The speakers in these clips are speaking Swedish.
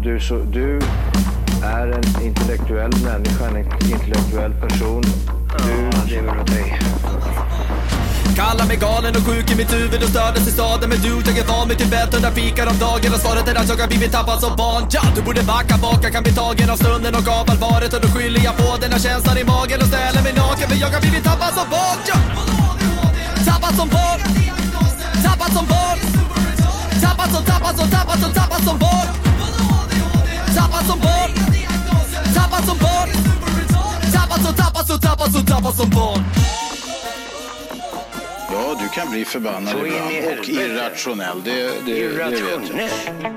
du är en intellektuell människa, en intellektuell person. Du lever åt dig. Kallar mig galen och sjuk i mitt huvud och stördes i staden. Men du, jag är van vid Tibet under fikar om dagen. Och svaret är att jag har blivit tappad som barn. Ja, du borde backa bak, jag kan bli tagen av stunden och av allvaret. Och då skyller jag på den här känslan i magen och ställer mig naken. För jag har blivit tappad som barn. Ja. Tappad som barn. Tappad som barn. Tappad som barn. Tappad som barn. Tappad som barn. Tappad som barn. Ja, du kan bli förbannad ibland och irrationell. Det vet jag.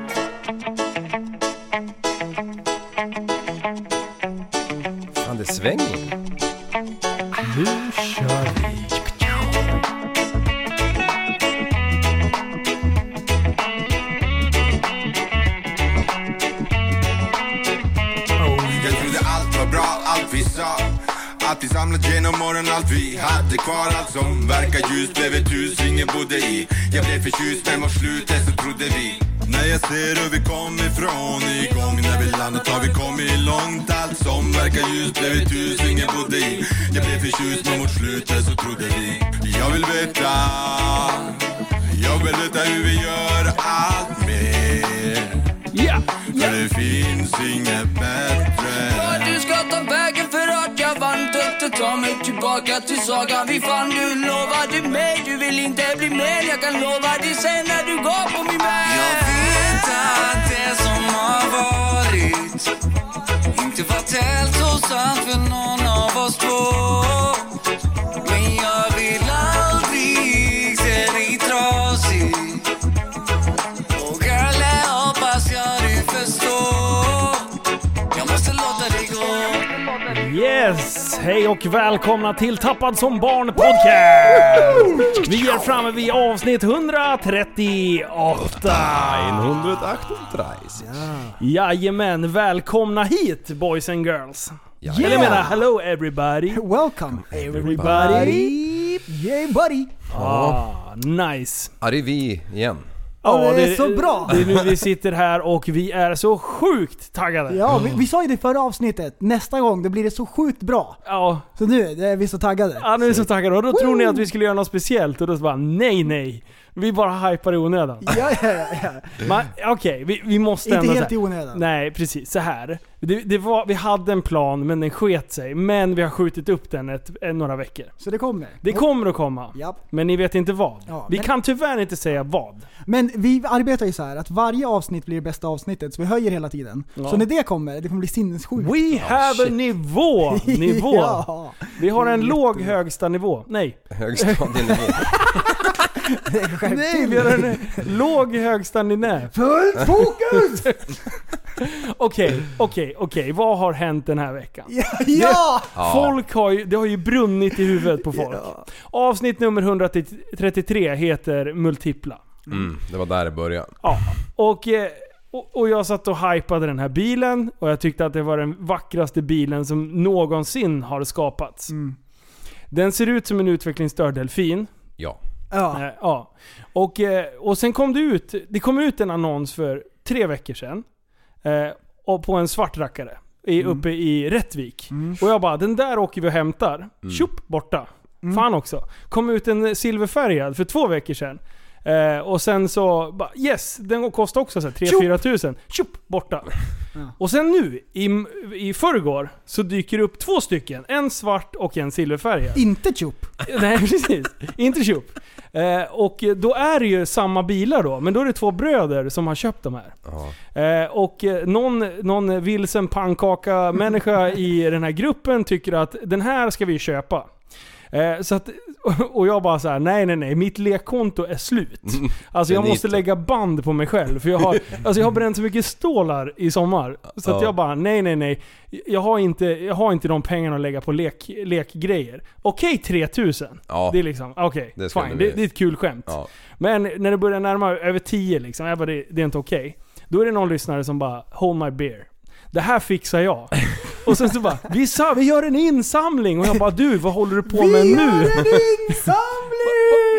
Fan, det svänger. Nu kör vi. Jag trodde allt var bra, allt vi sa. Att vi samlat genom morgon, allt vi hade kvar. Allt som verkar ljus blev ett hus ingen bodde i. Jag blev förtjust men mot slutet så trodde vi. När jag ser hur vi kom ifrån igång. När vi landat har vi kommit långt. Allt som verkar ljus blev ett hus ingen bodde i. Jag blev förtjust men mot slutet så trodde vi. Jag vill veta hur vi gör allt mer. För det finns inget bättre. Du ska ta vägen för att jag vann. Dötte ta mig tillbaka till sagan vi fann. Du lovade mig, du vill inte bli med. Jag kan lova dig sen när du går på min väg. Jag vet att det som har varit inte varit helt så sant för någon av oss två. Men jag vill aldrig se dig trasig. Och alla hoppas jag du förstår. Jag måste låta dig gå. Yes, hej och välkomna till Tappad som barn podcast. Vi är framme vid avsnitt 138. 138. Jajamän, välkomna hit boys and girls. Yeah. Eller jag menar, hello everybody. Welcome Everybody. Yeah buddy. Nice. Ja, det är vi igen. Ja, det är så bra. Det är nu vi sitter här och vi är så sjukt taggade. Ja, vi sa ju det förra avsnittet. Nästa gång, då blir det så sjukt bra. Ja. Så nu är vi så taggade. Ja, nu är vi så taggade. Och då tror ni att vi skulle göra något speciellt. Och då så bara, nej. Vi bara hypar i onödan. Ja. Okej, vi måste inte ändå helt i onödan. Nej, precis. Så här. Vi hade en plan, men den sket sig. Men vi har skjutit upp den några veckor. Så det kommer? Det kommer att komma. Japp. Men ni vet inte vad. Ja, vi kan tyvärr inte säga vad. Men vi arbetar ju så här att varje avsnitt blir det bästa avsnittet. Så vi höjer hela tiden. Ja. Så när det kommer bli sinnessjukt. We have a nivå. Ja. Vi har en låg högsta nivå. Nej. Högstadienivå. Nej, vi har en låg högsta nivå. Fullt fokus! Okej. Vad har hänt den här veckan? Ja! Folk det har ju brunnit i huvudet på folk. Ja. Avsnitt nummer 133 heter Multipla. Det var där det började. Ja. Och jag satt och hypade den här bilen. Och jag tyckte att det var den vackraste bilen som någonsin har skapats. Den ser ut som en utvecklingsstörd delfin. Ja. Ja. Och sen kom det kom ut en annons för 3 veckor sedan. Och på en svartrackare uppe i Rättvik. Och jag bara, den där åker vi och hämtar. Tjup, borta. Fan också. Kom ut en silverfärgad för 2 veckor sedan. Och sen så bara, yes, den kostar också 3-4 tusen. Tjup, borta. Och sen nu i förrgår så dyker det upp 2 stycken, en svart och en silverfärgad. Inte tjup. Nej, precis. Inte tjup. Och då är det ju samma bilar då, men då är det 2 bröder som har köpt de här. Och någon vilsen pannkaka människa i den här gruppen tycker att den här ska vi köpa. Så att, och jag bara så här: nej, mitt lekkonto är slut. Alltså jag måste lägga band på mig själv, för jag har bränt så mycket stålar i sommar. Så att jag bara, nej. Jag har inte de pengarna att lägga på lekgrejer. Okej, 3000. Ja. Det är liksom, okej, fine. Det är ett kul skämt. Ja. Men när det börjar närma över 10 liksom, jag bara, det är inte okej. Då är det någon lyssnare som bara, hold my beer. Det här fixar jag. Och sen så bara, vi gör en insamling. Och jag bara, du, vad håller du på med nu? Vi gör en insamling! Om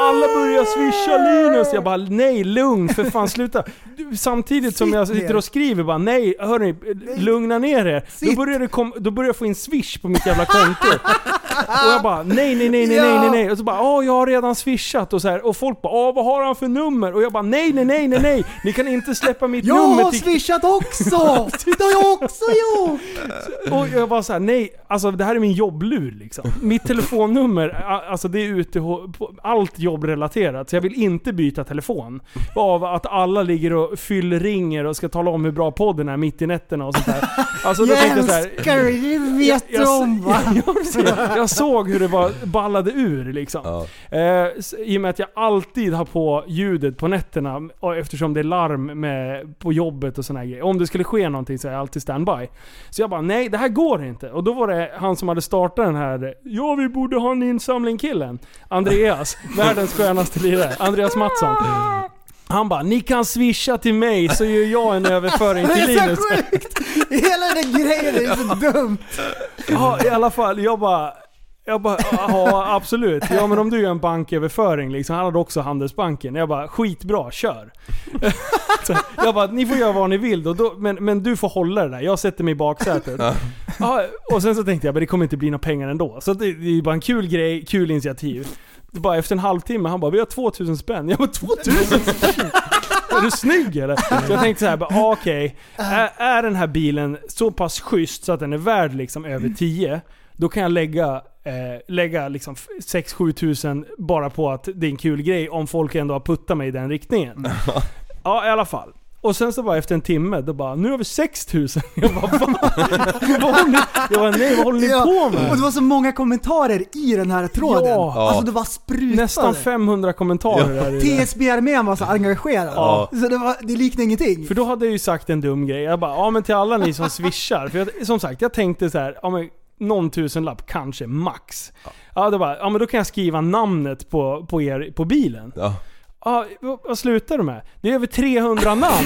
alla börjar swisha Linus. Jag bara, nej, lugn, för fan, sluta. Samtidigt som jag sitter och skriver bara, nej, hörni, lugna ner er. Då börjar jag få in swish på mitt jävla konto. Och jag bara, nej. Och så bara, jag har redan swishat och så här. Och folk bara, vad har han för nummer? Och jag bara, nej. Ni kan inte släppa mitt nummer. Jag har swishat också! Det har jag också gjort! Och jag bara så här, nej, alltså det här är min jobblur liksom. Mitt telefonnummer, alltså det är ute på allt jobbrelaterat. Så jag vill inte byta telefon. Av att alla ligger och fyllringer och ska tala om hur bra podden är mitt i nätterna och sånt där. Alltså då tänkte jag så här, det vet du om, va? Jag såg hur det ballade ur liksom. I och med att jag alltid har på ljudet på nätterna, och eftersom det är larm på jobbet och såna här grejer. Om det skulle ske någonting så är jag alltid standby. Så jag bara, nej, det här går inte. Och då var det han som hade startat den här, vi borde ha en insamling killen. Andreas, världens skönaste lirare. Andreas Mattsson. Han bara, ni kan swisha till mig så gör jag en överföring till Linus. Det är så sjukt! Hela den grejen är så dumt. Ja, i alla fall, jag bara, ja absolut. Ja, men om du gör en banköverföring liksom, han hade också Handelsbanken. Jag bara, skitbra, kör. Så jag bara, ni får göra vad ni vill då, men du får hålla det där. Jag sätter mig i baksätet. Ja, och sen så tänkte jag, men det kommer inte bli några pengar ändå. Så det är bara en kul grej, kul initiativ. Bara efter en halvtimme, han bara, vi har 2000 spänn. Jag bara, 2000 spänn? Är du snygg eller? Så jag tänkte så här, okej. Är den här bilen så pass schysst så att den är värd liksom över 10, då kan jag lägga liksom 6-7 tusen bara på att det är en kul grej om folk ändå har puttat mig i den riktningen. Ja, i alla fall. Och sen så bara efter en timme, då bara, nu har vi 6000. Jag bara, vad håller ni på med? Och det var så många kommentarer i den här tråden. Ja. Alltså det var sprutade. Nästan 500 kommentarer där. TSB-armén var så engagerad. Ja. Så det liknade ingenting. För då hade jag ju sagt en dum grej. Jag bara, men till alla ni som swishar. För som sagt, jag tänkte så här, men någon tusenlapp, kanske max. Ja, det bara, men då kan jag skriva namnet på er på bilen. Ja. Ja, vad slutar du med? Det är över 300 namn.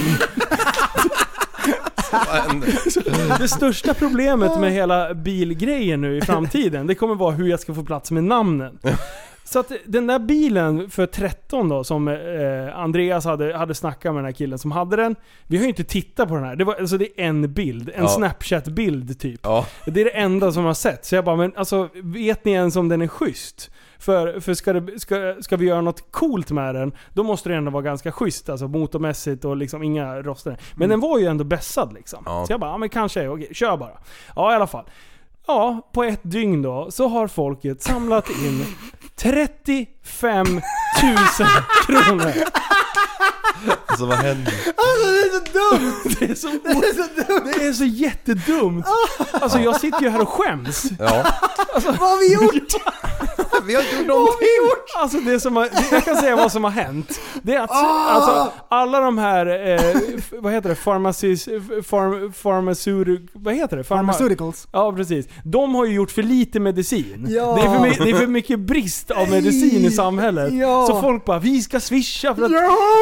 Det största problemet med hela bilgrejen nu i framtiden, det kommer vara hur jag ska få plats med namnen. Så att den där bilen för 13 då, som Andreas hade snackat med den här killen som hade den. Vi har ju inte tittat på den här. Det är en bild, en Snapchat-bild typ. Ja. Det är det enda som jag har sett. Så jag bara, men alltså, vet ni ens om den är schysst? För ska vi göra något coolt med den, då måste det ändå vara ganska schysst, alltså motormässigt och liksom inga roster. Men den var ju ändå bässad liksom. Så jag bara, men kanske, okej, kör bara. Ja, i alla fall. Ja, på ett dygn då så har folket samlat in 35 000 kronor. Alltså vad händer? Alltså det är så dumt! Det är så jättedumt. Alltså jag sitter ju här och skäms. Ja. Alltså, vad har vi gjort? Vi har gjort någonting. Alltså jag kan säga vad som har hänt. Det är att alltså, alla de här vad heter det? Pharmaceuticals. Ja, precis. De har ju gjort för lite medicin. Ja. Det är för mycket brist av medicin i samhället. Ja. Så folk bara, vi ska swisha för att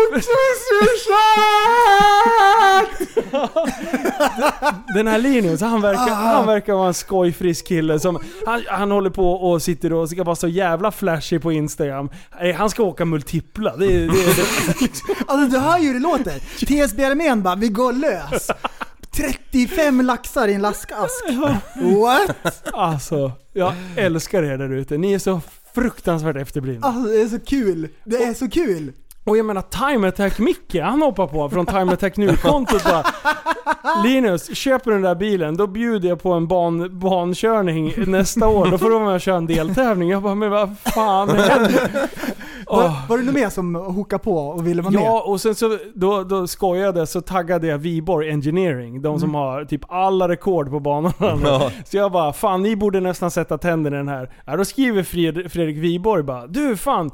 den här Linus, han verkar vara en skojfrisk kille som han håller på och sitter och ska vara så jävla flashy på Instagram. Han ska åka multipla. Alltså du hör ju hur det låter. TSB-armén bara, vi går lös. 35 laxar i en laskask. What? Alltså, jag älskar er där ute. Ni är så fruktansvärt efterblivna. Alltså det är så kul. Det är så kul. Och jag menar, Time Attack Micke, han hoppar på från Time Attack nu-kontot bara, Linus, köper den där bilen, då bjuder jag på en bankörning nästa år. Då får du vara med och köra en deltävling. Jag bara, men vad fan händer? Var det någon mer som hookade på och ville vara med? Ja, och sen så då skojade, så taggade jag Viborg Engineering, de som har typ alla rekord på banan. Ja. Så jag bara, fan, ni borde nästan sätta tänderna i den här. Ja, då skriver Fredrik Viborg bara, du fan,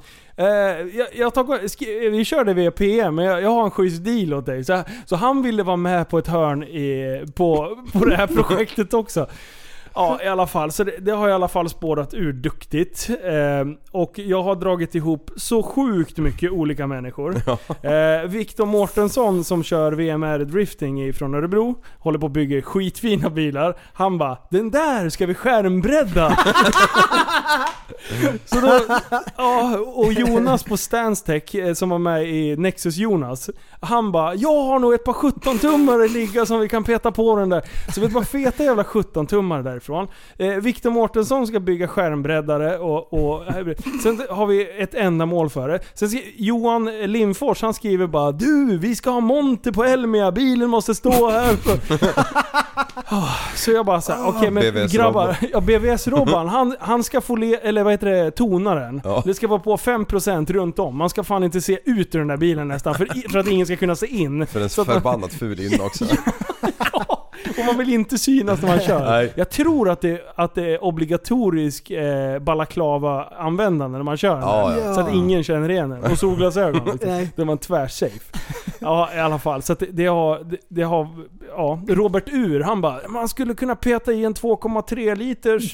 vi körde via PM, men jag har en schysst deal åt dig. Så han ville vara med på ett hörn på det här projektet också. Ja, i alla fall. Så det har i alla fall spårat ur duktigt. Och jag har dragit ihop så sjukt mycket olika människor. Victor Mårtensson som kör VMR Drifting från Örebro håller på att bygga skitfina bilar. Han bara, den där ska vi skärmbredda. Så då, och Jonas på Stanstech som var med i Nexus Jonas, han bara, jag har nog ett par 17-tummare ligga som vi kan peta på den där. Så vi bara feta jävla 17-tummare därifrån. Victor Mårtensson ska bygga skärmbreddare och sen har vi ett ändamål för det. Sen Johan Lindfors, han skriver bara, du, vi ska ha monter på Elmia, bilen måste stå här. Så jag bara såhär, okej, men BVS grabbar, BVS-Robban, han ska få eller vad heter det, tonaren. Ja. Det ska vara på 5% runt om. Man ska fan inte se ut ur den där bilen nästan, för att ingen ska kunna se in. För en så förbannat ful in också. Och man vill inte synas när man kör. Nej. Jag tror att det är obligatorisk balaklava-användande när man kör den där. Ja. Så att ingen känner igen den. Och solglasögon. Nej. Det var en tvärsafe. Ja, i alla fall. Så att det har Robert Ur, han bara, man skulle kunna peta i en 2,3 liters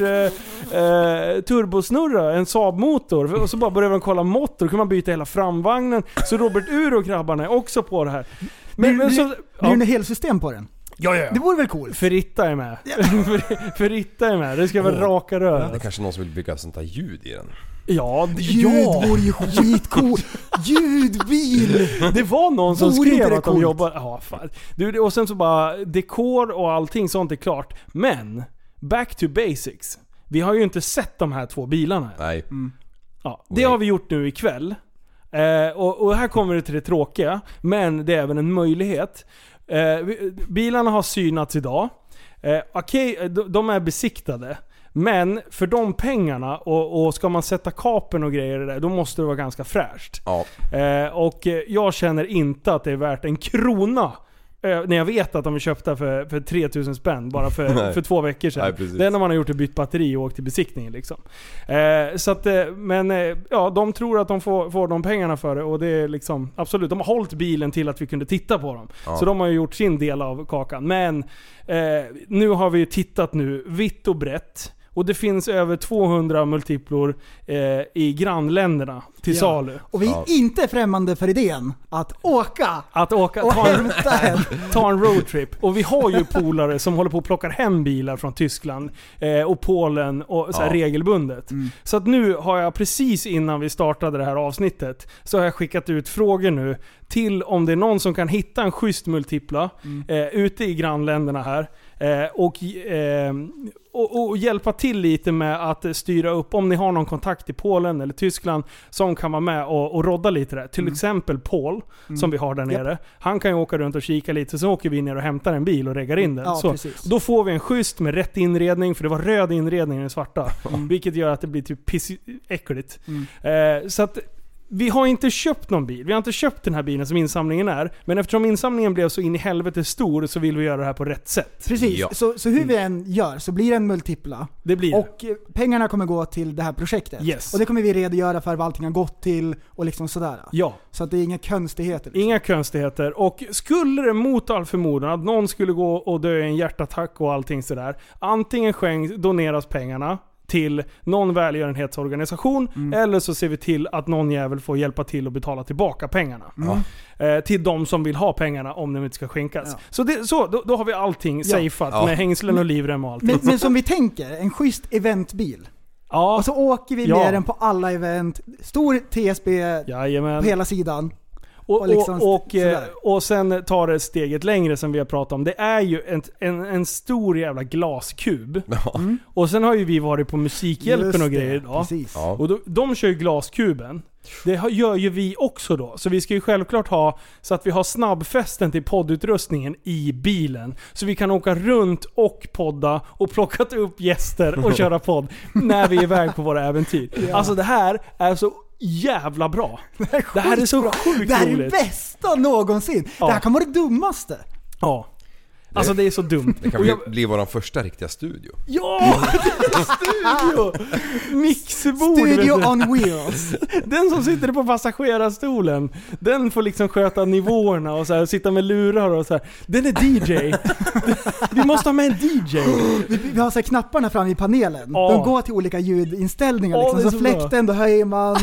turbosnurra, en Saab-motor. Och så bara börjar man kolla mått. Då kan man byta hela framvagnen. Så Robert Ur och grabbarna är också på det här. Men så... Blir det helsystem på den? Ja. Det vore väl coolt? Ferritta är med. Ferritta är med. Det ska vara raka rör. Det är kanske någon som vill bygga sånt där ljud i den. Ja, Ljud vore ju skitcool. Ljudbil! Det var någon som Vore inte skrev det att de coolt? jobbar... Ja, fan. Och sen så bara dekor och allting sånt är klart. Men back to basics. Vi har ju inte sett de här 2 bilarna. Nej. Ja, det har vi gjort nu ikväll. Och här kommer det till det tråkiga. Men det är även en möjlighet. Bilarna har synats idag. Okej, de är besiktade. Men för de pengarna och ska man sätta kapen och grejer där, då måste det vara ganska fräscht. Ja. Och jag känner inte att det är värt en krona när jag vet att de är köpta för 3000 spänn bara för 2 veckor sedan. Nej, det enda man har gjort är bytt batteri och åkt till besiktningen liksom. Så att, men ja, de tror att de får de pengarna för det, och det är liksom absolut, de har hållit bilen till att vi kunde titta på dem. Ja. Så de har ju gjort sin del av kakan. Men nu har vi ju tittat nu vitt och brett. Och det finns över 200 multiplor i grannländerna till salu. Och vi är inte främmande för idén att åka och ta en roadtrip. Och vi har ju polare som håller på att plocka hem bilar från Tyskland och Polen och så här regelbundet. Så att nu har jag precis innan vi startade det här avsnittet, så har jag skickat ut frågor nu till om det är någon som kan hitta en schysst multipla ute i grannländerna här. Och hjälpa till lite med att styra upp om ni har någon kontakt i Polen eller Tyskland som kan vara med och rodda lite där. Till exempel Paul som vi har där nere. Han kan ju åka runt och kika lite, så åker vi ner och hämtar en bil och reggar in den. Ja, så då får vi en schysst med rätt inredning, för det var röd inredning i den svarta. Vilket gör att det blir typ äckligt. Så att vi har inte köpt någon bil. Vi har inte köpt den här bilen som insamlingen är. Men eftersom insamlingen blev så in i helvete stor, så vill vi göra det här på rätt sätt. Precis, Ja. så hur vi än gör så blir det en multipla. Det blir det. Och pengarna kommer gå till det här projektet. Yes. Och det kommer vi redogöra för vad allting har gått till och liksom sådär. Ja. Så att det är inga konstigheter. Liksom. Inga konstigheter. Och skulle det mot all förmodan att någon skulle gå och dö i en hjärtattack och allting sådär, antingen doneras pengarna till någon välgörenhetsorganisation, eller så ser vi till att någon jävel får hjälpa till att betala tillbaka pengarna. Till de som vill ha pengarna om de inte ska skänkas. Så då har vi allting safeat med hängslen och livrem och allt. Men som vi tänker, en schysst eventbil. Ja. Och så åker vi med den på alla event. Stor TSB Jajamän. på hela sidan. Och sen tar det steget längre som vi har pratat om. Det är ju en stor jävla glaskub. Och sen har ju vi varit på Musikhjälpen och grejer idag. Och de kör ju glaskuben. Det gör ju vi också då. Så vi ska ju självklart ha så att vi har snabbfästen till poddutrustningen i bilen. Så vi kan åka runt och podda och plockat upp gäster och köra podd när vi är iväg på våra äventyr. Alltså det här är så jävla bra. Det här är så sjukt roligt. Det här är det bästa någonsin. Det här kan vara det dummaste. Ja. Alltså det är så dumt. Det kan bli våran första riktiga studio. Ja! Studio! Mixerbord. Studio on wheels. Den som sitter på passagerarstolen, den får liksom sköta nivåerna och så här, sitta med lurar och så här. Den är DJ. Vi måste ha med en DJ. Vi har så här knapparna fram i panelen. Ja. De går till olika ljudinställningar liksom. det är Så så bra. fläkten, då höjer man.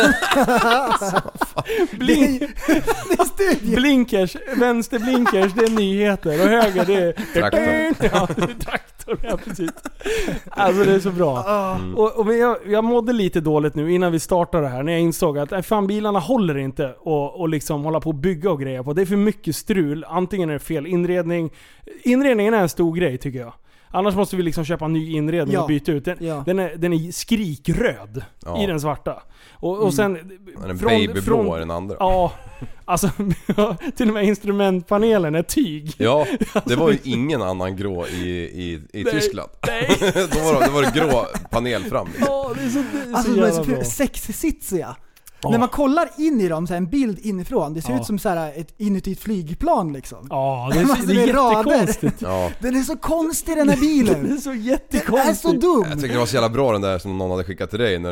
Blink. Det är studio. Blinkers, vänster blinkers, det är nyheter och höger det är Traktor. Ja, det är traktor, ja precis. Alltså det är så bra. Men jag mådde lite dåligt nu innan vi startade här när jag insåg att fan, bilarna håller inte och liksom hålla på att bygga och grejer på. Det är för mycket strul. Antingen är det fel inredning. Inredningen är en stor grej tycker jag. Annars måste vi liksom köpa en ny inredning och byta ut den. Ja. Den är skrikröd i den svarta. Och sen en babyblå är den andra. Ja, alltså till och med instrumentpanelen är tyg. Ja, det var ju ingen annan grå i Tyskland. Nej. Då var det grå panel fram liksom. Ja, det är så Alltså de är så bra. sexsitsiga. När man kollar in i dem, så här, en bild inifrån, det ser ut som så här, ett inuti ett flygplan liksom. Ja, det är jättekonstigt. Ja. Den är så konstig den här bilen. Den är så Den jättekonstig. är så dum. Jag tycker det var så jävla bra den där som någon hade skickat till dig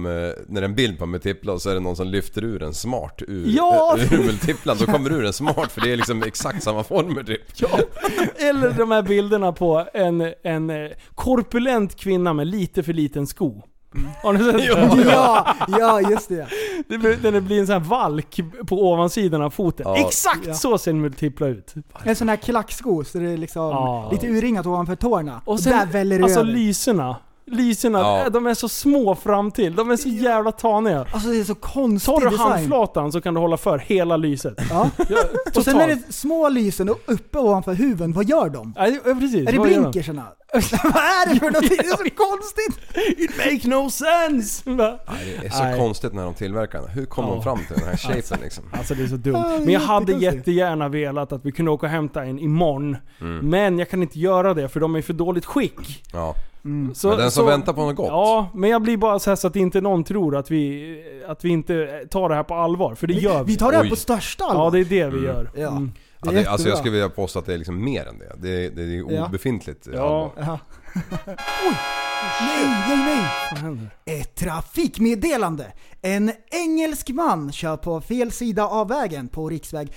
när en bild på multipla och så är det någon som lyfter ur en smart ur multiplan. Då kommer ur en smart för det är liksom exakt samma former typ. Ja. Eller de här bilderna på en korpulent kvinna med lite för liten sko. Har ni sett det? Ja, just det. Den blir en sån här valk på ovansidan av foten. Ja. Exakt så ser en multipla ut. En sån här klacksko så det är liksom lite urringat ovanför tårna. Och sen, där väller alltså över. lyserna, de är så små fram till. De är så jävla taniga. Alltså det är så konstig Tar du design. handflatan så kan du hålla för hela lyset. Ja. Och sen är det små lysen och uppe ovanför huven. Vad gör de? Ja, precis. Är det blinkersarna? Vad är det för någonting? Det är så konstigt. It makes no sense. Nej, det är så konstigt när de tillverkar den. Hur kom de fram till den här shapen liksom? Alltså det är så dumt. Men jag hade jättegärna velat att vi kunde åka och hämta en imorgon. Men jag kan inte göra det för de är i för dåligt skick. Ja. Så, men den som väntar på något gott. Ja, men jag blir bara så här så att inte någon tror att vi inte tar det här på allvar. För det gör vi. Vi tar det här på största allvar. Ja, det är det vi gör. Ja. Alltså jag skulle vilja påstå att det är liksom mer än det. Det är obefintligt. Ja. Oj. Nej. Vad händer? Ett trafikmeddelande. En engelsk man kör på fel sida av vägen på riksväg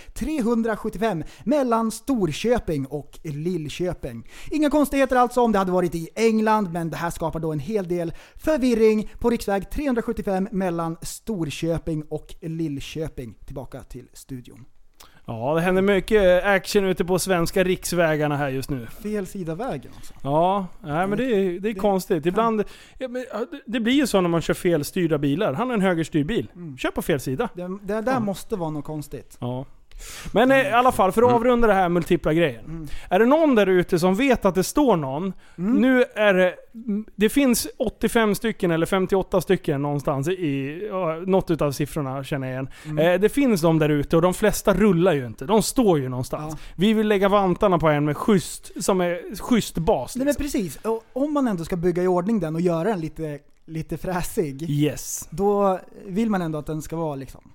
375 mellan Storköping och Lillköping. Inga konstigheter alltså om det hade varit i England, men det här skapar då en hel del förvirring på riksväg 375 mellan Storköping och Lillköping. Tillbaka till studion. Ja, det händer mycket action ute på svenska riksvägarna här just nu. Fel sida vägen alltså. Ja, nej, men det är konstigt. Ibland, det blir ju så när man kör felstyrda bilar. Han är en högerstyrd bil. Kör på fel sida. Det där måste vara något konstigt. Ja. Men i alla fall, för att avrunda det här multipla grejen. Är det någon där ute som vet att det står någon? Nu är det finns 85 stycken eller 58 stycken någonstans i något utav siffrorna känner jag igen. Det finns de där ute och de flesta rullar ju inte. De står ju någonstans. Ja. Vi vill lägga vantarna på en med som är schysst bas. Liksom. Nej, men precis. Och om man ändå ska bygga i ordning den och göra den lite fräsig. Yes. Då vill man ändå att den ska vara liksom.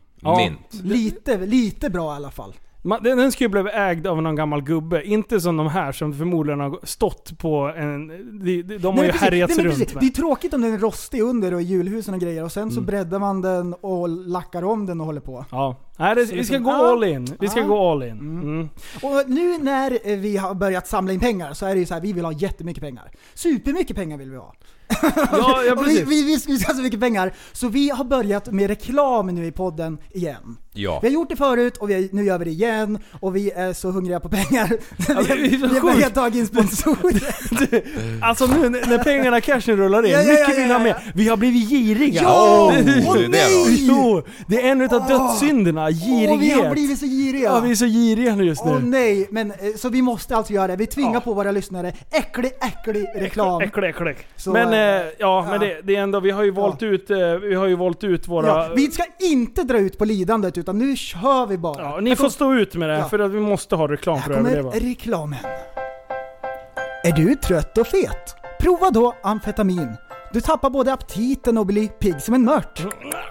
Lite bra i alla fall. Den skulle bli ägd av någon gammal gubbe. Inte som de här som förmodligen har stått på en... De har ju härjats runt. Det är tråkigt om den är rostig under och i julhusen och grejer. Och sen så breddar man den och lackar om den och håller på. Ja. Nej, vi ska gå all in. Vi ska gå all in. Och nu när vi har börjat samla in pengar så är det ju så här, vi vill ha jättemycket pengar. Supermycket pengar vill vi ha. Ja, vi ska ha så mycket pengar. Så vi har börjat med reklam nu i podden igen. Ja. Vi har gjort det förut och nu gör vi det igen. Och vi är så hungriga på pengar. Vi har börjat ta in sponsorer. Alltså nu när pengarna cashen rullar in, mycket vill ha med. Vi har blivit giriga. Ja! Det är en utav dödssynderna, girighet. Vi har blivit så giriga. Ja, vi är så giriga nu just nu. Nej, men så vi måste alltså göra det. Vi tvingar på våra lyssnare äcklig reklam. Äcklig. Så, men men det är ändå, vi har ju valt ut våra... Ja, vi ska inte dra ut på lidandet utan nu kör vi bara. Ja, ni får stå ut med det här för att vi måste ha reklam för att överleva. Här kommer reklamen. Är du trött och fet? Prova då amfetamin. Du tappar både aptiten och blir pigg som en mört.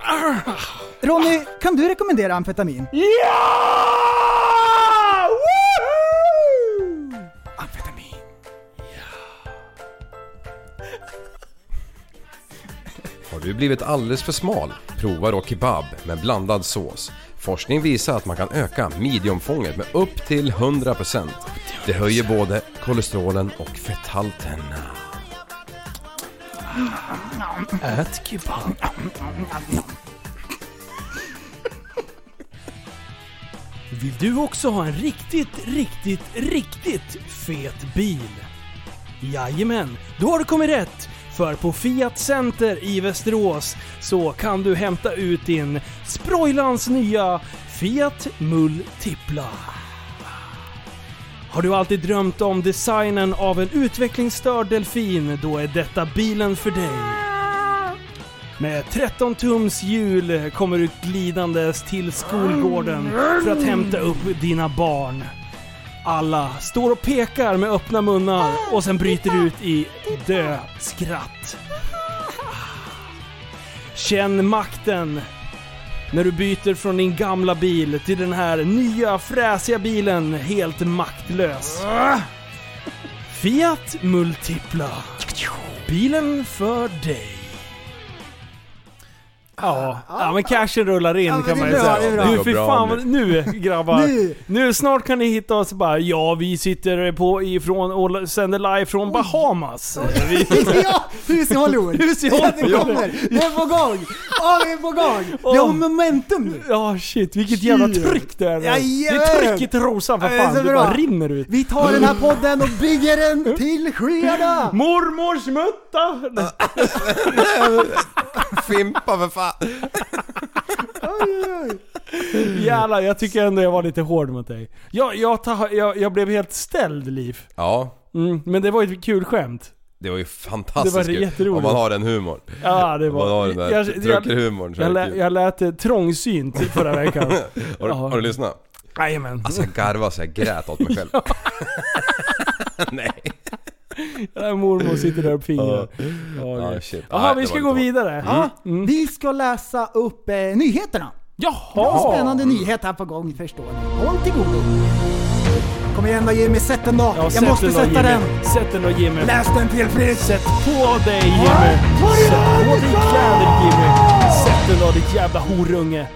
Ronny, kan du rekommendera amfetamin? Ja! blivit alldeles för smal? Prova då kebab med blandad sås. Forskning visar att man kan öka midjeomfånget med upp till 100%. Det höjer både kolesterolen och fetthalten. Ät kebab. Vill du också ha en riktigt fet bil? Jajamän, då har du kommit rätt. För på Fiat Center i Västerås så kan du hämta ut din Sproilans nya Fiat Multipla. Har du alltid drömt om designen av en utvecklingsstörd delfin, då är detta bilen för dig. Med 13 tums hjul kommer du glidandes till skolgården för att hämta upp dina barn. Alla står och pekar med öppna munnar och sen bryter ut i dödskratt. Känn makten när du byter från din gamla bil till den här nya fräsiga bilen helt maktlös. Fiat Multipla. Bilen för dig. Ja, men cashen rullar in kan man ju säga. Nu för fan, nu grabbar. Nu snart kan ni hitta oss bara. Ja, vi sitter på ifrån och sänder live från Bahamas. Ja, hus i Hollywood. Hus i Hollywood. Det är på gång. Ja, vi är på gång. Vi har momentum nu. Ja, shit, vilket jävla tryck det är. Det är trycket i rosan för fan. Det bara rinner ut. Vi tar den här podden och bygger den till skyarna. Mormors mutta. Fimpa för fan. Jävlar, jag tycker ändå jag var lite hård mot dig. Jag blev helt ställd, Liv. Ja. Men det var ju ett kul skämt. Det var ju fantastiskt. Det var jätteroligt. Om man har den humorn. Ja, det var. Om man har den där truckerhumorn. Jag lät trångsynt förra veckan. Har du lyssnat? Jajamän. Alltså jag garvade så jag grät åt mig själv. Nej. Mormor sitter där och fingrar. Jaha, vi ska gå vidare. Vi ska läsa upp nyheterna. Jaha! Spännande nyhet här på gång, förstår ni. Håll till godo. Kom igen då Jimmy, sätt den då. Ja, jag måste sätta den. Sätt den då Jimmy. Läs den till fritt. Sätt på dig Jimmy. Sätt på dig kläder Jimmy. Sätt den då ditt jävla horunge.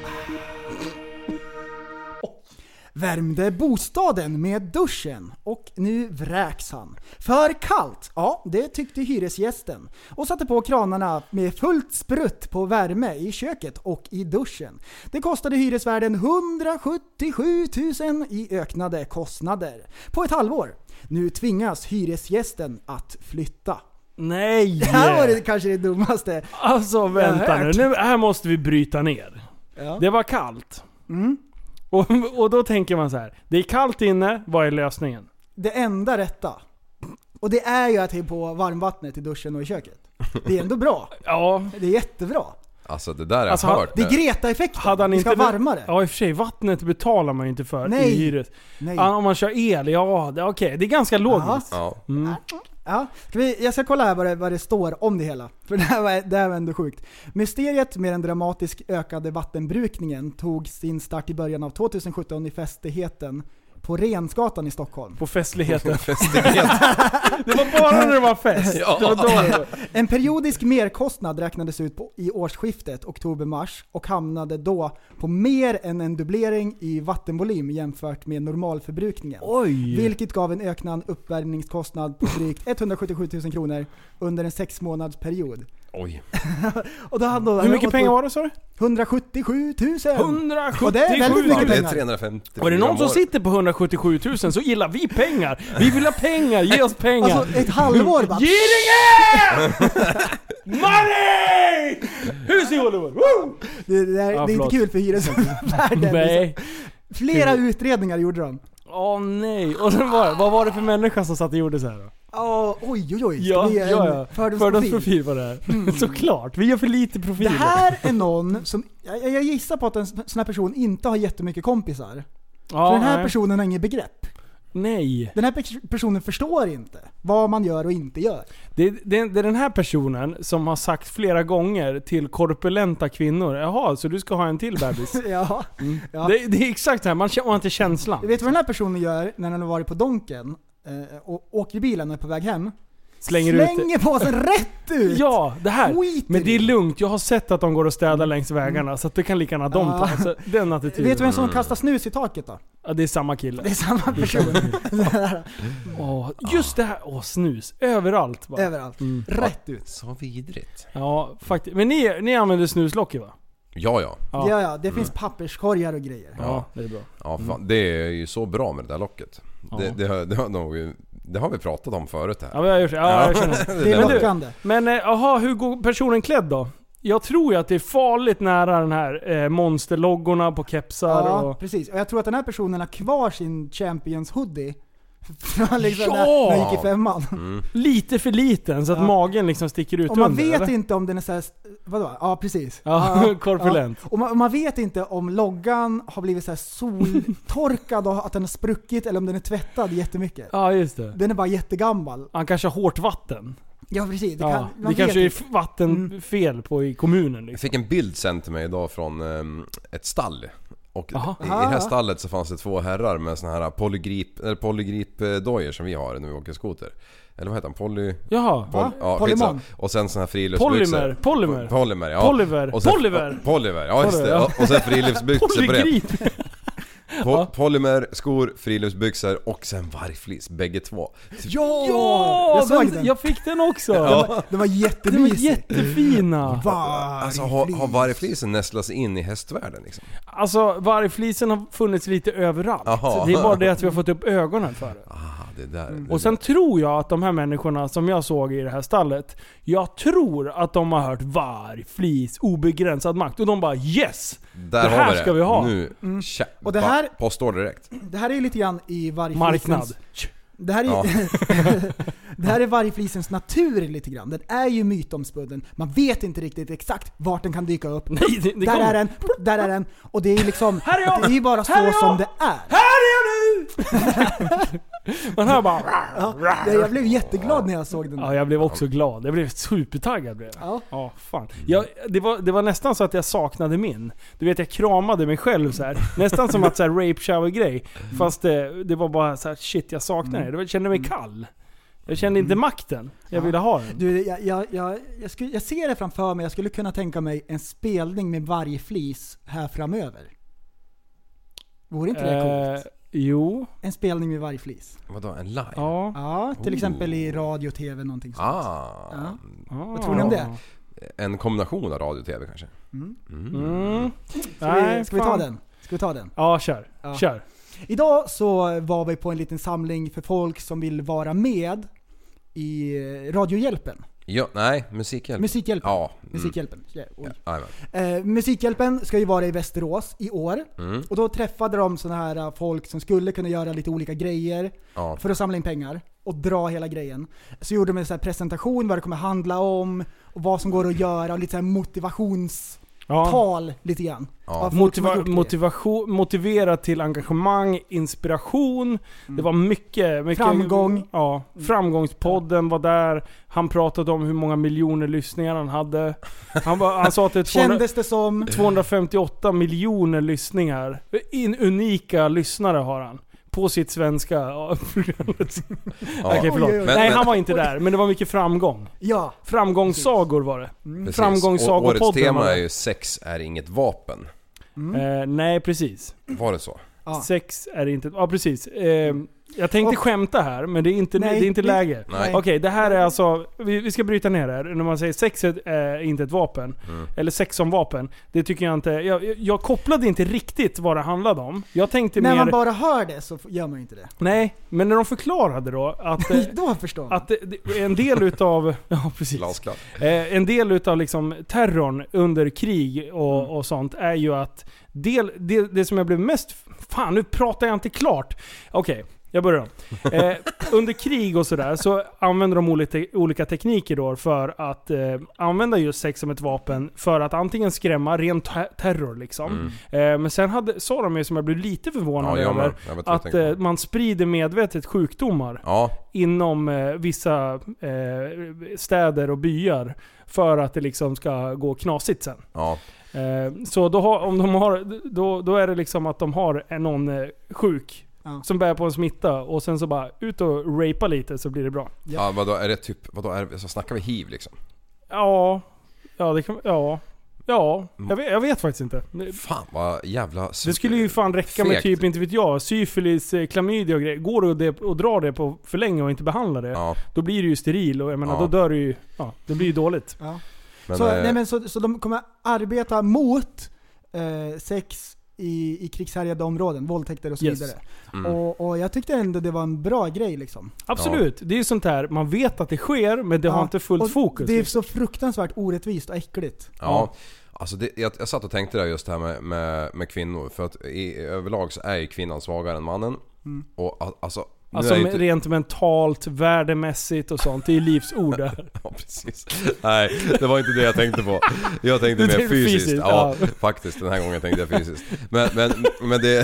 Värmde bostaden med duschen och nu vräks han. För kallt, ja det tyckte hyresgästen. Och satte på kranarna med fullt sprutt på värme i köket och i duschen. Det kostade hyresvärden 177 000 i ökade kostnader på ett halvår. Nu tvingas hyresgästen att flytta. Nej! Det här var det kanske det dummaste. Alltså vänta nu, här måste vi bryta ner. Ja. Det var kallt. Och då tänker man så här: det är kallt inne, vad är lösningen? Det enda rätta. Och det är ju att ha på varmvattnet i duschen och i köket. Det är ändå bra. Ja. Det är jättebra. Alltså det där har jag hört. Det är Greta-effekten. Hade han inte varmare. Ja i och för sig, vattnet betalar man ju inte för. Nej. I hyres. Nej. Om man kör el, okej. Det är ganska logiskt. Ja. Jag ska kolla här vad det står om det hela. För det här var ändå sjukt. Mysteriet med den dramatiskt ökade vattenbrukningen tog sin start i början av 2017 i fästigheten på Rensgatan i Stockholm. På festligheten. Det var bara när det var fest. Ja. Det var då. En periodisk merkostnad räknades ut i årsskiftet oktober-mars och hamnade då på mer än en dubblering i vattenvolym jämfört med normalförbrukningen. Oj. Vilket gav en ökad uppvärmningskostnad på drygt 177 000 kronor under en 6-månadsperiod. Oj. Och då hade hur mycket pengar var det så? 177 000. 177 och det är väldigt mycket pengar. Det är 350. Och är det någon som sitter på 177 000 så gillar vi pengar. Vi vill ha pengar, ge oss pengar. Alltså ett halvår bara. Giringen! Money! Hus i Hollywood. Woo! Det är inte kul för hyresvärden. Nej. Flera utredningar gjorde de. Nej. Och sen vad var det för människa som satt och gjorde så här då? Oj. Ja. Fördomsprofil var det här. Såklart, vi gör för lite profil. Det här är någon som, jag gissar på att en sån här person inte har jättemycket kompisar. För den här personen har inget begrepp. Nej. Den här personen förstår inte vad man gör och inte gör. Det är den här personen som har sagt flera gånger till korpulenta kvinnor: jaha, så du ska ha en till bebis? Ja. Det är exakt så här, man har inte känslan. Vet du vad den här personen gör när han har varit på Donken och åker i bilen och är på väg hem? Slänger påsen rätt ut! Ja, det här. Skiter Men det är i. lugnt. Jag har sett att de går och städar längs vägarna. Så att det kan lika gärna de ta. Så den attityden. Vet du vem som kastar snus i taket då? Ja, det är samma kille. Det är samma person. Just det här. Snus. Överallt. Bara. Överallt. Rätt ut. Så vidrigt. Ja, faktiskt. Men ni använder snuslock va? Ja. Ja, det finns papperskorgar och grejer. Ja, det är bra. Ja, fan, det är ju så bra med det där locket. Ja. Det har vi pratat om förut här. Ja, jag känner. Det är lockande. Men hur går personen klädd då? Jag tror ju att det är farligt nära den här monsterloggorna på kepsar. Ja, och... precis. Och jag tror att den här personen har kvar sin Champions hoodie. Liksom Ja! när han gick i 5:an. Lite för liten så att magen liksom sticker ut Och man under, vet eller? inte om den är såhär, vadå? Ja, precis. Ja, korpulent. Ja. Och man vet inte om loggan har blivit så här soltorkad och att den har spruckit eller om den är tvättad jättemycket. Ja, just det. Den är bara jättegammal. Han kanske har hårt vatten. Ja, precis. Det kanske är vattenfel på i kommunen. Liksom. Jag fick en bild sen till mig idag från ett stall. Och i det här stallet så fanns det 2 herrar med såna här polygrip-dojor som vi har när vi åker skoter. Eller vad heter han? Polymon. Och sen såna här friluftsbyxor. Polymer, ja. Polyver, ja just det. Och sen friluftsbyxor på det. Polymer, skor, friluftsbyxor och sen vargflis, bägge två. Ja! Jag fick den också. Den var jättemysig. Den var jättefina. Alltså har vargflisen nästlat sig in i hästvärlden liksom? Alltså vargflisen har funnits lite överallt. Aha. Det är bara det att vi har fått upp ögonen för det. Och sen tror jag att de här människorna som jag såg i det här stallet, jag tror att de har hört vargflis, obegränsad makt. Och de bara yes! Där det här har vi ska vi ha. Nu, och det här, påstår direkt. Det här är lite grann i vargflisens... Marknad. Det här, det här är vargflisens natur lite grann. Den är ju mytomspunnen. Man vet inte riktigt exakt vart den kan dyka upp. Nej, det där är den. Och det är liksom, här är jag! Det är ju bara så som det är. Här är jag nu! Man hör bara... Jag blev jätteglad när jag såg den. Ja, jag blev också glad. Jag blev supertaggad. Blev jag. Ja, fan. Det var nästan så att jag saknade min. Du vet, jag kramade mig själv så här. Nästan som att så här rape shower grej. Fast det var bara så här, shit, jag saknade det. Jag kände mig kall. Jag kände inte makten. Jag ville ha den. Du, jag ser det framför mig. Jag skulle kunna tänka mig en spelning med vargflis här framöver. Vore inte det coolt? Jo. En spelning med vargflis. Vadå, en live? Ja, till exempel i radio och tv någonting sånt. Vad tror ni om det? En kombination av radio och tv kanske. Ska vi ta den? Ja, kör. Idag så var vi på en liten samling för folk som vill vara med i Radiohjälpen. Ja, nej, Musikhjälpen. Musikhjälpen. Musikhjälpen ska ju vara i Västerås i år. Och då träffade de såna här folk som skulle kunna göra lite olika grejer för att samla in pengar och dra hela grejen. Så gjorde de en sån här presentation vad det kommer handla om och vad som går att göra och lite så här motivationstal lite grann. Motivera till engagemang, inspiration. Det var mycket framgång. Ja, framgångspodden var där. Han pratade om hur många miljoner lyssningar han hade. Han sa att det kändes det som 258 miljoner lyssningar. Unika lyssnare har han på sitt svenska programmet. Okej, förlåt. Nej, han var inte där, men det var mycket framgång. Ja. Framgångssagor var det. Framgångssagopodden. Årets tema är ju sex är inget vapen. Nej, precis. Var det så? Sex är inte... Ja, precis. Jag tänkte skämta här, men det är inte läge. Okej, det här är alltså... Vi ska bryta ner det här. När man säger sex är inte ett vapen, eller sex som vapen, det tycker jag inte... Jag kopplade inte riktigt vad det handlade om. Jag tänkte när man bara hör det så gör man inte det. Nej, men när de förklarade då att... då förstår man. Att en del utav... Ja, precis. En del utav liksom terrorn under krig och sånt är ju att... Det som jag blev mest... Fan, nu pratar jag inte klart. Okej. Jag börjar. Under krig och sådär så använder de olika tekniker då för att använda just sex som ett vapen för att antingen skrämma, ren terror liksom. Men sen sa de ju, som jag blev lite förvånad över, att man sprider medvetet sjukdomar inom vissa städer och byar för att det liksom ska gå knasigt sen. Så då är det liksom att de har någon sjuk som bär på en smitta och sen så bara ut och rapa lite så blir det bra. Ja, vadå är det typ, så snackar vi hiv liksom? Ja, det kan, jag vet faktiskt inte. Fan vad jävla... Det skulle ju fan räcka med typ, inte vet jag, syfilis, klamydia och grejer. Går du och drar det på för länge och inte behandlar det, då blir du ju steril och jag menar, då dör du ju, det blir ju dåligt. Ja. Men, så de kommer arbeta mot sex i krigshärjade områden, våldtäkter och så vidare. Och jag tyckte ändå det var en bra grej liksom. Absolut, det är ju sånt här, man vet att det sker, men det har inte fullt fokus. Det är liksom. så fruktansvärt orättvist och äckligt. Ja. Alltså jag satt och tänkte där just det här med kvinnor, för att överlag så är ju kvinnan svagare än mannen. Och alltså rent mentalt, värdemässigt och sånt. Det är livsord där. Ja, precis. Nej, det var inte det jag tänkte på. Jag tänkte mer fysiskt. Ja, faktiskt. Den här gången tänkte jag fysiskt. Men det...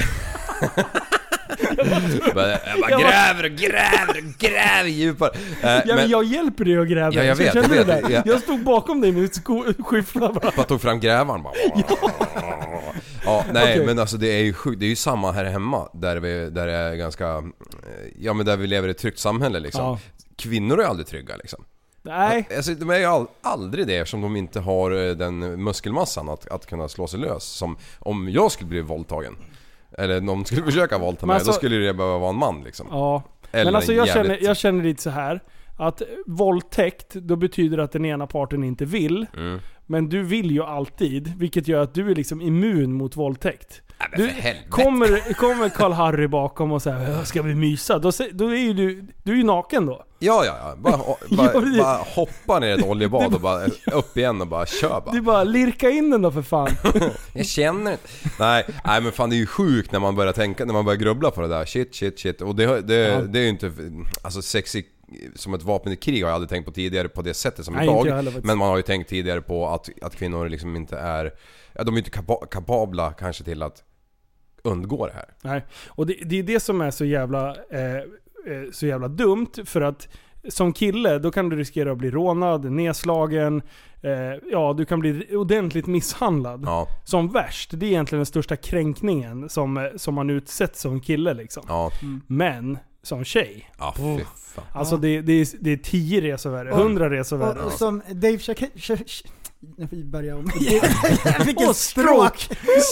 jag bara gräver djupare. Men jag hjälper dig att gräva. Ja, jag vet. Jag stod bakom dig med ett skyffla bara. Jag tog fram grävaren bara. Ja, nej, men alltså det är ju sjukt. Det är ju samma här hemma där det är ganska, men där vi lever i ett tryggt samhälle liksom. Ja. Kvinnor är aldrig trygga liksom. Nej. Alltså, de är ju aldrig det, som de inte har den muskelmassan att kunna slå sig lös. Som om jag skulle bli våldtagen, eller någon skulle försöka våldta mig, alltså, då skulle det behöva vara en man liksom. Ja. Eller men alltså jag känner lite så här att våldtäkt, då betyder det att den ena parten inte vill. Men du vill ju alltid, vilket gör att du är liksom immun mot våldtäkt. Kommer Karl-Harry bakom och säger ska vi mysa? Då är ju du är ju naken då. Ja. Bara hoppa ner i ett oljebad och bara upp igen och bara kör bara. Du bara lirka in den då för fan. Jag känner inte. Nej, men fan det är ju sjukt när man börjar tänka, när man börjar grubbla på det där. Shit. Och det är ju inte, alltså sexy som ett vapen i krig har jag aldrig tänkt på tidigare på det sättet som idag. Men man har ju tänkt tidigare på att kvinnor liksom inte är, de är inte kapabla kanske till att undgå det här. Nej, och det är det som är så jävla dumt, för att som kille då kan du riskera att bli rånad, nedslagen, du kan bli ordentligt misshandlad. Ja. Som värst, det är egentligen den största kränkningen som man utsätts som kille liksom. Ja. Men som tjej. Ja, alltså det är 10 resor värre, 100 resor värre. Och som Dave jag får börja om. Jag fick en stroke.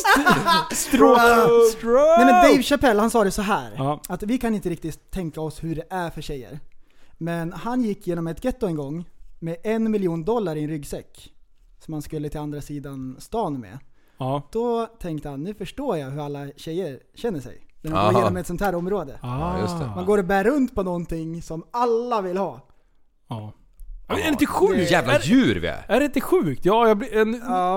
Nej, men Dave Chappelle, han sa det så här. Att vi kan inte riktigt tänka oss hur det är för tjejer. Men han gick genom ett ghetto en gång med $1 million i en ryggsäck som han skulle till andra sidan stan med. Ja. Då tänkte han, nu förstår jag hur alla tjejer känner sig. När man går genom ett sånt här område. Just det. Man går och bär runt på någonting som alla vill ha. Ja. Är det inte sjukt? Hur jävla djur vi är. Är det inte sjukt? Ja, jag blir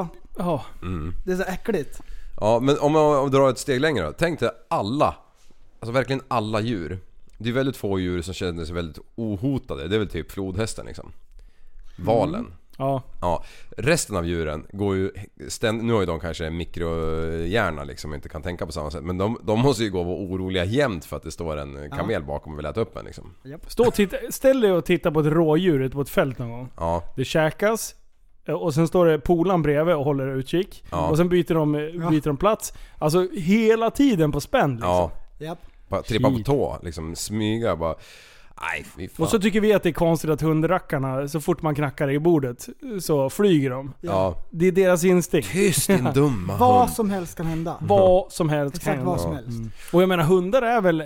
det är så äckligt. Ja, men om man drar ett steg längre då. Tänk dig alla, alltså verkligen alla djur. Det är väldigt få djur som känner sig väldigt ohotade. Det är väl typ flodhästen liksom. Valen. Ja. Resten av djuren går ju nu har ju de kanske en mikrohjärna liksom, inte kan tänka på samma sätt, men de måste ju gå och vara oroliga jämt för att det står en kamel bakom och vill äta upp en liksom. Ställ dig och titta på ett rådjur på ett fält någon gång. Ja. Det käkas och sen står det polan bredvid och håller utkik. Och sen byter de plats. Alltså hela tiden på spänn liksom. Ja. Bara trippa på tå liksom, smyga bara. Nej, och så tycker vi att det är konstigt att hundrackarna, så fort man knackar i bordet så flyger de. Ja. Det är deras instinkt. Tyst din dumma hund. Vad som helst kan hända. Vad som helst kan hända. Vad som helst. Och jag menar, hundar är väl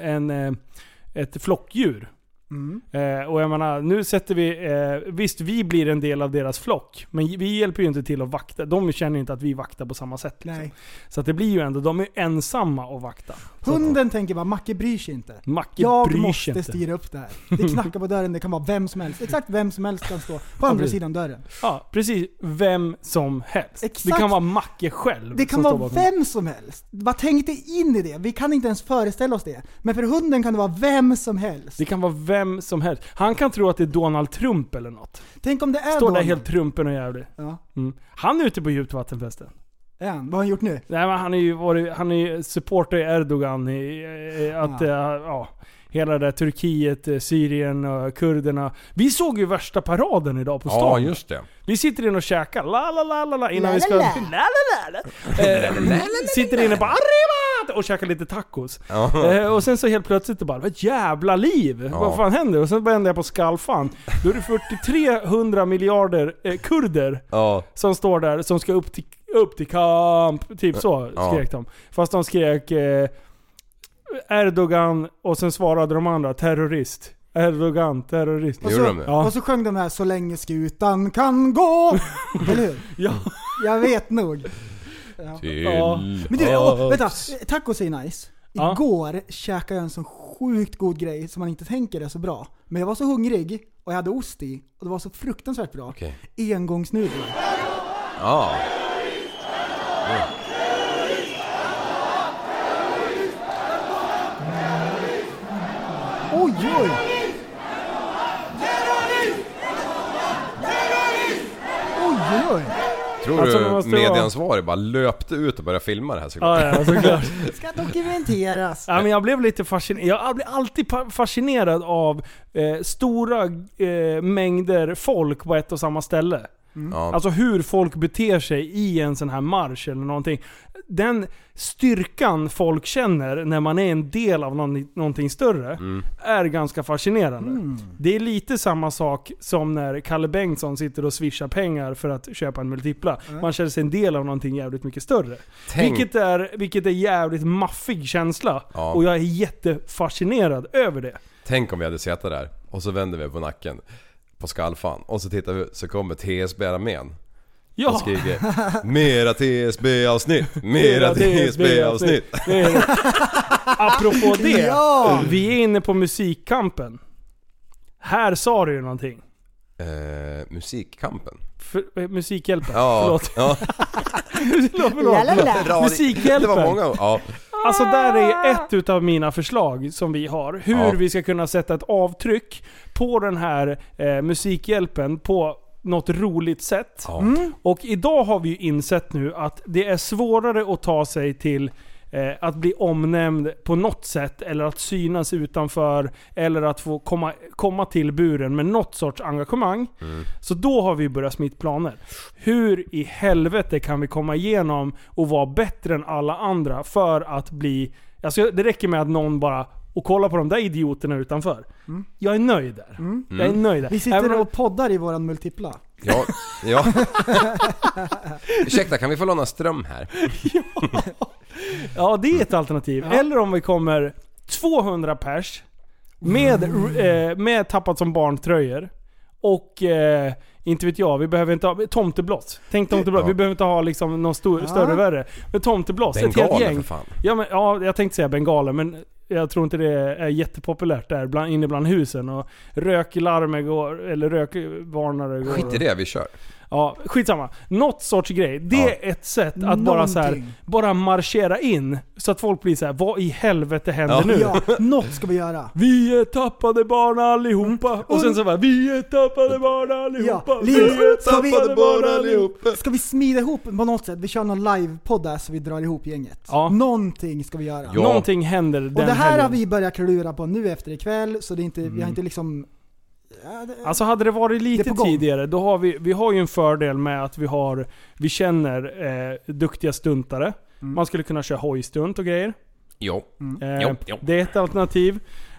ett flockdjur. Och jag menar, nu sätter vi visst, vi blir en del av deras flock, men vi hjälper ju inte till att vakta. De känner inte att vi vaktar på samma sätt liksom. Så att det blir ju ändå, de är ensamma att vakta. Hunden tänker bara, Macke bryr sig inte. Jag måste styra upp det här. Det knackar på dörren, det kan vara vem som helst. Exakt vem som helst kan stå på andra sidan dörren. Ja, precis. Vem som helst. Exakt. Det kan vara Macke själv. Det kan vara vem som helst. Vad tänkte in i det? Vi kan inte ens föreställa oss det. Men för hunden kan det vara vem som helst. Det kan vara vem som helst. Han kan tro att det är Donald Trump eller något. Tänk om det är Står Donald. Där helt trumpen och jävlig. Ja. Han är ute på djupt vattenfesten. Ja, vad har han gjort nu? Nej, men han är ju supporter i Erdogan hela det där Turkiet, Syrien och kurderna. Vi såg ju värsta paraden idag på stan. Ja, just det. Vi sitter inne och käkar innan vi ska sitter inne på arriba och käkade lite tacos. Ja. Och sen så helt plötsligt det bara, vad jävla liv! Ja. Vad fan händer? Och sen vände jag på skallfan. Då är det 4300 miljarder kurder som står där, som ska upp till kamp. Typ så skrek de. Fast de skrek Erdogan och sen svarade de andra terrorist. Erdogan, terrorist. Och så sjöng de här så länge skutan kan gå. Eller hur? Ja. Jag vet nog. Ja. Men du, vänta. Tacos är nice. Igår käkade jag en sån sjukt god grej som man inte tänker är så bra. Men jag var så hungrig och jag hade ost i. Och det var så fruktansvärt bra. Engångsnudlar. Ja. Oj, oj. Oj, oj. Tror du medieansvarig bara löpte ut och började filma det här såklart? Ja, såklart. Ska dokumenteras. Ja, men jag blev lite fascinerad. Jag blir alltid fascinerad av stora mängder folk på ett och samma ställe. Alltså hur folk beter sig i en sån här marsch eller någonting. Den styrkan folk känner när man är en del av någonting större är ganska fascinerande. Det är lite samma sak som när Kalle Bengtsson sitter och swishar pengar för att köpa en multipla. Man känner sig en del av någonting jävligt mycket större. Vilket är jävligt maffig känsla. Och jag är jättefascinerad över det. Tänk om vi hade sett det där och så vänder vi på nacken på skallfan och så tittar vi, så kommer TSB-armén. Och skriker mera TSB-avsnitt, mera TSB-avsnitt. Apropå det, vi är inne på musikkampen. Här sa du ju någonting. Musikkampen? Musikhjälpen, förlåt. Förlåt. Musikhjälpen. Det var många, Alltså där är ett utav mina förslag som vi har. Hur vi ska kunna sätta ett avtryck på den här musikhjälpen på något roligt sätt. Och idag har vi ju insett nu att det är svårare att ta sig till att bli omnämnd på något sätt, eller att synas utanför, eller att få komma till buren med något sorts engagemang. Så då har vi börjat smita planer. Hur i helvete kan vi komma igenom och vara bättre än alla andra för att bli... Alltså det räcker med att någon bara och kolla på de där idioterna utanför. Jag är nöjd där. Jag är nöjd där. Vi sitter och poddar i våran multipla. Ja. Ursäkta, kan vi få låna ström här? Ja, det är ett alternativ. Eller om vi kommer 200 pers med tappat som barntröjor och inte vet jag, vi behöver inte ha tomteblås. Tänk tomteblås. Vi behöver inte ha liksom någon större värre. Men tomteblås, ett helt gäng. Jag tänkte säga bengaler, men jag tror inte det är jättepopulärt där inne bland husen, och röklarm går, eller rökvarnare går. Skit i det, vi kör. Ja, skitsamma. Något sorts grej. Det är ett sätt att bara marschera in så att folk blir så här: vad i helvete händer nu? Ja, något ska vi göra. Vi är tappade barn allihopa. Och sen så bara: vi är tappade barn allihopa. Vi är tappade barn allihopa. Ska vi smida ihop på något sätt? Vi kör någon livepodd där så vi drar ihop gänget. Någonting ska vi göra. Någonting händer den. Och det här har vi börjat klura på nu efter ikväll, så det är inte, vi har inte liksom... Alltså hade det varit lite tidigare, då har vi har ju en fördel med att vi känner duktiga stuntare. Man skulle kunna köra hojstunt och grejer. Jo. Det är ett alternativ.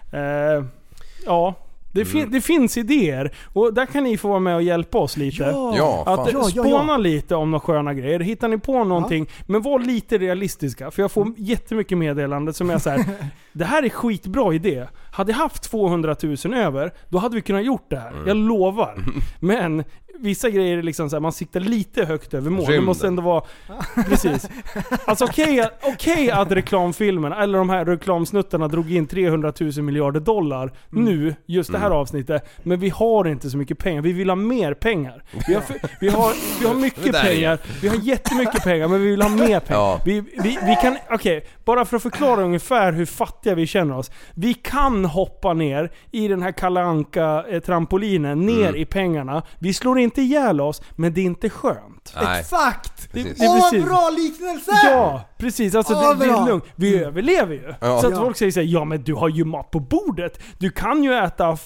Det finns idéer, och där kan ni få vara med och hjälpa oss lite. Att spåna lite om några sköna grejer. Hittar ni på någonting, men var lite realistiska. För jag får jättemycket meddelande som är så här: det här är skitbra idé. Hade jag haft 200 000 över, då hade vi kunnat gjort det här. Jag lovar. Men vissa grejer är liksom så här, man siktar lite högt över mål. Det måste ändå vara precis. Alltså okej att reklamfilmen eller de här reklamsnuttarna drog in 300 000 miljarder dollar nu, just det här avsnittet, men vi har inte så mycket pengar. Vi vill ha mer pengar. Vi har mycket pengar. Vi har jättemycket pengar, men vi vill ha mer pengar. Vi kan bara för att förklara ungefär hur fattiga vi känner oss. Vi kan hoppa ner i den här Kalle Anka trampolinen ner i pengarna. Vi slår inte ihjäl oss, men det är inte skönt. Exakt! Det är precis. Bra liknelse! Ja, precis. Alltså det är lugnt. Vi överlever ju. Så att folk säger så här: ja, men du har ju mat på bordet. Du kan ju äta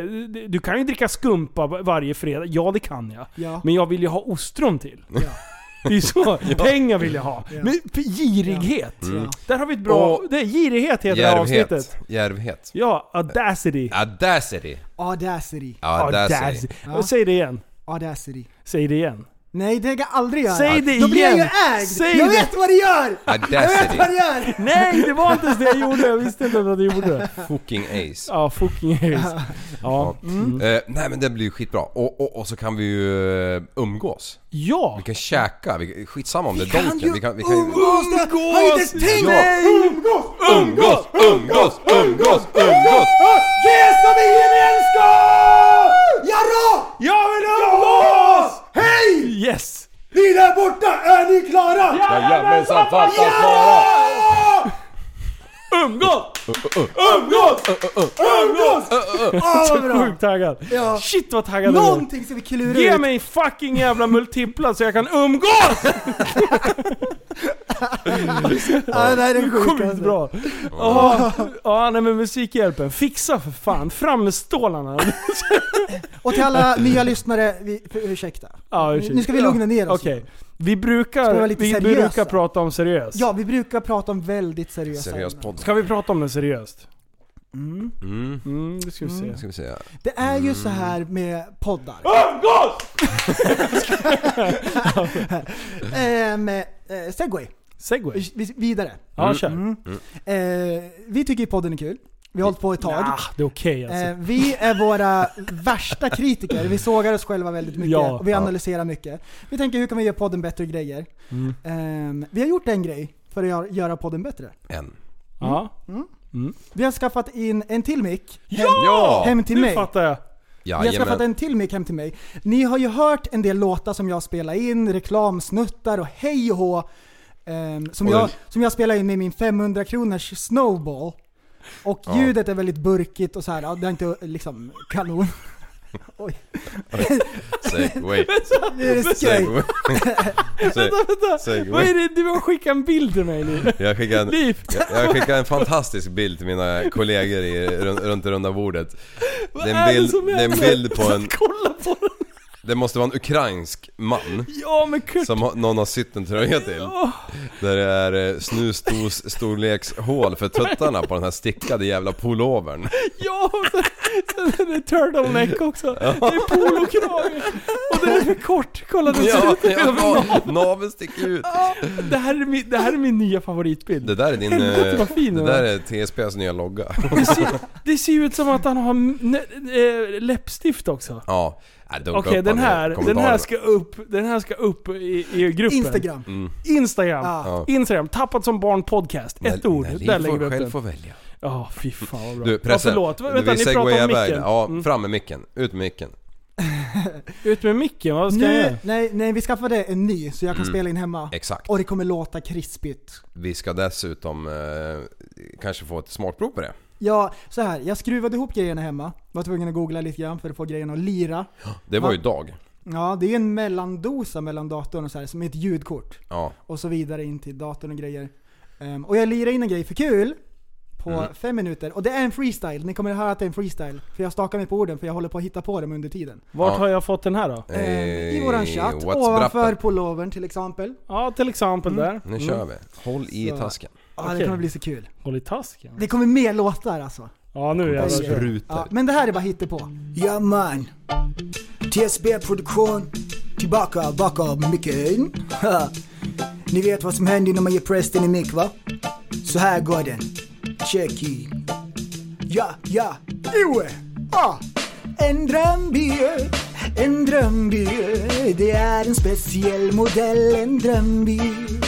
du kan ju dricka skumpa varje fredag. Ja, det kan jag. Men jag vill ju ha ostron till. Det är så. Pengar vill jag ha. Men girighet. Där har vi ett bra... Det är girighet heter det avsnittet. Djärvhet. Ja, audacity. Säg det igen. Audacity. Säg det igen. Nej, det kan jag aldrig göra. Säg det igen. Då blir jag ju ägd. Jag vet vad det gör. Nej, det var inte det jag gjorde. Jag visste inte att jag gjorde det. Fucking ace. Ja, fucking ace. Ja. Nej, men det blir ju skitbra. Och så kan vi ju umgås. Ja. Vi kan käka. Skitsamma om det är donken. Vi kan umgås. Har inte tänkt. Umgås. Ge som i gemenskap! Jarra! Jag vill umgås! Hej! Yes! Ni där borta, är ni klara? Jajamensan, fattas bara! Umgås! Så sjukt taggad. Ja. Shit vad taggad du är. Någonting ska vi klura ut. Ge mig fucking jävla multipla så jag kan umgås! Ja, det här är sjukt bra. Ja, nej men Musikhjälpen. Fixa för fan. Fram med stålarna. Och till alla nya lyssnare, ursäkta. Ja, ursäkta. Nu ska vi lugna ner oss. Okej. Vi brukar prata om seriöst. Ja, vi brukar prata om väldigt seriösa. Ska vi prata om det seriöst? Det ska vi se. Det är ju så här med poddar. Segway. Vidare. Ja, kör. Vi tycker ju podden är kul. Vi har hållit på ett tag. Det är okej alltså. Vi är våra värsta kritiker. Vi sågar oss själva väldigt mycket. Och vi analyserar mycket. Vi tänker, hur kan vi göra podden bättre grejer? Vi har gjort en grej för att göra podden bättre. Vi har skaffat in en till mick hem till mig. Fattar jag. Vi har skaffat en till mick hem till mig. Ni har ju hört en del låtar som jag spelar in, reklamsnuttar och hej och hå. Som jag spelar in med min 500 kronors snowball. Och ljudet är väldigt burkigt och så här. Det är inte liksom kanon. Oj. Segway. Vänta. Vad är det? Du har skickat en bild till mig nu. Jag skickar en fantastisk bild till mina kollegor runt det runda bordet. Det är en bild på en... Kolla på den. Det måste vara en ukrainsk man. Ja, men Kurt. Som någon har sytt en tröja till. Där det är snusdos-storlekshål för tuttarna på den här stickade jävla pullovern. Ja, det är turtleneck också. Det är polokrage. Och den är för kort. Kolla, den ser ut. Naveln sticker ut. Det här är min nya favoritbild. Det där är din... det där är TSP:s nya logga. Det ser ut som att han har läppstift också. Ja. Okej, den här ska upp i gruppen. Instagram. Tappat som barn podcast. Ett ord. Där lägger vi upp den. Får välja. Ja, fy fan vad bra. Du, pressen. Förlåt. Vänta, ni pratar om micken. Ja, fram med micken. Ut med micken. Ut med micken, vad ska jag göra? Nej, vi skaffade en ny så jag kan spela in hemma. Exakt. Och det kommer låta krispigt. Vi ska dessutom kanske få ett smakprov på det. Ja, så här. Jag skruvade ihop grejerna hemma. Var tvungen att googla lite grann för att få grejerna att lira. Det var ju dag. Ja, det är en mellandosa mellan datorn och så här, som är ett ljudkort. Ja. Och så vidare in till datorn och grejer. Och jag lirar in en grej för kul på 5 minuter. Och det är en freestyle. Ni kommer att höra att det är en freestyle. För jag stakar mig på orden för jag håller på att hitta på dem under tiden. Vart har jag fått den här då? I våran chatt. Ovanför pullovern till exempel. Ja, till exempel där. Nu kör vi. Håll i tasken. Ja, det kommer bli så kul. Håll i tasken. Det kommer mer låtar alltså. Ja, nu är jag ja, men det här är bara hittepå. Ja man. TSB-produktion. Tillbaka bakom micken. Ni vet vad som händer när man ger pressen i mick, va? Så här går den. Check in. Ja. En drömbil. Det är en speciell modell. En drömbil.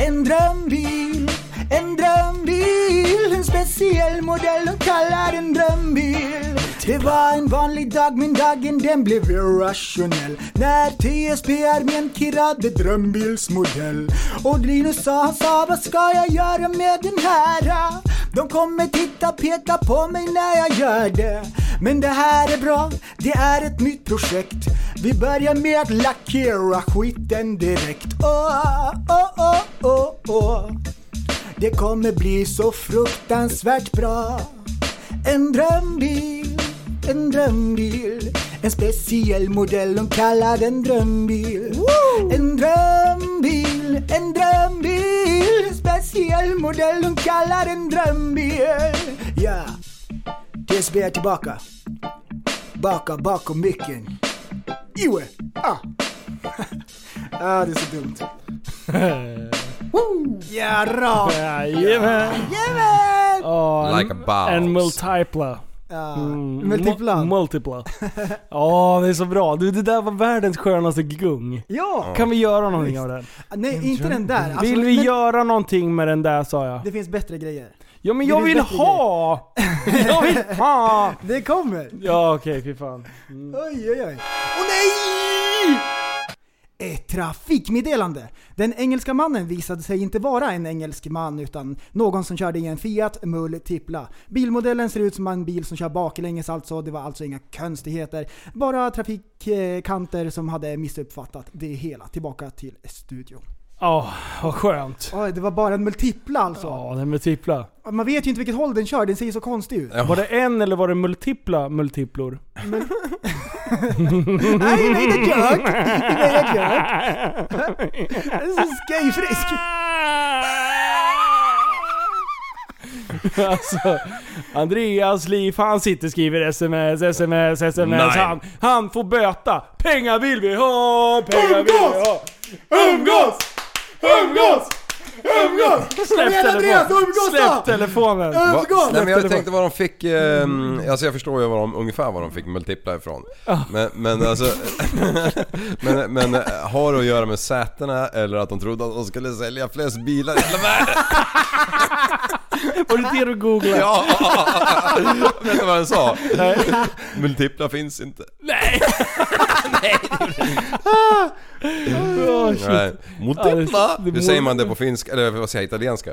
En speciell modell de kallar en drömbil. Det var en vanlig dag, men dagen den blev irrationell när TSP-armén kirrade drömbilsmodell. Och Linus sa, vad ska jag göra med den här? De kommer titta, peka på mig när jag gör det. Men det här är bra, det är ett nytt projekt. Vi börjar med att lackera skiten direkt. Det kommer bli så fruktansvärt bra. En drömbil. En speciell modell de kallar en drömbil. En drömbil. helmodell de kallar en drömbil. Ja, DSB är tillbaka. Bakom micken. Joe, det är så dumt. Ja, bra. Jajamän. Like a boss. En multipla. Multipla. Det är så bra. Du, det där var världens skönaste gung. Ja. Kan vi göra någonting av den? Nej, inte den där. Alltså, Vill vi göra någonting med den där, sa jag. Det finns bättre grejer. Ja, men jag vill ha! Jag vill ha! Det kommer. Ja, okej, fy fan. Oj. Åh nej! Ett trafikmeddelande. Den engelska mannen visade sig inte vara en engelsk man utan någon som körde i en Fiat Multipla. Bilmodellen ser ut som en bil som kör baklänges, alltså det var alltså inga konstigheter. Bara trafikanter som hade missuppfattat det hela. Tillbaka till studion. Vad skönt. Det var bara en Multipla alltså. Ja, den multipla. Man vet ju inte vilket håll den kör, den ser ju så konstig ut. Var det en eller var det multiplor? Nej, det är jag. Det är så skejfrisk. Alltså, Andreas liv, han sitter och skriver sms. Han får böta. Pengar vill vi ha. Umgås! Släpp telefonen. Nej, men jag tänkte vad de fick, alltså jag förstår ju ungefär vad de fick multipla ifrån. Men alltså men har det att göra med sätena eller att de trodde att de skulle sälja flest bilar i hela världen? Var det det du googlade? Ja. Vet du vad den sa? Multipla finns inte. Nej. Nej. Multipla. Hur säger man det på finska eller vad säger jag, italienska?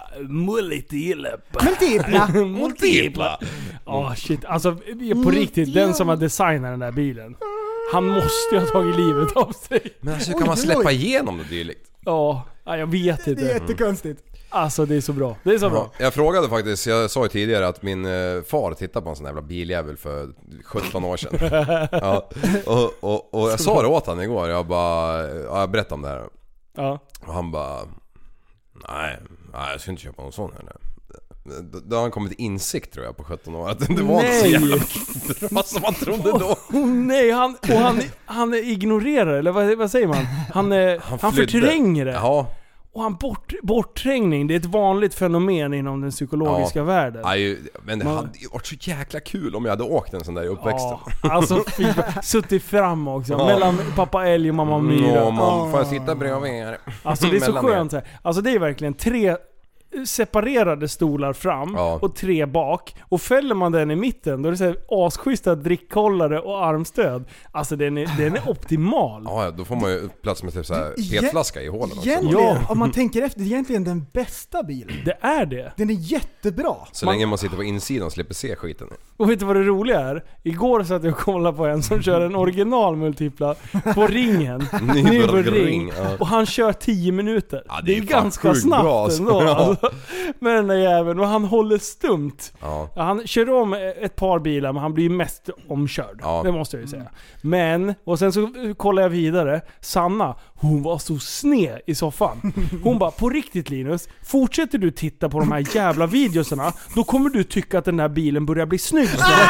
Multipla. Shit. Alltså på riktigt, den som har designat den där bilen, han måste ju ha tagit livet av sig. Men alltså hur kan man släppa igenom det dylikt? Ja, jag vet inte. Det är jättekonstigt. Alltså det är så bra. Det är så bra. Jag frågade faktiskt, jag sa ju tidigare att min far tittade på en sån jävla biljävel för 17 år sedan. Ja, och jag sa det åt han igår. Jag berättade om det här. Ja. Och han bara nej, jag ska inte köpa någon sån här nu. Då har han kommit till insikt tror jag på 17 år att det var inte så jävla bra som man trodde då. Nej, han ignorerar, eller vad säger man? Han förtränger det. Ja. Och han bortträngning, det är ett vanligt fenomen inom den psykologiska världen. Men det hade ju varit så jäkla kul om jag hade åkt en sån där i uppväxten. Alltså suttit fram också mellan pappa älg och mamma myra. Får jag sitta bredvid er? Alltså det är så skönt så här. Alltså det är verkligen 3 separerade stolar fram och 3 bak, och fäller man den i mitten då är det så här asschyssta drickhållare och armstöd. Alltså den är optimal. Ja, då får man ju plats med typ så här petflaska i hålen också. Egentligen, om man tänker efter, det är egentligen den bästa bilen. Det är det. Den är jättebra. Så länge man sitter på insidan och slipper se skiten. Och vet du vad det roliga är? Igår satt jag och kollade på en som kör en original multipla på ringen. Nürburgring. Och han kör 10 minuter. Ja, det är ganska snabbt bra, ändå. Alltså, med den där jäveln. Och han håller stumt. Ja. Han kör om ett par bilar, men han blir mest omkörd. Ja. Det måste jag ju säga. Men, och sen så kollar jag vidare. Sanna, hon var så sned i soffan. Hon bara, på riktigt Linus, fortsätter du titta på de här jävla videosarna, då kommer du tycka att den här bilen börjar bli snygg.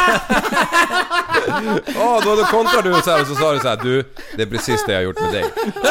Ja, då kontrar du så här och så sa du så här: du, det är precis det jag har gjort med dig.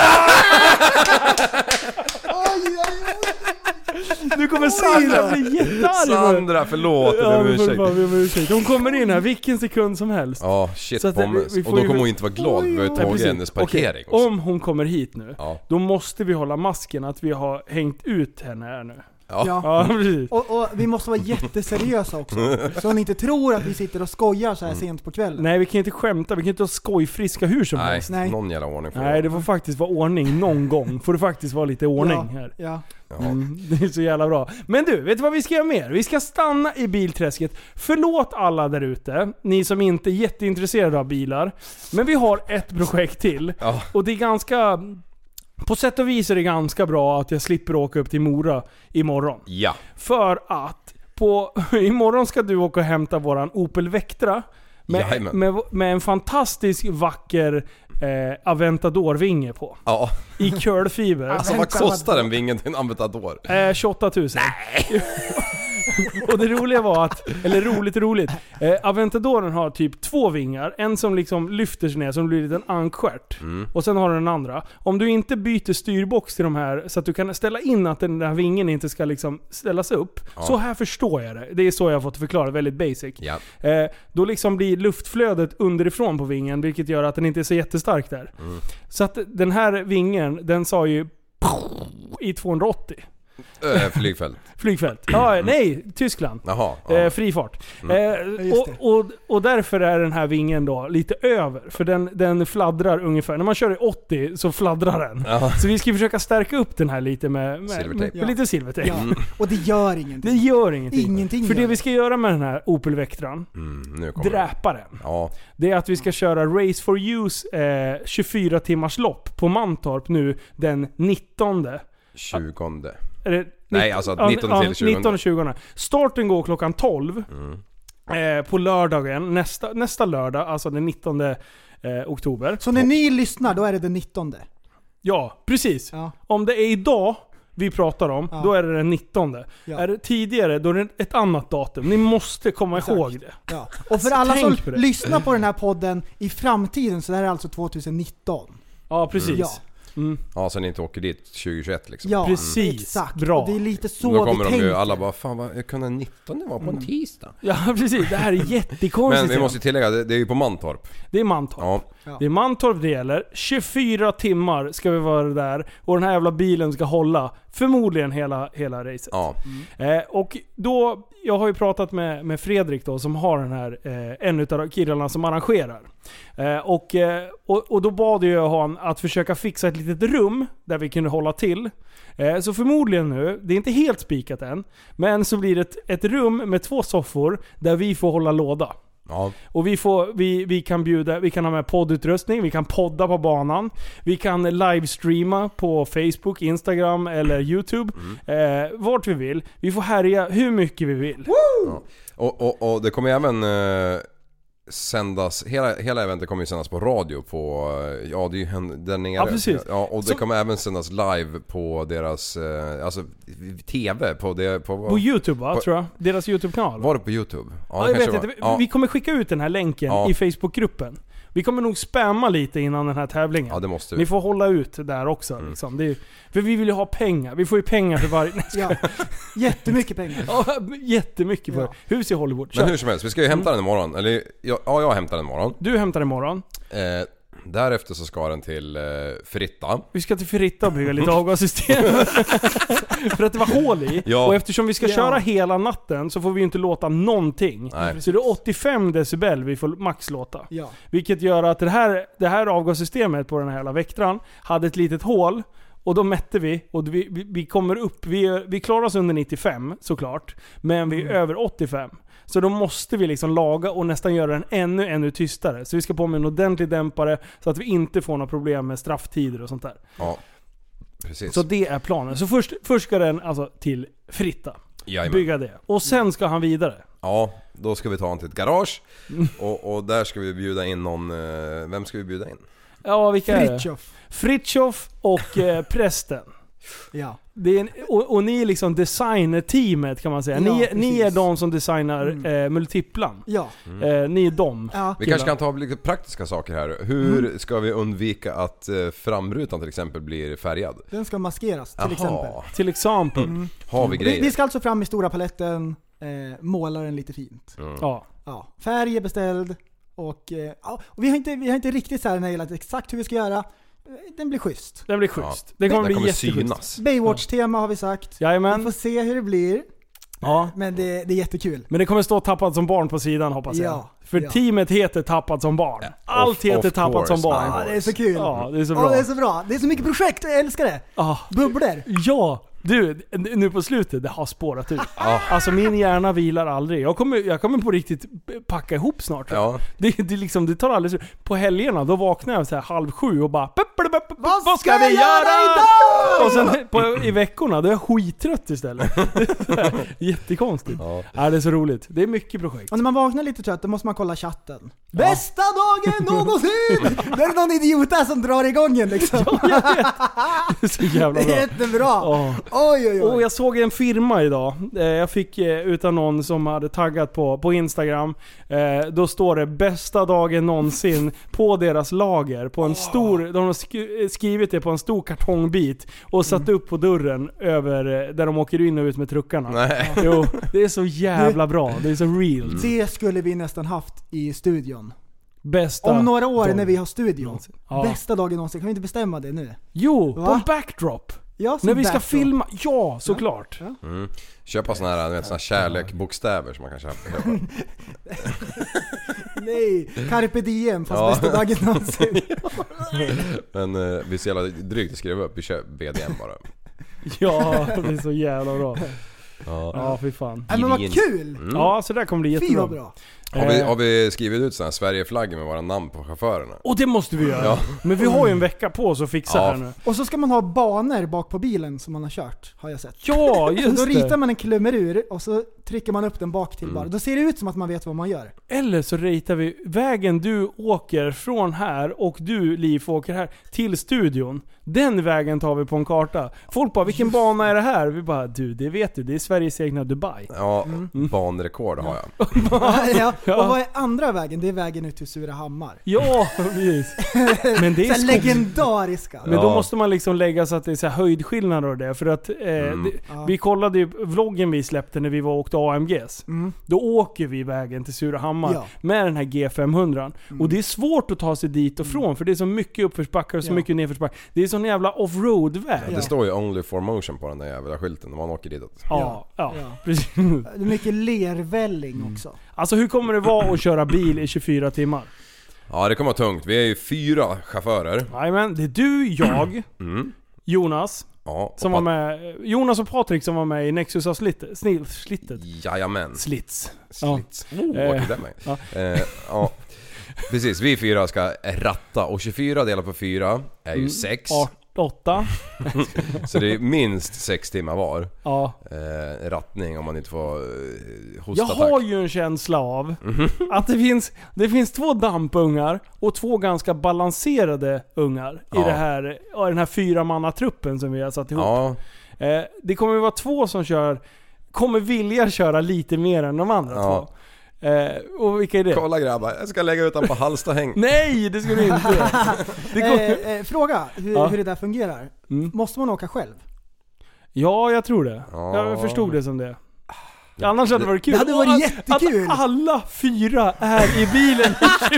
Nu kommer Sandra bli jättearg. Sandra, förlåt, ursäkt. Hon kommer in här vilken sekund som helst. Ja, shit pommes. Och då kommer hon inte vara glad för att ta hennes parkering. Okay. Om hon kommer hit nu, då måste vi hålla masken att vi har hängt ut henne här nu. Ja. Och vi måste vara jätteseriösa också. Så hon inte tror att vi sitter och skojar så här sent på kvällen. Nej, vi kan inte skämta, vi kan inte ha skojfriska hur som helst. Nej, någon jävla ordning för det får faktiskt vara ordning någon gång. Får det faktiskt vara lite ordning här. Ja. Det är så jävla bra. Men du, vet du vad vi ska göra mer? Vi ska stanna i bilträsket. Förlåt alla där ute, ni som inte är jätteintresserade av bilar. Men vi har ett projekt till. Och det är ganska... På sätt och vis är det ganska bra att jag slipper åka upp till Mora imorgon. Ja. För att imorgon ska du åka och hämta våran Opel Vectra med en fantastisk vacker Aventador-vinge på. Ja. I curlfiber. Alltså vad kostar en vinge till en Aventador? 28 000. Nej! Och det roliga var att, eller roligt. Aventadoren har typ 2 vingar. En som liksom lyfter sig ner som blir en liten ankstjärt. Och sen har du den andra. Om du inte byter styrbox till de här så att du kan ställa in att den där vingen inte ska liksom ställas upp. Så här förstår jag det. Det är så jag har fått förklara, väldigt basic. Ja. Då liksom blir luftflödet underifrån på vingen, vilket gör att den inte är så jättestark där. Så att den här vingen, den sa ju i 280. Flygfält. Ja, nej, Tyskland. Jaha. Fri fart. Och därför är den här vingen då lite över. För den fladdrar ungefär. När man kör i 80 så fladdrar den. Jaha. Så vi ska försöka stärka upp den här lite med lite silvertejp. Ja. Och det gör ingenting. Det gör ingenting. Ingenting för gör det vi ska göra med den här Opel Vectran, dräpa den. Ja. Det är att vi ska köra Race for Use 24 timmars lopp på Mantorp nu den 19. 20. Nej, alltså 19 till 20. 19-20. Starten går klockan 12 på lördagen, nästa lördag, alltså den 19 oktober. Så när ni lyssnar, då är det den 19. Ja, precis. Ja. Om det är idag vi pratar om, då är det den 19. Ja. Är det tidigare, då är det ett annat datum. Ni måste komma ihåg det. Ja. Och för alla som på det. lyssnar på den här podden i framtiden, så det här är alltså 2019. Ja, precis. Ja. Ja, så ni inte åker dit 2021 liksom. Ja, precis. Exakt. Bra. Och det är lite så då kommer vi de ju tänker. alla bara, fan vad kunde 19 vara på en tisdag? Ja, precis. Det här är jättekonstigt. Men vi måste tillägga, det är ju på Mantorp. Det är Mantorp. Ja. Det är Mantorp det gäller. 24 timmar ska vi vara där. Och den här jävla bilen ska hålla förmodligen hela racet. Ja. Och då, jag har ju pratat med Fredrik då, som har den här, en utav killarna som arrangerar. Och då bad jag han att försöka fixa ett litet rum där vi kunde hålla till. Så förmodligen nu, det är inte helt spikat än, men så blir det ett rum med 2 soffor där vi får hålla låda. Ja. Och vi kan bjuda, vi kan ha med poddutrustning, vi kan podda på banan, vi kan livestreama på Facebook, Instagram eller YouTube, vart vi vill. Vi får härja hur mycket vi vill. Ja. Och det kommer även sändas, hela eventet kommer ju sändas på radio på, ja det är ju där nere. Ja, precis. Ja, och det kommer även sändas live på deras, alltså TV på YouTube va, tror jag. Deras YouTube-kanal. Var det på YouTube? Ja, jag vet inte. Vi kommer skicka ut den här länken i Facebookgruppen. Vi kommer nog spamma lite innan den här tävlingen. Ja, det måste vi. Ni får hålla ut där också. Liksom. Det är, för vi vill ju ha pengar. Vi får ju pengar för varje... Ja, jättemycket pengar. Ja, jättemycket för hus i Hollywood. Men hur som helst, vi ska ju hämta den imorgon. Eller, jag hämtar den imorgon. Du hämtar den imorgon. Därefter så ska den till Fritta. Vi ska till Fritta och bygga lite avgassystem. För att det var hål i. Ja. Och eftersom vi ska köra hela natten så får vi inte låta någonting. Nej. Så det är 85 decibel vi får max låta. Ja. Vilket gör att det här avgassystemet på den här hela Vectran hade ett litet hål. Och då mätte vi och vi kommer upp. Vi klarar oss under 95 såklart. Men vi är över 85. Så då måste vi liksom laga och nästan göra den ännu tystare. Så vi ska på med en ordentlig dämpare så att vi inte får några problem med strafftider och sånt där. Ja, precis. Så det är planen. Så först ska den alltså till Fritta. Jajamän. Bygga det. Och sen ska han vidare. Ja, då ska vi ta honom till ett garage. Och där ska vi bjuda in någon... Vem ska vi bjuda in? Ja, vilka är Fritjof. det? Fritjof och prästen. Ja. Det är och ni är liksom designer-teamet kan man säga. Ja, ni är de som designar multiplan. Ja. Ni är de. Ja. Vi kanske kan ta lite praktiska saker här. Hur ska vi undvika att framrutan till exempel blir färgad? Den ska maskeras till exempel. Till exempel. Har vi grejer? Vi ska alltså fram i stora paletten, måla den lite fint. Ja. Ja. Färg är beställd och, och vi har inte riktigt så här nailat exakt hur vi ska göra. Den blir schysst. Den blir schysst. Den kommer bli jätteschysst. synas. Baywatch-tema har vi sagt. Jajamän. Vi får se hur det blir. Ja. Men det är jättekul. Men det kommer stå tappad som barn på sidan hoppas jag. Ja. För teamet heter tappad som barn. Allt heter of tappad som course. barn. Ja, det är så kul. Ja, det är så bra. Det är så bra. Det är så mycket projekt, jag älskar det. Bubblor. Ja, Du, nu på slutet, det har spårat ut. Alltså min hjärna vilar aldrig. Jag kommer på riktigt packa ihop snart. Ja. Det liksom, det tar aldrig slut. På helgerna, då vaknar jag så här 6:30 och bara vad ska vi göra idag? Och sen i veckorna, då är jag skittrött istället. Jättekonstigt. Ja, det är så roligt. Det är mycket projekt. Och när man vaknar lite trött, då måste man kolla chatten. Bästa dagen någonsin! Det är någon idiot som drar igång en liksom. Ja, jag vet. Det är så jävla bra. Det är jättebra. Oj. Och jag såg en firma idag. Jag fick utan någon som hade taggat på Instagram. Då står det bästa dagen någonsin på deras lager. På en stor, de har skrivit det på en stor kartongbit och satt upp på dörren över där de åker in och ut med truckarna. Nej. Jo, det är så jävla bra. Det är så real. Det skulle vi nästan haft i studion. Bästa om några år dagen när vi har studion. Ja. Bästa dagen någonsin. Kan vi inte bestämma det nu? Jo, Va? på en backdrop. Ja, när vi backdrop. ska filma. Ja, såklart. Ja. Köpa såna här kärlekbokstäver som man kan köpa. Nej, carpe diem fast bästa dagen någonsin. Men vi ser alla drygt att skriva upp. Vi kör BDM bara. Ja, det är så jävla bra. Ja, fy fan. Men vad kul! Ja, så där kommer det jättebra. Fy vad bra. Har vi skrivit ut sådana här Sverigeflaggor med våra namn på chaufförerna? Och det måste vi göra. Men vi har ju en vecka på oss att fixa här nu. Och så ska man ha banor bak på bilen som man har kört, har jag sett. Ja, just så då ritar det. man en klummerur och så trycker man upp den bak till bara. Då ser det ut som att man vet vad man gör. Eller så ritar vi vägen du åker från här och du, Liv, åker här till studion. Den vägen tar vi på en karta. Folk bara, vilken bana är det här? Vi bara, du, det vet du. Det är Sveriges egna Dubai. Ja, banrekord har jag. Ja. Och vad är andra vägen? Det är vägen ut till Surahammar. Ja, precis. Men det är så legendariska. Men då måste man liksom lägga så att det är så här höjdskillnader och det. För att vi kollade ju vloggen vi släppte när vi var och åkte AMGs. Då åker vi vägen till Surahammar med den här G500. Och det är svårt att ta sig dit och från. För det är så mycket uppförsbackar och så mycket nedförsbackar. Det är sån jävla offroad-väg. Det står ju Only for Motion på den där jävla skylten när man åker ditåt. Ja, precis. Det är mycket lervälling också. Alltså hur kommer det vara att köra bil i 24 timmar? Ja, det kommer vara tungt. Vi är ju 4 chaufförer. Nej, men det är du, jag, Jonas, som var med, Jonas och Patrik som var med i Nexus av slittet. Jajamän. Slits. Åker den med. Ja. Precis, vi 4 ska ratta och 24 delat på 4 är ju 6. 8. Så det är minst 6 timmar var. Ja. Rattning om man inte får hostattack. Jag har ju en känsla av att det finns 2 dampungar och 2 ganska balanserade ungar i den här 4-manna-truppen som vi har satt ihop. Ja. Det kommer vara 2 som kommer vilja köra lite mer än de andra 2. Och vilka är det? Kolla grabbar, jag ska lägga ut den på Hallstavik. Nej, det ska du inte. Fråga hur det där fungerar. Måste man åka själv? Ja, jag tror det. Jag förstod det som det. Annars hade det varit kul. Det hade varit jättekul. Att alla 4 är i bilen i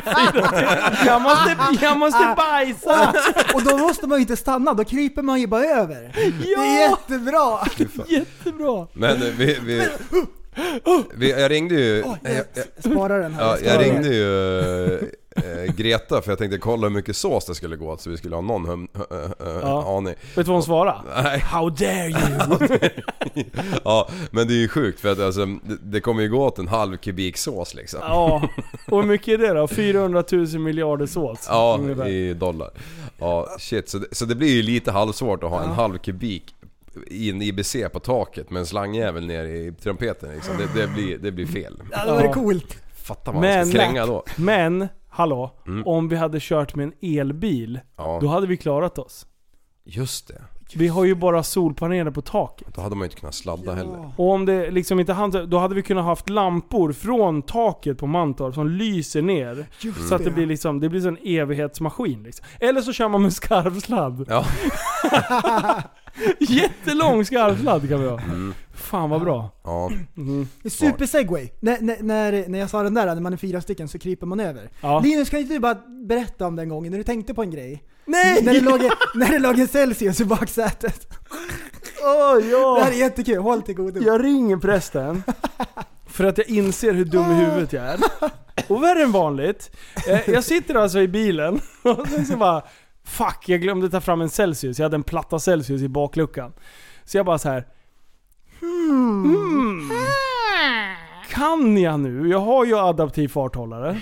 24. Jag måste bajsa. Och då måste man ju inte stanna. Då kryper man ju bara över. Det är jättebra. Jättebra. Men jag ringde ju... Spara den här. Ja, jag ringde ju Greta för jag tänkte kolla hur mycket sås det skulle gå så vi skulle ha någon aning. Vet du vad hon svarade? Nej. How dare you? Ja, men det är ju sjukt för att alltså, det kommer ju gå åt en halv kubik sås liksom. Ja, och hur mycket är det då? 400 000 miljarder sås. Ja, i dollar. Ja, shit. Så det blir ju lite halvsvårt att ha en halv kubik i en IBC på taket med en slangjävel ner i trumpeten liksom. Det blir fel. Ja, det var coolt. Fattar man ska kränga då. Men, hallå, om vi hade kört med en elbil, då hade vi klarat oss. Just det. Vi har ju bara solpaneler på taket. Då hade man ju inte kunnat sladda heller. Och om det liksom inte då hade vi kunnat haft lampor från taket på Mantorp som lyser ner. Så att det blir liksom, det blir så en evighetsmaskin liksom. Eller så kör man med skarvsladd. Ja. Jättelång skarvsladd kan vi ha. Fan vad bra. Ja. Super segway. När jag sa den där, när man är 4 stycken så kryper man över. Ja. Linus, kan inte du bara berätta om den gången när du tänkte på en grej? Nej! När det låg en Celsius i baksätet. Det här är jättekul, håll till godo. Jag ringer prästen för att jag inser hur dum i huvudet jag är. Och värre än vanligt. Jag sitter alltså i bilen och sen så bara fuck, jag glömde ta fram en Celsius. Jag hade en platta Celsius i bakluckan. Så jag bara så här. Kan jag nu? Jag har ju adaptiv farthållare.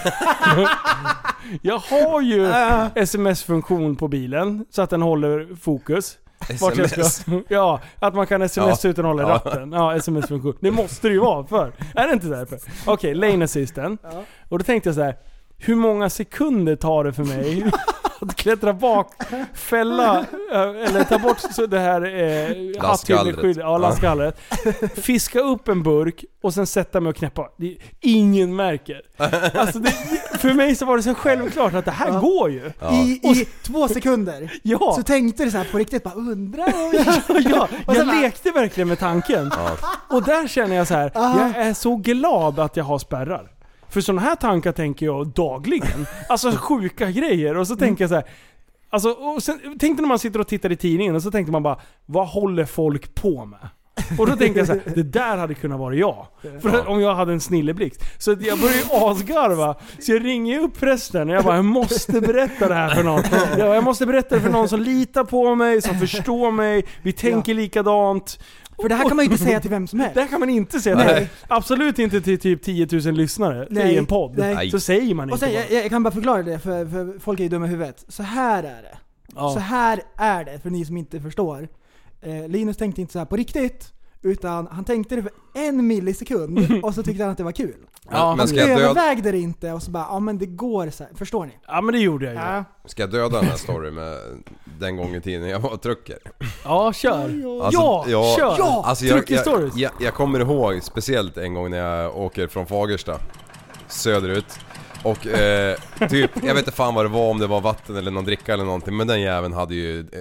Jag har ju sms-funktion på bilen så att den håller fokus. SMS? Ja, att man kan sms utan att hålla ratten. Ja, sms-funktion. Det måste det ju vara för. Är det inte därför? Okej, lane assisten. Och då tänkte jag så här: hur många sekunder tar det för mig att klättra bak, fälla eller ta bort så det här lastgallret. Ja, lastgallret. Fiska upp en burk och sen sätta mig och knäppa. Ingen märker. Alltså för mig så var det så självklart att det här går ju. I 2 sekunder. Ja. Så tänkte du så här på riktigt, bara undrar. Jag lekte verkligen med tanken. Och där känner jag så här: jag är så glad att jag har spärrar. För sådana här tankar tänker jag dagligen. Alltså sjuka grejer. Och så tänker jag så här. Alltså, och sen tänkte när man sitter och tittar i tidningen och så tänkte man bara, vad håller folk på med? Och då tänkte jag så här, det där hade kunnat vara jag. För om jag hade en snilleblixt. Så jag började ju asgarva. Så jag ringer upp prästen och jag bara, jag måste berätta det här för någon. Jag måste berätta det för någon som litar på mig, som förstår mig. Vi tänker likadant. För det här kan man ju inte säga till vem som helst. Det här kan man inte säga till. Absolut inte till typ 10 000 lyssnare i en podd. Nej. Så säger man inte. Och sen, jag kan bara förklara det för folk är ju dumma i huvudet. Så här är det. Så här är det för ni som inte förstår. Linus tänkte inte så här på riktigt, utan han tänkte det för 1 millisekund och så tyckte han att det var kul. Men Han ska jag övervägde det inte och så bara, ja men det går så här. Förstår ni? Ja, men det gjorde jag ju. Ja. Ska jag döda den här story med den gången i tiden jag var trucker? Ja, kör. Alltså, Kör. Alltså jag kommer ihåg speciellt en gång när jag åker från Fagersta söderut. Och typ, jag vet inte fan vad det var, om det var vatten eller någon dricka eller någonting, men den jäveln hade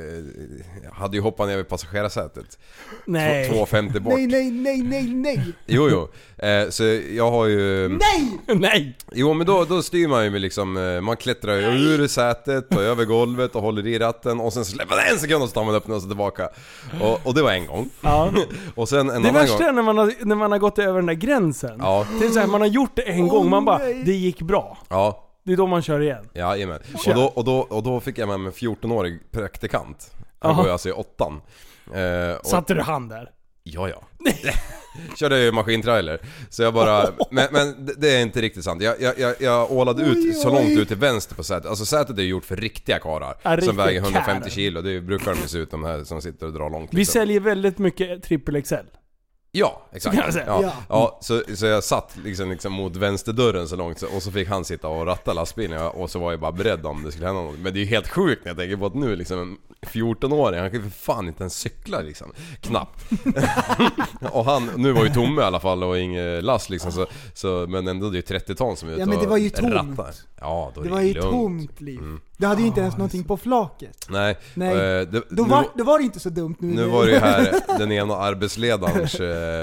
ju hoppat ner vid passagerarsätet. Nej. 2,50 bort. Nej. Jo. Så jag har ju... Nej. Jo, men då styr man ju med liksom, man klättrar ju ur sätet och över golvet och håller i ratten och sen släpper det 1 sekund och så tar man upp den och så tillbaka. Och det var en gång. Ja. Och sen en det annan värsta gång är när man har gått över den där gränsen. Ja. Det är så här, man har gjort det en gång, man bara, det gick bra. Ja. Det är då man kör igen. Ja, jajamän. Och då fick jag med en 14-årig praktikant. Han var ju alltså i 8:an. Satte du hand där? Ja. Körde ju maskintrailer. Så jag bara... Men det är inte riktigt sant. Jag ålade ut så långt ut till vänster på sätet. Alltså sätet är gjort för riktiga karar. Som väger 150 kilo. Det brukar de se ut, de här som sitter och drar långt. Vi säljer väldigt mycket XXL. Ja, exakt. Ja, så jag satt liksom mot vänsterdörren så långt, och så fick han sitta och ratta lastbilen, och så var jag bara beredd om det skulle hända något. Men det är ju helt sjukt när jag tänker på att nu liksom en 14-åring, han kan ju för fan inte ens cykla liksom, knappt. Och han, nu var ju Tomme i alla fall och ingen last liksom, så men ändå det är ju 30 ton som är ute. Ja, men det var ju tomt. Rattar. Ja, då är det var ju lugnt. Tomt liv. Det hade ju inte ens någonting på flaket. Nej. Då var det inte så dumt nu. Nu var det ju här den ena arbetsledarens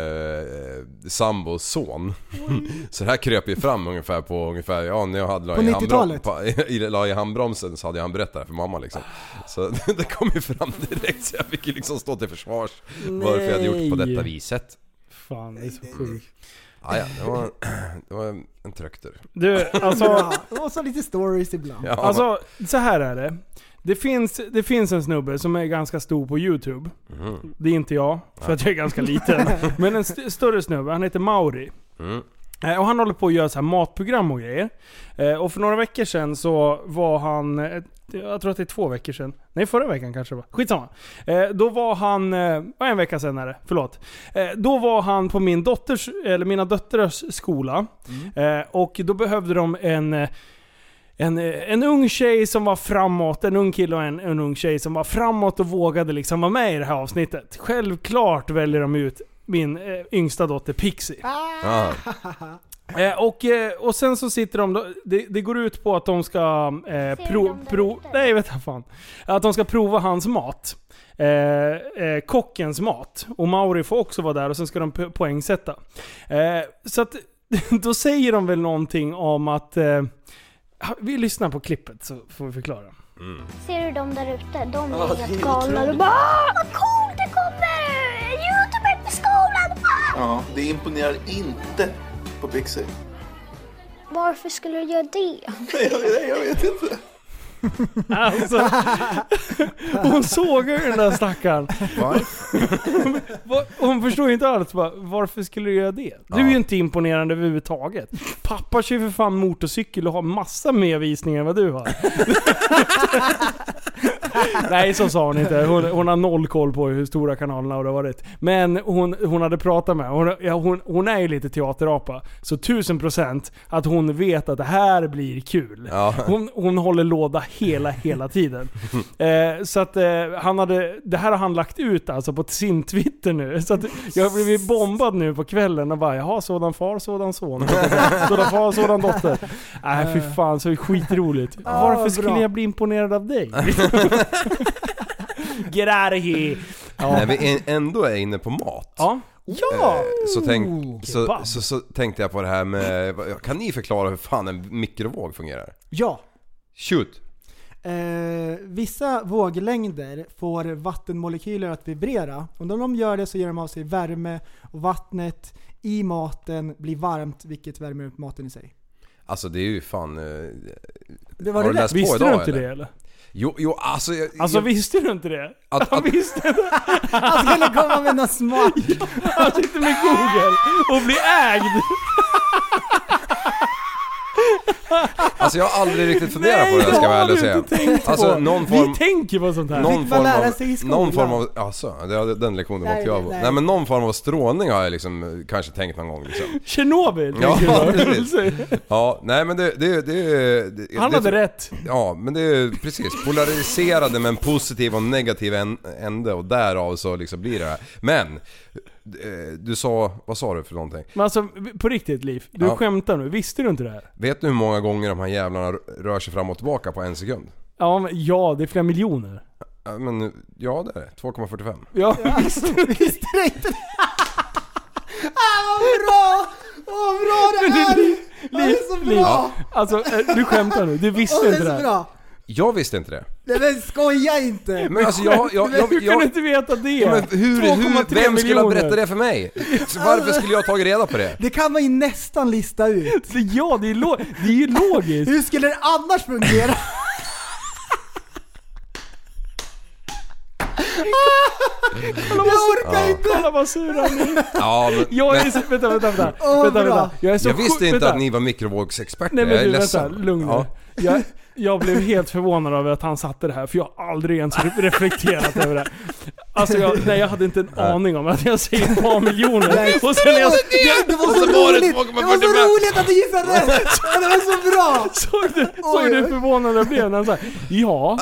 sambos son. Så det här kröp ju fram ungefär ja, när jag hade la i handbromsen, så hade jag han berättat för mamma liksom. Så det kom ju fram direkt, så jag fick ju liksom stå till försvars varför jag hade gjort på detta viset. Fan, det är så sjukt. Ja, det var en traktor. Du, alltså... det var så lite stories ibland. Ja, alltså, så här är det. Det finns en snubbe som är ganska stor på YouTube. Det är inte jag, för att jag är ganska liten. Men en större snubbe, han heter Mauri. Och han håller på att göra så här matprogram och grejer. Och för några veckor sedan så var han... Jag tror att det är 2 veckor sedan. Nej, förra veckan kanske det var. Skitsamma. Då var han... en vecka sedan är det. Förlåt. Då var han på mina döttrars skola. Och då behövde de en ung tjej som var framåt, en ung kille och en ung tjej som var framåt och vågade liksom vara med i det här avsnittet. Självklart väljer de ut min yngsta dotter Pixie. Och sen så sitter de, det går ut på att de ska att de ska prova hans mat. Kockens mat. Och Mauri får också vara där, och sen ska de poängsätta. Så att då säger de väl någonting om att vi lyssnar på klippet så får vi förklara. Ser du dem där ute? De är helt galna. Och bara, vad coolt, det kommer YouTuber på skolan. Ja, det imponerar inte på Pixie. Varför skulle du göra det? Jag vet inte. Alltså, hon sågar ju den där stackaren. Hon förstår inte alls varför skulle du göra det? Du är ju inte imponerande överhuvudtaget. Pappa kör för fan motorcykel och har massa mer visningar än vad du har. Nej, så sa hon inte. Hon har noll koll på hur stora kanalerna har varit. Men hon hade pratat med. Hon är ju lite teaterapa. Så 1000% att hon vet att det här blir kul. Ja. Hon håller låda hela tiden. Så att det här har han lagt ut alltså på sin Twitter nu. Så att jag har blivit bombad nu på kvällen och bara, jaha, sådan far, sådan son. Sådan far, sådan dotter. Fy fan, så är det skitroligt. Varför skulle jag bli imponerad av dig? Get out of here. När vi ändå är inne på mat. Ja. Så tänkte jag på det här med, kan ni förklara hur fan en mikrovåg fungerar? Ja. Shoot. Vissa våglängder får vattenmolekyler att vibrera. Och när de gör det så ger de av sig värme och vattnet i maten blir varmt, vilket värmer upp maten i sig. Alltså det är ju fan... Det var det lätt. Visste idag, du inte eller? det eller? Jo, alltså... Alltså visste du inte det? Han visste det. Han skulle komma med något smart. Han sitter med Google och blir ägd. Alltså jag har aldrig riktigt funderat på det, ska jag väl säga. Alltså någon form, vi tänker på sånt här. Någon form av alltså, den lektionen var inte jag på. Nej, men någon form av strålning har jag liksom kanske tänkt någon gång liksom. Tjernobyl. Ja, ja, nej men det han hade rätt. Ja, men det är precis polariserade med en positiv och negativ ände, och därav så liksom blir det här. Men du sa, vad sa du för någonting? Men alltså på riktigt, Liv, du skämtar nu, visste du inte det här? Vet du hur många gånger de här jävlarna rör sig fram och tillbaka på en sekund? Ja, det är flera miljoner. Ja, men ja, det är det, 2,45. Ja, visste du inte det? Vad bra! Vad bra det här! Det är så bra! Ja, alltså, du skämtar nu, du visste inte det här. Bra. Jag visste inte det. Nej men skoja inte! Men alltså jag kan inte veta det. Ja, men vem skulle berätta det för mig? Så varför skulle jag tagit reda på det? Det kan man ju nästan lista ut. Ja, det är ju logiskt. Hur skulle det annars fungera? Jag orkar inte. Kolla vad sura ni. Ja, men, jag är vänta. Jag visste inte att ni var mikrovågsexperter. Nej, men jag är ledsen. Lugn. Jag blev helt förvånad över att han satte det här, för jag har aldrig ens reflekterat över det. Alltså jag hade inte en aning om att jag säger ett par miljoner. Och sen det var så roligt. Det var så roligt att du gissade rätt. Det var så bra. Såg du förvånad jag blev när han sa ja.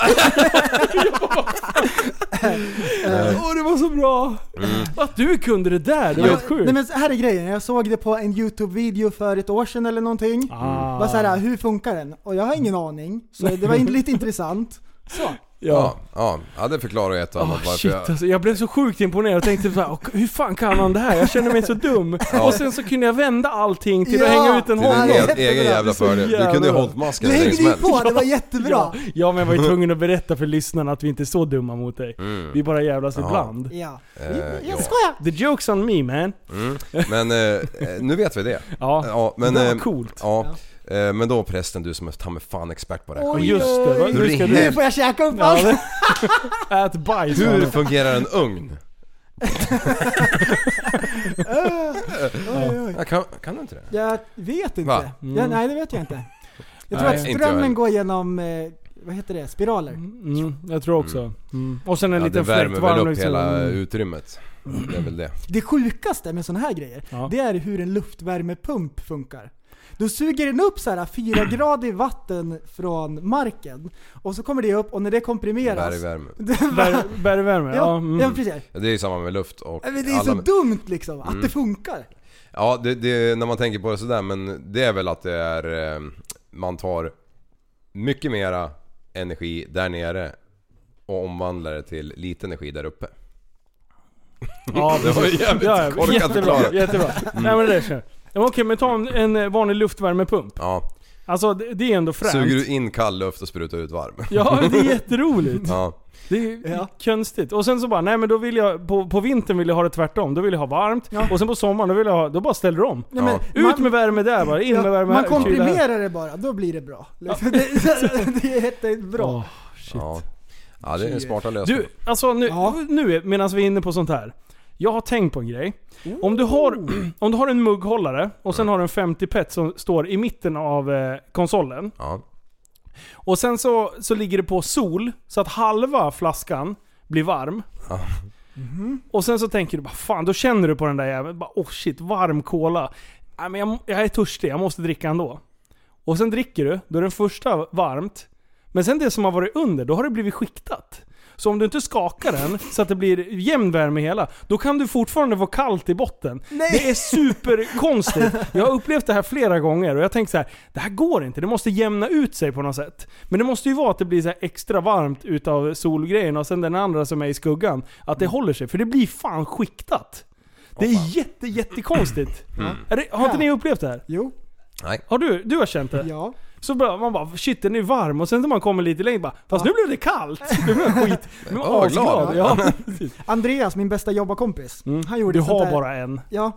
Det var så bra. Att du kunde det där, det var sjukt. Nej men så här är grejen, jag såg det på en YouTube-video för ett år sedan eller någonting. Var så här, hur funkar den? Och jag har ingen aning, så det var lite intressant. Så. Ja, det förklarar ett och annat varför alltså, jag blev så sjukt imponerad och tänkte så här, hur fan kan han det här? Jag känner mig så dum. Och sen så kunde jag vända allting till att hänga ut en honom. Egen jävla fördel. Du kunde ju hållit masken. Du hängde ju på, det var jättebra. Ja, men jag var ju tvungen att berätta för lyssnarna att vi inte är så dumma mot dig. Vi bara jävlas ibland. Ja. Jag skojar. The joke's on me, man. Men nu vet vi det. Ja, men det var coolt. Ja. Men då prästen, du som är ta med fan expert på det. Just det, nu får jag käka upp allt. Ät bajs. Hur fungerar en ugn? Kan du inte det? Jag vet inte. Nej, det vet jag inte. Jag tror att strömmen går genom vad heter det? Spiraler. Jag tror också. Och sen en liten fläkt fläkt värmer väl upp hela utrymmet. Det är väl det. Det sjukaste med såna här grejer, det är hur en luftvärmepump funkar. Då suger den upp så här 4-gradig vatten från marken och så kommer det upp, och när det komprimeras bergvärme. Ja, precis. Det är ju samma med luft och men det är så dumt liksom att det funkar. Ja, det när man tänker på det sådär, men det är väl att det är man tar mycket mera energi där nere och omvandlar det till lite energi där uppe. Ja, det var jävligt korkat förklarat. Jättebra. Nej, men det är så. Okej, men ta en vanlig luftvärmepump. Ja. Alltså det är ändå fränt. Suger du in kall luft och sprutar ut varm? Ja, det är jätteroligt. Ja. Det är konstigt. Och sen så bara, nej men då vill jag på vintern vill jag ha det tvärtom. Då vill jag ha varmt. Och sen på sommaren då vill jag ha, då bara ställer du om. Ja, men ut med värme där bara, in med värme man här. komprimerar det bara, då blir det bra. Det är jättebra. Shit. Ja, det är en smarta lösning. Du, alltså nu medan vi är inne på sånt här. Jag har tänkt på en grej. Om du har en mugghållare och sen har du en 50 pet som står i mitten av konsolen. Ja. Och sen så ligger det på sol så att halva flaskan blir varm. Ja. Och sen så tänker du bara, fan, då känner du på den där jäveln. Bara, oh shit, varm cola. Nej, men jag är törstig, jag måste dricka ändå. Och sen dricker du, då är den första varmt. Men sen det som har varit under, då har det blivit skiktat. Så om du inte skakar den så att det blir jämn värme hela, då kan du fortfarande få kallt i botten. Nej. Det är superkonstigt. Jag har upplevt det här flera gånger och jag tänker så här: det här går inte, det måste jämna ut sig på något sätt. Men det måste ju vara att det blir så här extra varmt utav solgrejen och sen den andra som är i skuggan, att det håller sig, för det blir fan skiktat. Det är jättekonstigt. Har inte ni upplevt det här? Jo. Nej. Har du har känt det? Ja. Så man bara, shit, den är varm. Och sen när man kommer lite längre bara, fast nu blev det kallt. Nu blev jag skit. Nu blev jag glad. Ja. Andreas, min bästa jobbarkompis. Han gjorde du har där. Bara en. Ja.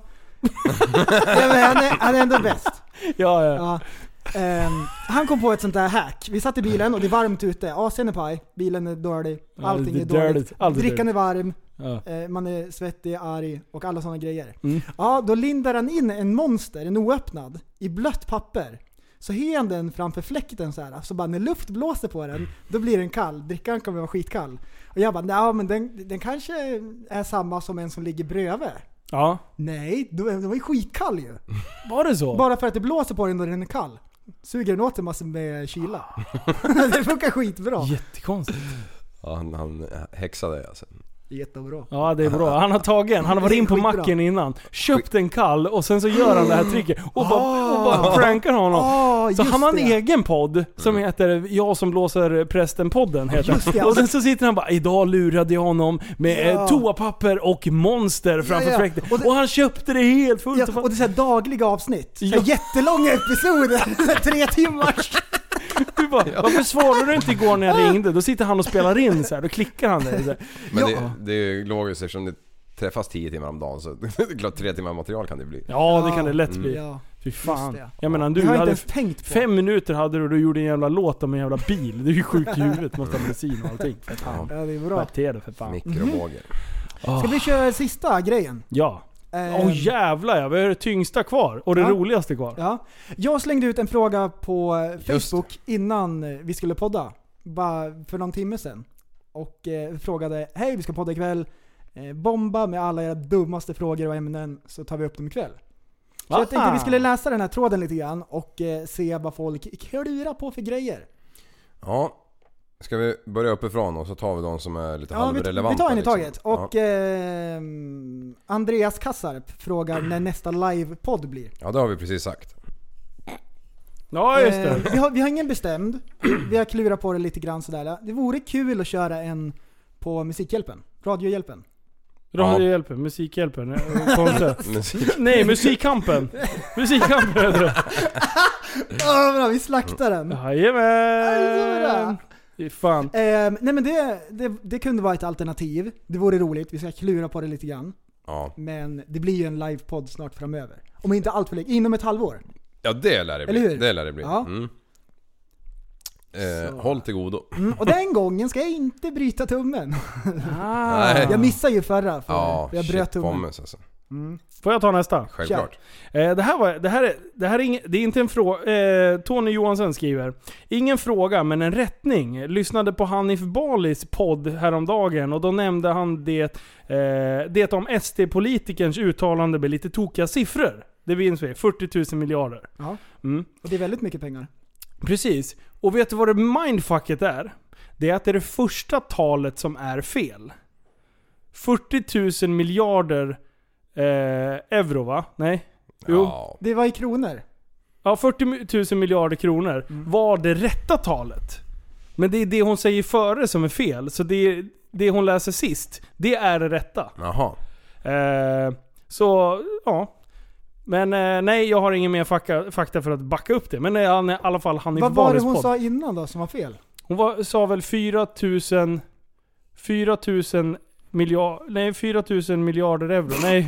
Men han är ändå bäst. Ja. Han kom på ett sånt där hack. Vi satt i bilen och det är varmt ute. AC'n är paj. Bilen är dålig. Allting är dåligt. Drickan är varm. Ja. Man är svettig, arg och alla såna grejer. Ja, då lindar han in en monster, en oöppnad, i blött papper. Så har han den framför fläkten så här. Så bara när luft blåser på den, då blir den kall. Drickan kommer vara skitkall. Och jag bara, nej men den kanske är samma som en som ligger bredvid. Ja. Nej, den var ju skitkall ju. Var det så? Bara för att det blåser på den när den är kall. Suger den åt en massa med kyla. Det funkar skitbra. Jättekonstigt. Ja, han häxade alltså. Jättebra. Ja, det är bra. Han har tagit en. Han har varit in på macken innan. Köpt en kall och sen så gör han det här tricket. Och bara prankar honom. Så han har en egen podd som heter Jag som blåser prästen-podden. Heter. Och sen så sitter han bara, idag lurade jag honom med toapapper och monster framför fläkten. Och han köpte det helt fullt. Och det är så här dagliga avsnitt. Så jättelånga episoder. 3 timmars. Du bara, varför svarade du inte igår när jag ringde? Då sitter han och spelar in så här, då klickar han där. Så här. Men det är logiskt eftersom det träffas 10 timmar om dagen, så det är klart 3 timmar material kan det bli. Ja, det kan det lätt bli. Ja. Fy fan. Jag menar, du hade 5 minuter hade du gjorde en jävla låt om en jävla bil. Du är ju sjuk i huvudet, måste ha medicin och allting. Ja, det är bra. För fan. Mikrovågor. Ska vi köra sista grejen? Ja. Jävlar, vi har det tyngsta kvar och det roligaste kvar. Ja. Jag slängde ut en fråga på Facebook innan vi skulle podda, bara för någon timme sedan. Och frågade, hej, vi ska podda ikväll. Bomba med alla era dummaste frågor och ämnen, så tar vi upp dem ikväll. Så jag tänkte vi skulle läsa den här tråden lite grann och se vad folk klurar på för grejer. Ja. Ska vi börja uppifrån och så tar vi de som är lite halvrelevanta? Vi tar en i liksom. taget. Och Andreas Kassarp frågar när nästa livepodd blir. Ja, det har vi precis sagt. Ja, just det. Vi har ingen bestämd. Vi har klurat på det lite grann sådär. Det vore kul att köra en på Musikhjälpen. Radiohjälpen. Radiohjälpen, Musikhjälpen. Nej, Musikkampen. Musikkampen heter det. Bra, vi slaktar den. Jajamän. Fan. Nej, men det kunde vara ett alternativ. Det vore roligt. Vi ska klura på det lite grann. Ja. Men det blir ju en livepodd snart framöver. Om inte allt för länge. Inom ett halvår. Ja, det lär det bli. Eller hur? Det lär det bli. Ja. Håll till godo. Och den gången ska jag inte bryta tummen. Nej. Jag missade ju förra. Jag bröt tummen. Pommes, alltså. Får jag ta nästa? Självklart. Det är inte en fråga. Tony Johansson skriver: ingen fråga, men en rättning. Lyssnade på Hanif Balis podd häromdagen och då nämnde han det om SD-politikerns uttalande med lite tokiga siffror. Det vinns vi 40 000 miljarder. Ja. Och det är väldigt mycket pengar. Precis. Och vet du vad det mindfucket är? Det är att det är det första talet som är fel. 40 000 miljarder euro, va? Nej. Jo. Ja. Det var i kronor. Ja, 40 000 miljarder kronor var det rätta talet. Men det är det hon säger före som är fel. Så det hon läser sist, det är det rätta. Jaha. Så, ja. Men nej, jag har ingen mer fakta för att backa upp det. Men i alla fall Hanif Vad var det Balis hon podd. sa innan då som var fel? Hon sa väl 4 000 miljarder euro. Nej,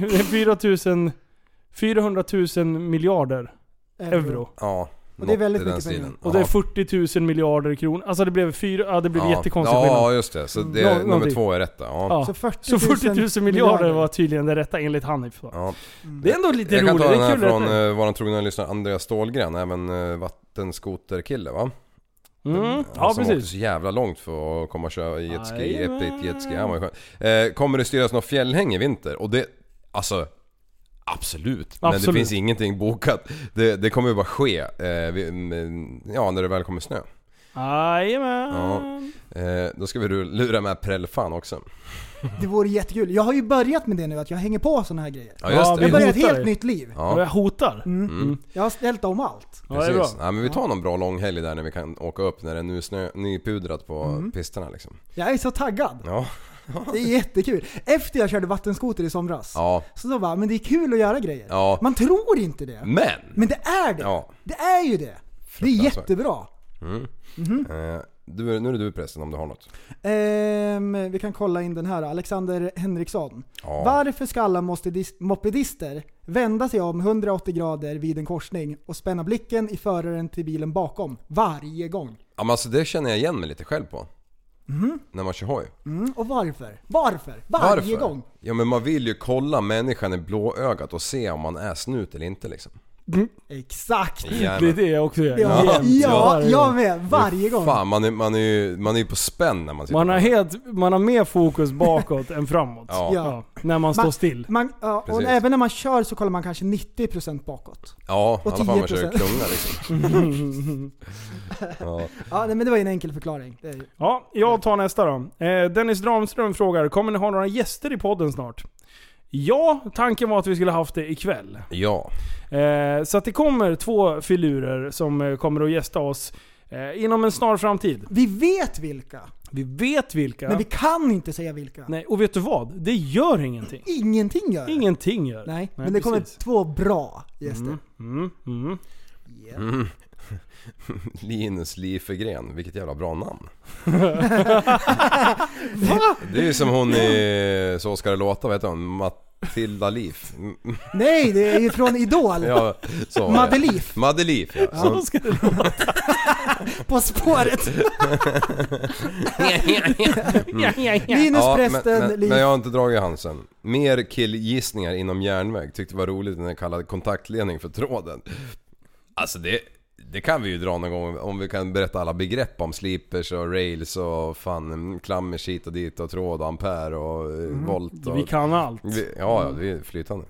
400 000 miljarder euro. Ja. Och det är väldigt mycket stilen. pengar. Och det är 40 000 miljarder kronor. Alltså det blev jättekonstigt. Ja, just det. Så det, nummer 2 är rätt. Ja. Så 40 000 miljarder var tydligen det rätta enligt Hanif. Ja. Det är ändå lite roligt. Jag kan ta den här det är från våran trogna lyssnare Andreas Stålgren, även vattenskoterkille, va? Ja, som precis. åkte så jävla långt för att komma och köra jetski, Epic jetski. Han var skön. Kommer det styras något fjällhäng i vinter? Och det, alltså... Absolut, men det finns ingenting bokat. Det kommer ju bara ske när det väl kommer snö. Jajamän. Då ska vi lura med prellfan också. Det vore jättekul. Jag har ju börjat med det nu, att jag hänger på såna här grejer. Ja, just det. Jag börjar ett helt nytt liv. Ja. Jag hotar. Jag har ställt om allt. Ja, det är bra. Ja, men vi tar någon bra långhelg där när vi kan åka upp när det är nu nypudrat på pisterna liksom. Jag är så taggad. Ja. Det är jättekul. Efter jag körde vattenskoter i somras. Ja. Så då bara, men det är kul att göra grejer. Ja. Man tror inte det. Men det är det. Ja. Det är ju det. Det är jättebra. Nu är det du prästen om du har något. Vi kan kolla in den här. Alexander Henriksson. Ja. Varför ska alla mopedister vända sig om 180 grader vid en korsning och spänna blicken i föraren till bilen bakom varje gång? Ja, men alltså det känner jag igen mig lite själv på. När man kör hoj. Och varför? Varje gång? Ja, men man vill ju kolla människan i blåögat och se om man är snut eller inte liksom. Exakt. Det är det jag också gör. Ja, jag med. Varje gång. Fan, man är ju på spänn när man sitter. Man har mer fokus bakåt än framåt. Ja. När man står still. Och även när man kör så kollar man kanske 90% bakåt. Ja, och i alla fall man kör klunga liksom. Ja, men det var en enkel förklaring. Ja, jag tar nästa då. Dennis Dramström frågar, kommer ni ha några gäster i podden snart? Ja, tanken var att vi skulle haft det ikväll. Ja. Så att det kommer 2 filurer som kommer att gästa oss inom en snar framtid. Vi vet vilka. Men vi kan inte säga vilka. Nej, och vet du vad? Det gör ingenting. Ingenting gör. Nej, men det kommer 2 bra gäster. Linus Liefegren, vilket jävla bra namn. Det är ju som hon i Så ska det låta, vet du, Matilda Lief. Nej, det är ju från Idol. Ja, så Madde Lief, ja. Så ska det låta. På spåret. Linus prästen Lief. Men jag har inte dragit Hansen. Mer killgissningar inom järnväg. Tyckte det var roligt när jag kallade kontaktledning för tråden. Alltså det kan vi ju dra någon gång om vi kan berätta alla begrepp om slipers och rails och fan klammers hit och dit och tråd och ampere och volt. Och, vi kan allt. Ja, det är flytande.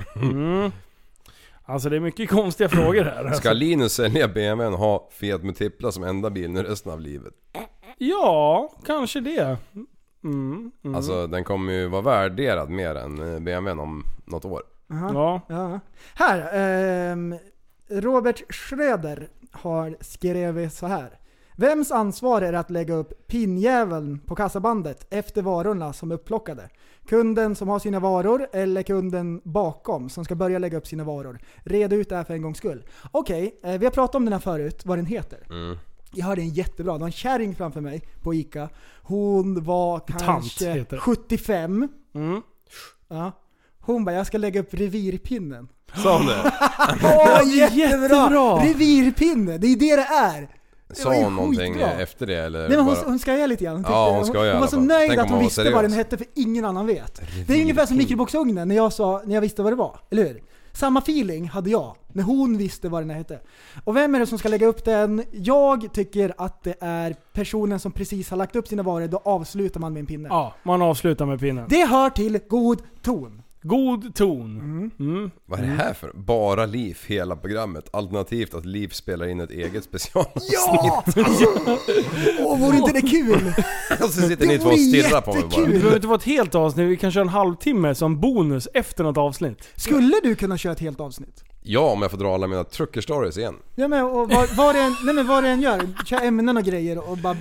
Alltså det är mycket konstiga frågor här. Ska Linus sälja BMWn och ha Fiat Multipla som enda bil nu resten av livet? Ja, kanske det. Alltså den kommer ju vara värderad mer än BMWn om något år. Ja. Här, Robert Schröder har skrivit så här. Vems ansvar är det att lägga upp pinjäveln på kassabandet efter varorna som är upplockade? Kunden som har sina varor eller kunden bakom som ska börja lägga upp sina varor? Reda ut det här för en gångs skull. Okej, vi har pratat om den här förut, vad den heter. Jag hörde en jättebra, det var en kärring framför mig på Ica. Hon var kanske 75. Ja. Hon bara, jag ska lägga upp revirpinnen. Sa hon det? Jättebra! Revirpinne, det är det det är. Sa hon någonting efter det eller? Nej, men hon skojar lite grann. Hon var så nöjd att hon visste vad den hette för ingen annan vet. Det är ungefär som mikroboxugnen när jag visste vad det var, eller hur? Samma feeling hade jag när hon visste vad den hette. Och vem är det som ska lägga upp den? Jag tycker att det är personen som precis har lagt upp sina varor. Då avslutar man med en pinne. Ja, man avslutar med pinnen. Det hör till god ton. God ton. Vad är det här för? Bara Liv hela programmet. Alternativt att Liv spelar in ett eget specialavsnitt. Ja! Vore inte det kul? Och så sitter ni två och stirrar på mig bara. Det behöver inte vara ett helt avsnitt. Vi kan köra en halvtimme som bonus efter något avsnitt. Skulle du kunna köra ett helt avsnitt? Ja, om jag får dra alla mina trucker stories igen. Ja, men och vad det än gör, kör ämnen och grejer och bara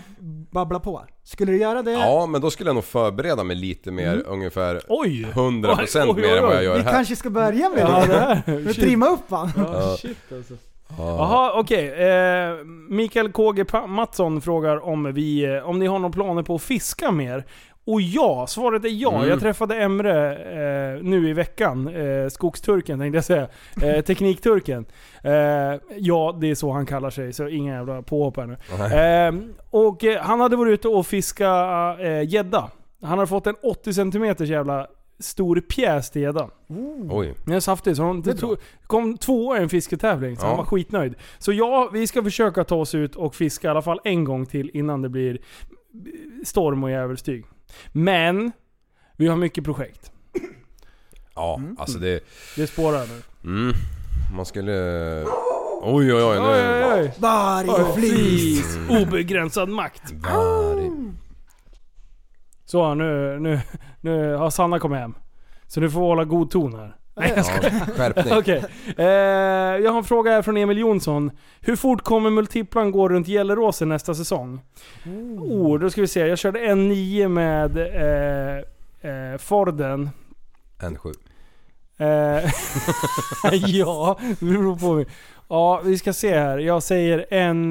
babbla på. Skulle du göra det? Ja, men då skulle jag nog förbereda mig lite mer, ungefär 100% Oj. mer än vad jag gör Vi här. kanske ska börja med det här. Med trimma upp va? Ja, shit alltså. Jaha, okej. Mikael KG Mattsson frågar om ni har några planer på att fiska mer. Och ja, svaret är ja. Jag träffade Emre nu i veckan. Skogsturken tänkte jag säga. Teknikturken. Ja, det är så han kallar sig. Så inga jävla påhopp här nu. Och han hade varit ute och fiska gädda. Han har fått en 80 cm jävla stor pjäs till gäddan. Oj. Den är saftig. Så han kom 2 i en fisketävling. Så han var skitnöjd. Så ja, vi ska försöka ta oss ut och fiska i alla fall en gång till innan det blir storm och jävelstyg. Men vi har mycket projekt. Ja, alltså det spårar nu. Man skulle... Oj. Nu. Vargflis. Obegränsad makt. Så nu har Sanna kommit hem. Så nu får vi hålla god ton här. Nej, jag ska. Skärpning. Okej. Jag har en fråga här från Emil Jonsson. Hur fort kommer multiplan gå runt Gelleråsen nästa säsong? Då ska vi se. Jag körde en 9 med Forden. En 7. Ja, det beror på. Ja, vi ska se här. Jag säger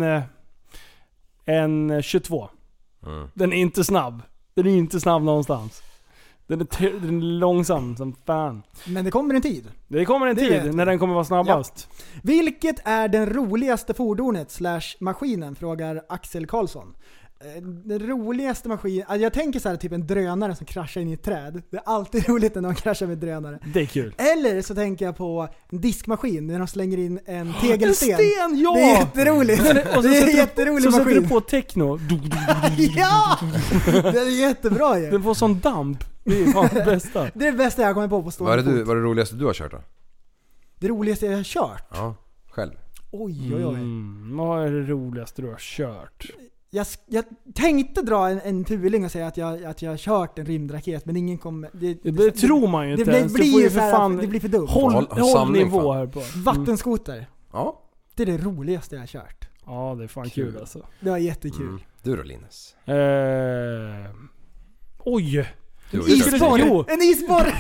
en 22. Den är inte snabb. Den är inte snabb någonstans. Den är långsam som fan. Men det kommer en tid. Det kommer en tid när den kommer vara snabbast. Ja. Vilket är den roligaste fordonet /maskinen? Frågar Axel Karlsson. Den roligaste maskinen, jag tänker så här typ en drönare som kraschar in i ett träd. Det är alltid roligt när någon kraschar med drönare. Det är kul. Eller så tänker jag på en diskmaskin när de slänger in en tegelsten. En sten, ja! Det är jätteroligt. Och det är en jätterolig maskin. Så maskin. sätter du på techno. Ja! Det är jättebra ju. Den får sån damp. Det är fan det bästa. Det är det bästa jag kommer på stående fot. Vad är det roligaste du har kört då? Det roligaste jag har kört? Ja, själv. Oj. Vad är det roligaste du har kört? Jag tänkte dra en tuling och säga att jag har kört en rymdraket, men ingen kommer... Det tror man ju inte. Det blir ju för fan, det blir för dumt. Håll nivå här på. Vattenskoter. Ja. Det är det roligaste jag har kört. Ja, det är fan kul alltså. Det var jättekul. Du då, Linus? Oj! En isborre!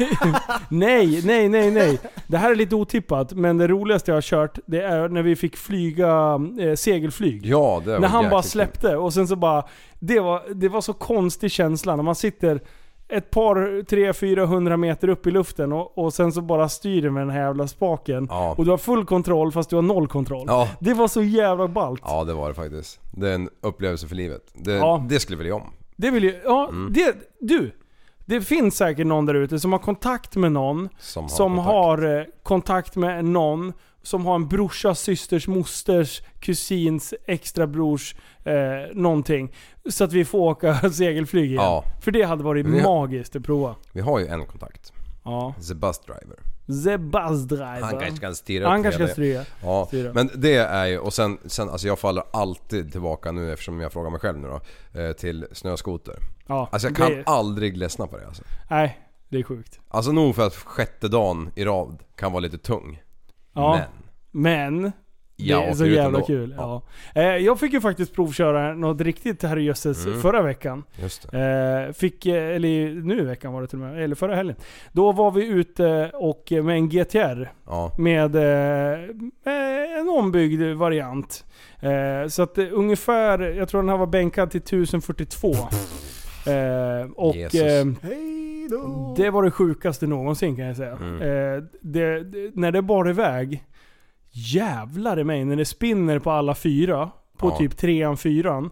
Nej. Det här är lite otippat, men det roligaste jag har kört, det är när vi fick flyga segelflyg. Ja, det var när han bara kul. släppte och sen så bara det var så konstig känsla när man sitter ett par 300-400 meter upp i luften och sen så bara styr med den här jävla spaken. Ja. Och du har full kontroll fast du har noll kontroll. Ja. Det var så jävla ballt. Ja, det var det faktiskt. Det är en upplevelse för livet. Det skulle jag vilja om. Det vill ju, det finns säkert någon där ute som har kontakt med någon som har kontakt med någon som har en brorsas, systers, mosters, kusins, extra brors någonting, så att vi får åka segelflyg igen. Ja. För det hade varit magiskt att prova. Vi har ju en kontakt. Ja. The Bus Driver. Han kanske kan styra. Ja, men det är ju, och sen alltså jag faller alltid tillbaka nu, eftersom jag frågar mig själv nu då, till snöskoter. Ja, alltså jag kan aldrig ledsna på det alltså. Nej, det är sjukt. Alltså nog för att 6:e dagen i rad kan vara lite tung. Ja, men det är så jävla kul. Ja. Jag fick ju faktiskt provköra något riktigt herrejösses förra veckan. Just det. Eller nu i veckan var det till och med, eller förra helgen. Då var vi ute och med en GTR med en ombyggd variant. Så att ungefär, jag tror den här var bänkad till 1042. Och det var det sjukaste någonsin, kan jag säga. När det bar iväg, jävlar i mig, när det spinner på alla fyra på typ 3-4,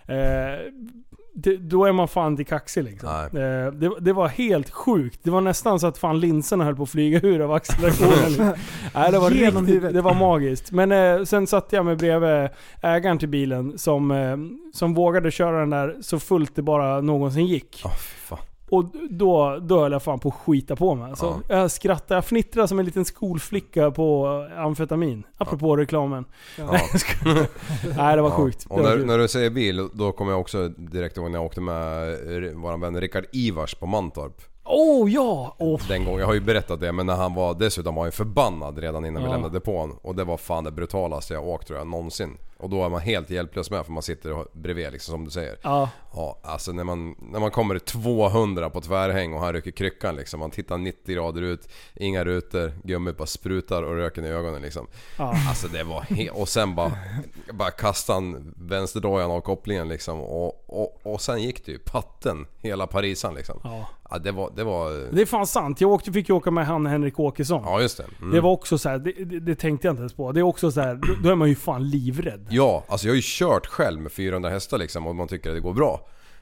då är man fan till kaxig liksom. Det var helt sjukt. Det var nästan så att fan linserna höll på att flyga ur av accelerationen. Nej, det var riktigt, det var magiskt. Men sen satt jag med bredvid ägaren till bilen som vågade köra den där så fullt det bara någonsin gick. Fan. Och då höll jag fan på att skita på mig. Så jag skrattade, jag fnittrade som en liten skolflicka på amfetamin. Apropå reklamen. Nej, det var sjukt. Och när du säger bil, då kommer jag också direkt ihåg när jag åkte med våran vän Rickard Ivars på Mantorp. Ja! Den gången, jag har ju berättat det, men när han var dessutom var ju förbannad redan innan vi lämnade på honom. Och det var fan det brutalaste jag åkt tror jag någonsin. Och då är man helt hjälplös med, för man sitter bredvid liksom, som du säger. Ja, alltså när man kommer 200 på tvärhäng och han rycker kryckan liksom. Man tittar 90 grader ut, inga rutor, gummit bara sprutar och röken i ögonen liksom. Alltså det var och sen bara kastade han vänsterdojan av kopplingen liksom. Och sen gick det ju patten hela Parisan liksom. Ja, det var... Det är fan sant. Jag fick ju åka med han Henrik Åkesson. Ja, just det. Det var också så här, det tänkte jag inte ens på. Det är också så här, då är man ju fan livrädd. Ja, alltså jag har ju kört själv med 400 hästar liksom, och man tycker att det går bra.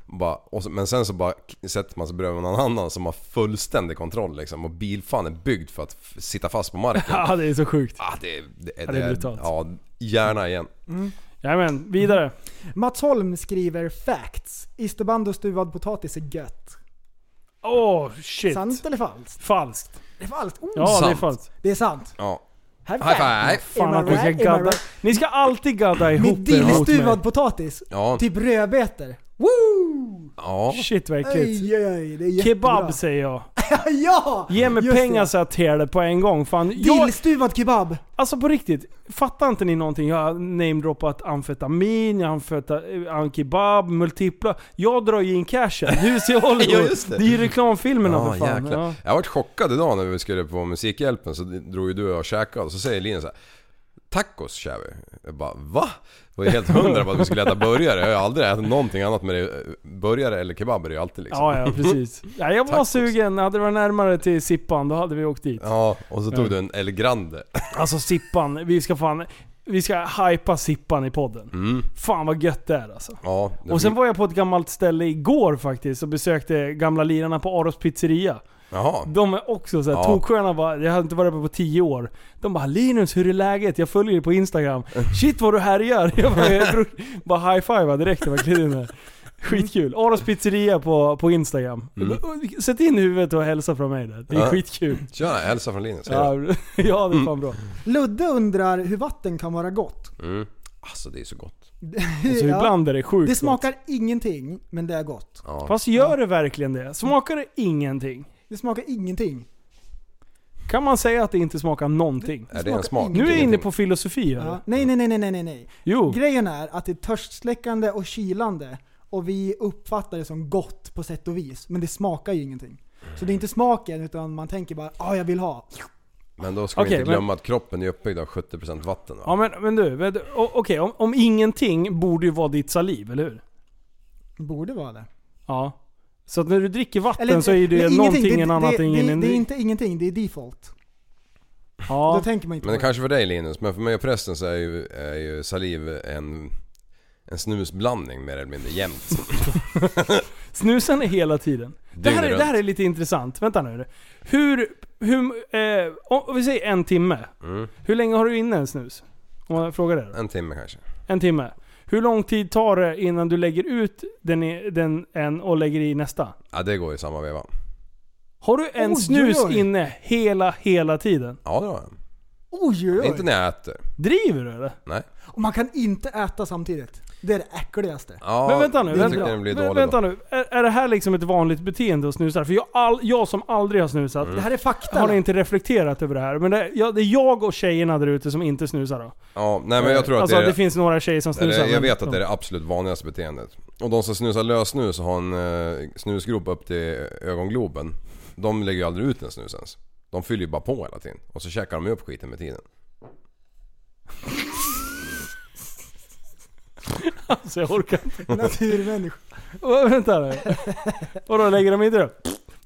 Men sen så bara sätter man sig bredvid någon annan som har fullständig kontroll liksom, och bilfan är byggd för att sitta fast på marken. Ja, det är så sjukt. Ja, det är brutalt. Ja, gärna igen. Jajamän, vidare. Mats Holm skriver facts. Isterband och stuvad potatis är gött. Shit. Sant eller falskt? Falskt. Det är falskt. Ja, sant. det är falskt. Det är sant. Ja. High five. Fan att ni ska gadda. Ni ska alltid gadda ihop med dillstuvad potatis. Ja. Typ rödbetor. Woo! Ja. Shit vad äckligt. Det är kebab säger jag. Ja! Ge mig pengar så jag tar det på en gång. Fan, dillstuvad kebab. Alltså på riktigt, fattar inte ni någonting? Jag har namedroppat amfetamin, jag har amfetamin, kebab, multipla. Jag drar ju in cashen. Hus i Hollywood. Ja, just det. Det är ju reklamfilmerna för fan. Ja. Jag har varit chockad idag när vi skulle på Musikhjälpen, så drog ju du och käkade, och så säger Linus så här: tacos kör vi. Jag bara, va? Det var ju helt 100 på att vi skulle äta burgare. Jag har aldrig ätit någonting annat med det. Burgare eller kebab är det ju alltid liksom. Ja, precis. Ja, jag var tacos. Sugen. Hade det varit närmare till Sippan, då hade vi åkt dit. Ja, och så tog du en El Grande. Alltså Sippan, vi ska hypa Sippan i podden. Fan vad gött det är alltså. Ja, och sen var jag på ett gammalt ställe igår faktiskt och besökte gamla lirarna på Aros pizzeria. Jaha. De är också såhär, toksköna. Jag hade inte varit på 10 år. De bara, Linus, hur är läget? Jag följer dig på Instagram. Shit vad du härjar. Jag bara high-five direkt. Det var klidden. Skitkul. Aros pizzeria på Instagram. Sätt in huvudet och hälsa från mig där. Det är skitkul. Tja, hälsa från Linus. Ja, det är fan bra. Ludde undrar hur vatten kan vara gott. Alltså det är så gott. Alltså ibland är det sjukt. Det smakar ingenting, men det är gott. Fast gör det verkligen det? Smakar det ingenting? Det smakar ingenting. Kan man säga att det inte smakar någonting? Är det en smak? Nu är jag inne på filosofi här. Ja. Nej. Jo. Grejen är att det är törstsläckande och kylande. Och vi uppfattar det som gott på sätt och vis. Men det smakar ju ingenting. Så det är inte smaken, utan man tänker bara, jag vill ha. Men då ska vi inte glömma att kroppen är uppbyggd av 70% vatten. Va? Ja, men du, okej, om ingenting borde ju vara ditt saliv, eller hur? Borde vara det. Ja. Så att när du dricker vatten så är det någonting annat än ingenting. Det är inte ingenting, det är default. Ja. Då tänker man inte men det på kanske för dig Linus, men för mig och prästen så är ju saliv en snusblandning mer eller mindre jämt. Snusen är hela tiden. Det här är lite intressant. Vänta nu. Om vi säger 1 timme. Hur länge har du inne en snus? Om jag frågar det då. 1 timme kanske. 1 timme. Hur lång tid tar det innan du lägger ut den och lägger i nästa? Ja, det går i samma veva. Har du en snus inne hela tiden? Ja, det har jag. Oj. Inte när jag äter. Driver du eller? Nej. Och man kan inte äta samtidigt. Det är det äckligaste. Ja, men vänta nu. Vänta nu. Är det här liksom ett vanligt beteende att snusa? För jag som aldrig har snusat. Det här är fakta. Har inte reflekterat över det här. Men det är jag och tjejerna där ute som inte snusar då. Ja, nej men jag tror att alltså, det finns några tjejer som snusar. Jag vet att det är det absolut vanligaste beteendet. Och de som snusar lösnus och har en snusgrop upp till ögongloben, de lägger ju aldrig ut en snus ens. De fyller ju bara på hela tiden. Och så käkar de upp skiten med tiden. Alltså jag orkar inte. Naturmänniska. Vänta nu. Och då lägger de inte det.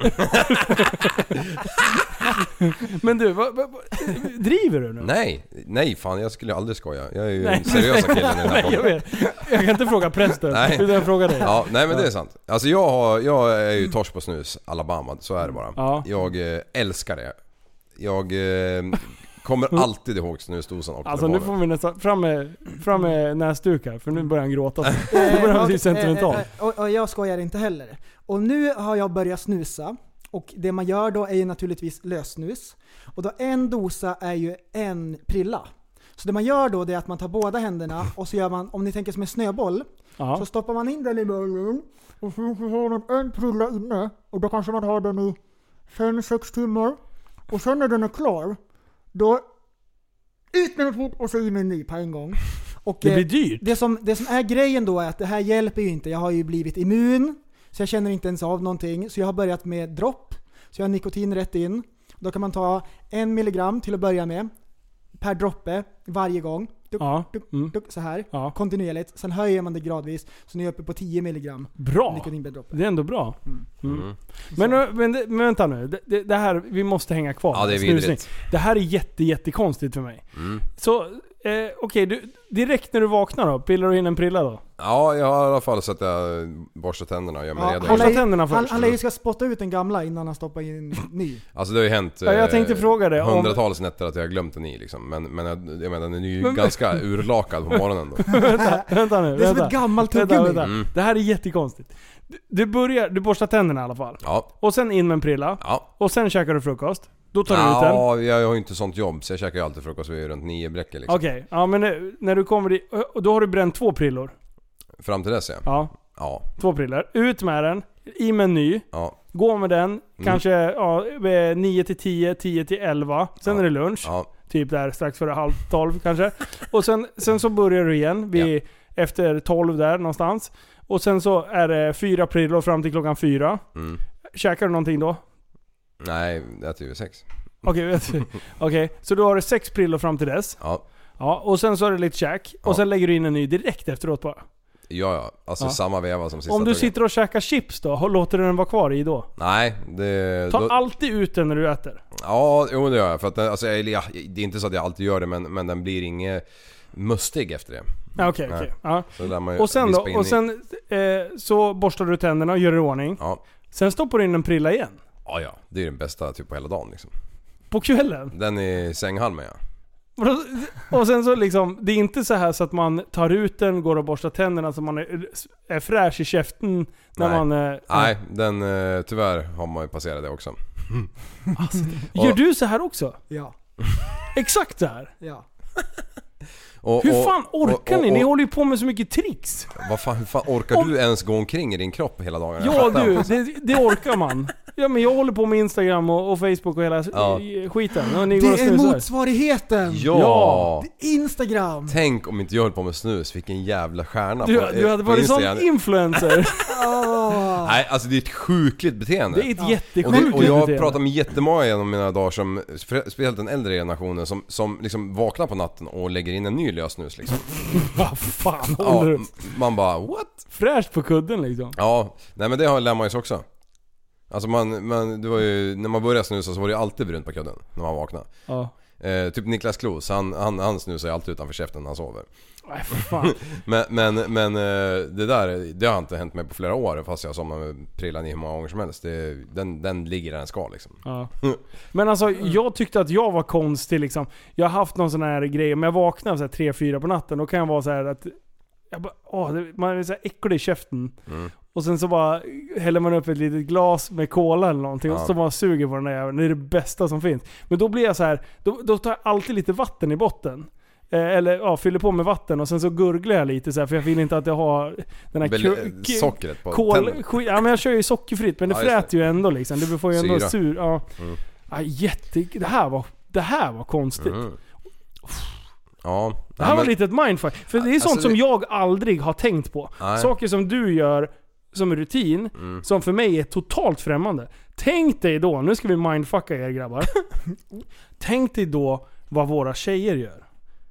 Men du, driver du nu? Nej fan, jag skulle aldrig skoja. Jag är ju en seriösa killen i den här podden. Jag kan inte fråga prästen, utan jag frågar dig. Ja, nej men det är sant. Alltså jag är ju torsk på snus, Alabama, så är det bara. Ja. Jag älskar det. Jag kommer alltid ihåg snusdosan och alltså nu får vi nästan fram med näsdukar, för nu börjar han gråta. Nu börjar han bli sentimental. Och jag skojar inte heller. Och nu har jag börjat snusa. Och det man gör då är ju naturligtvis lössnus. Och då en dosa är ju 1 prilla. Så det man gör då det är att man tar båda händerna och så gör man, om ni tänker som en snöboll, så stoppar man in den i bollen och så har man 1 prilla inne. Och då kanske man har den i 5-6 timmar. Och sen när den är klar, då ut med en fot och så in med en ny på en gång. Och det blir dyrt. Det som är grejen då är att det här hjälper ju inte. Jag har ju blivit immun, så jag känner inte ens av någonting. Så jag har börjat med dropp. Så jag har nikotin rätt in. Då kan man ta 1 milligram till att börja med. Per droppe varje gång. Så här. Kontinuerligt. Sen höjer man det gradvis. Så nu är jag uppe på 10 milligram. Bra. Nikotinbedroppe. Det är ändå bra. Men vänta nu. Det här, vi måste hänga kvar. Ja, det är vidrigt. Det här är jättekonstigt för mig. Så, okej, direkt när du vaknar då, pillar du in en prilla då? Ja, jag har i alla fall så att jag borstar tänderna och gör mig redo. Borsta tänderna först. Han lär ju ska spotta ut den gamla innan han stoppar in en ny. Alltså det har ju hänt jag tänkte fråga det, hundratals nätter att jag har glömt den i liksom. Men jag menar, den är ju ganska urlakad på morgonen då. Vänta nu. Det är som ett gammalt tuggummi. Det här är jättekonstigt. Du borstar tänderna i alla fall. Ja. Och sen in med en prilla. Ja. Och sen käkar du frukost. Då tar du ut den. Ja, jag har ju inte sånt jobb, så jag käkar ju alltid frukost vid runt 9 bräckor liksom. Okej, ja men när du kommer dit, då har du bränt 2 prillor. Fram till dess ja. 2 prillor. Ut med den, i med en ny. Ja. Gå med den, kanske 9 till 10, 10 till 11. Sen är det lunch. Ja. Typ där strax före 11:30 kanske. Och sen så börjar du igen vid efter 12 där någonstans. Och sen så är det 4 prillor fram till klockan 4. Käkar du någonting då? Nej, det är ju 6. Okej, så då har du 6 prillor fram till dess. Ja, och sen så är det lite käk. Och sen lägger du in en ny direkt efteråt bara. Ja, alltså samma veva som sista. Om du sitter och käkar chips då, låter du den vara kvar i då? Nej, Ta alltid ut den när du äter. Ja, jo det gör jag. För att alltså, det är inte så att jag alltid gör det, men den blir inget mustig efter det. Okej. Ja. Och sen då, så borstar du tänderna och gör i ordning. Ja. Sen stoppar du in en prilla igen. Ja, det är den bästa typ på hela dagen liksom. På kvällen? Den är sänghalmen, ja. Och sen så liksom, det är inte så här så att man tar ut den, går och borstar tänderna så man är fräsch i käften när man... Nej, den tyvärr har man ju passerat det också. Alltså, gör du så här också? Ja. Exakt så här? Ja. Hur fan orkar ni? Ni håller ju på med så mycket tricks. Hur fan orkar du ens gå omkring i din kropp hela dagen? Ja det orkar man. Ja, men jag håller på med Instagram och Facebook och hela skiten. Och ni det går och är motsvarigheten. Ja. Instagram. Tänk om inte jag höll på med snus. Vilken jävla stjärna du hade varit sån influencer. Nej, alltså det är ett sjukligt beteende. Det är ett jättesjukligt beteende. Och jag pratar med jättemånga genom mina dagar som, speciellt den äldre generationen som liksom vaknar på natten och lägger in en ny lösnus liksom. Vad fan håller du? Man bara, what? Fräscht på kudden liksom. Ja, nej men det har lär man ju också. Alltså det var ju, när man började snusa så var det ju alltid brunt på kudden när man vaknade. Ja. Typ Niklas Klos, han snusar ju alltid utanför käften när han sover. Nej, fan. men det har inte hänt mig på flera år, fast jag somnar med prillan i hur många gånger som helst. Den ligger där den ska liksom. Ja. Men alltså jag tyckte att jag var konstig liksom. Jag har haft någon sån här grej, om jag vaknar så här 3-4 på natten, då kan jag vara så här att jag bara, man är så här äcklig i käften. Och sen så bara häller man upp ett litet glas med cola eller någonting och så bara suger på den där jäveln. Det är det bästa som finns. Men då blir jag så här, då tar jag alltid lite vatten i botten. Eller fyller på med vatten och sen så gurglar jag lite så här, för jag vill inte att jag har den här sockret på ja, men jag kör ju sockerfritt, men det fräter ju ändå liksom. Det får ju ändå syra. sur. Ja. Det här var konstigt. Ja. Det här var lite ett mindfuck. För det är sånt som jag aldrig har tänkt på. Saker som du gör som rutin, som för mig är totalt främmande. Tänk dig då, nu ska vi mindfucka er grabbar. Tänk dig då vad våra tjejer gör.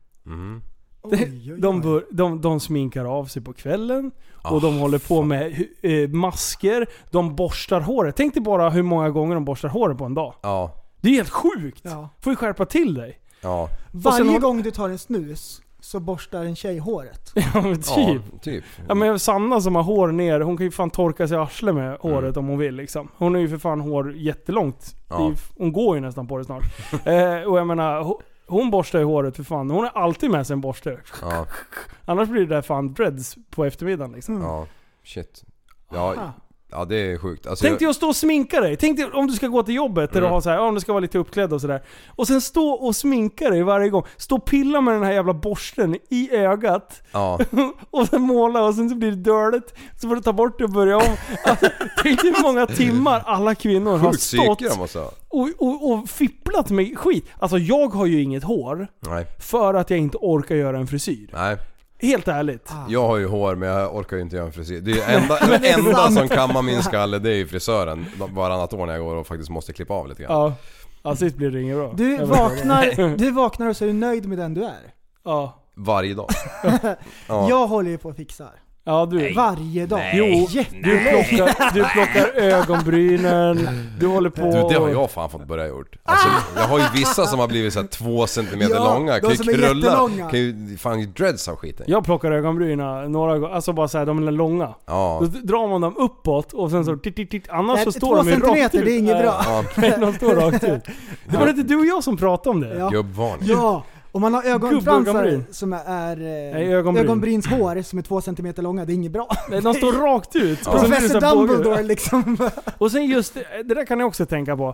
De sminkar av sig på kvällen och de håller på med masker, de borstar håret. Tänk dig bara hur många gånger de borstar håret på en dag. Ja. Det är helt sjukt. Får ju skärpa till dig. Ja. Varje gång du tar en snus så borstar en tjej håret. Ja, men typ. Ja, men Sanna som har hår ner, hon kan ju fan torka sig arsle med håret om hon vill liksom. Hon har ju för fan hår jättelångt. Hon går ju nästan på det snart. Och jag menar, hon borstar ju håret för fan. Hon har alltid med sig en borste. Annars blir det där fan dreads på eftermiddagen liksom. Ja, shit. Ja, Ja, det är sjukt. Alltså, Tänk dig att stå och sminka dig. Tänk dig om du ska gå till jobbet där du har så här, om du ska vara lite uppklädd och sådär. Och sen stå och sminka dig varje gång. Stå och pilla med den här jävla borsten i ögat. Ja. Och sen måla och sen så blir det dörligt. Så får du ta bort det och börja om. Alltså, tänk dig hur många timmar alla kvinnor har stått och fipplat med skit. Alltså jag har ju inget hår. Nej. För att jag inte orkar göra en frisyr. Nej. Helt ärligt. Jag har ju hår men jag orkar ju inte göra en frisyr. Det är det enda som kammar min skalle, det är ju frisören. Varannat år när jag går och faktiskt måste klippa av lite grann. Ja, sist blir det inget bra. Du vaknar och så är du nöjd med den du är. Ja. Varje dag. Jag håller ju på att fixa. Ja, du. Varje dag. Jo, du plockar ögonbrynen. Du håller på. Du, det har jag fan fått börja gjort. Alltså, jag har ju vissa som har blivit så här 2 centimeter långa. Kan ju krulla. Kan ju fan dreads av skiten. Jag plockar ögonbrynen några gånger. Alltså bara så här, de är långa. Ja. Då drar man dem uppåt och sen så annars så står de ju rakt ut. 2 centimeter, det är inget bra. Nej, de står rakt ut. Det var inte du och jag som pratade om det. Ja. Gubbvarning. Ja. Om man har ögonfransar som är ögonbrynshår som är 2 centimeter långa, det är inget bra. Nej, de står rakt ut. Ja. Professor Dumbledore liksom. Och sen just, det där kan jag också tänka på.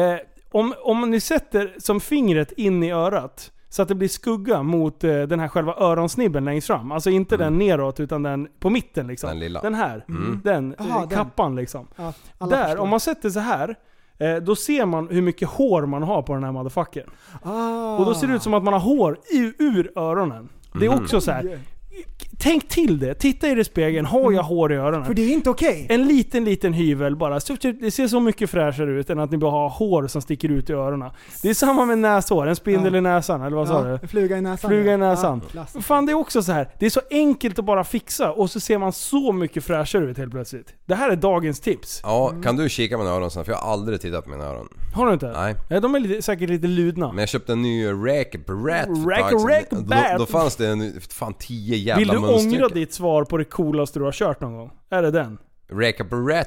Om ni sätter som fingret in i örat så att det blir skugga mot den här själva öronsnibben längst fram. Alltså inte den neråt utan den på mitten liksom. Den lilla. Den här. Den kappan liksom. Ja, där, förstår. Om man sätter så här, då ser man hur mycket hår man har på den här motherfuckern. Och då ser det ut som att man har hår ur öronen. Det är också så här. Tänk till det. Titta i det spegeln. Har jag hår i öronen? För det är inte okej. En liten hyvel bara. Det ser så mycket fräschare ut än att ni bara har hår som sticker ut i öronen. Det är samma med näshår. En spindel i näsan. Eller vad sa du? Fluga i näsan. Fluga i näsan. Fan, det är också så här. Det är så enkelt att bara fixa. Och så ser man så mycket fräschare ut helt plötsligt. Det här är dagens tips. Ja, kan du kika med mina öron sen? För jag har aldrig tittat på mina öron. Har du inte? Nej. Ja, de är säkert lite ludna. Men jag köpte en ny Rack-Brat. Då fanns det fan 10 jävla Vill du munstycken. ångra ditt svar på det coolaste du har kört någon gång? Är det den? Rack-a-Brat.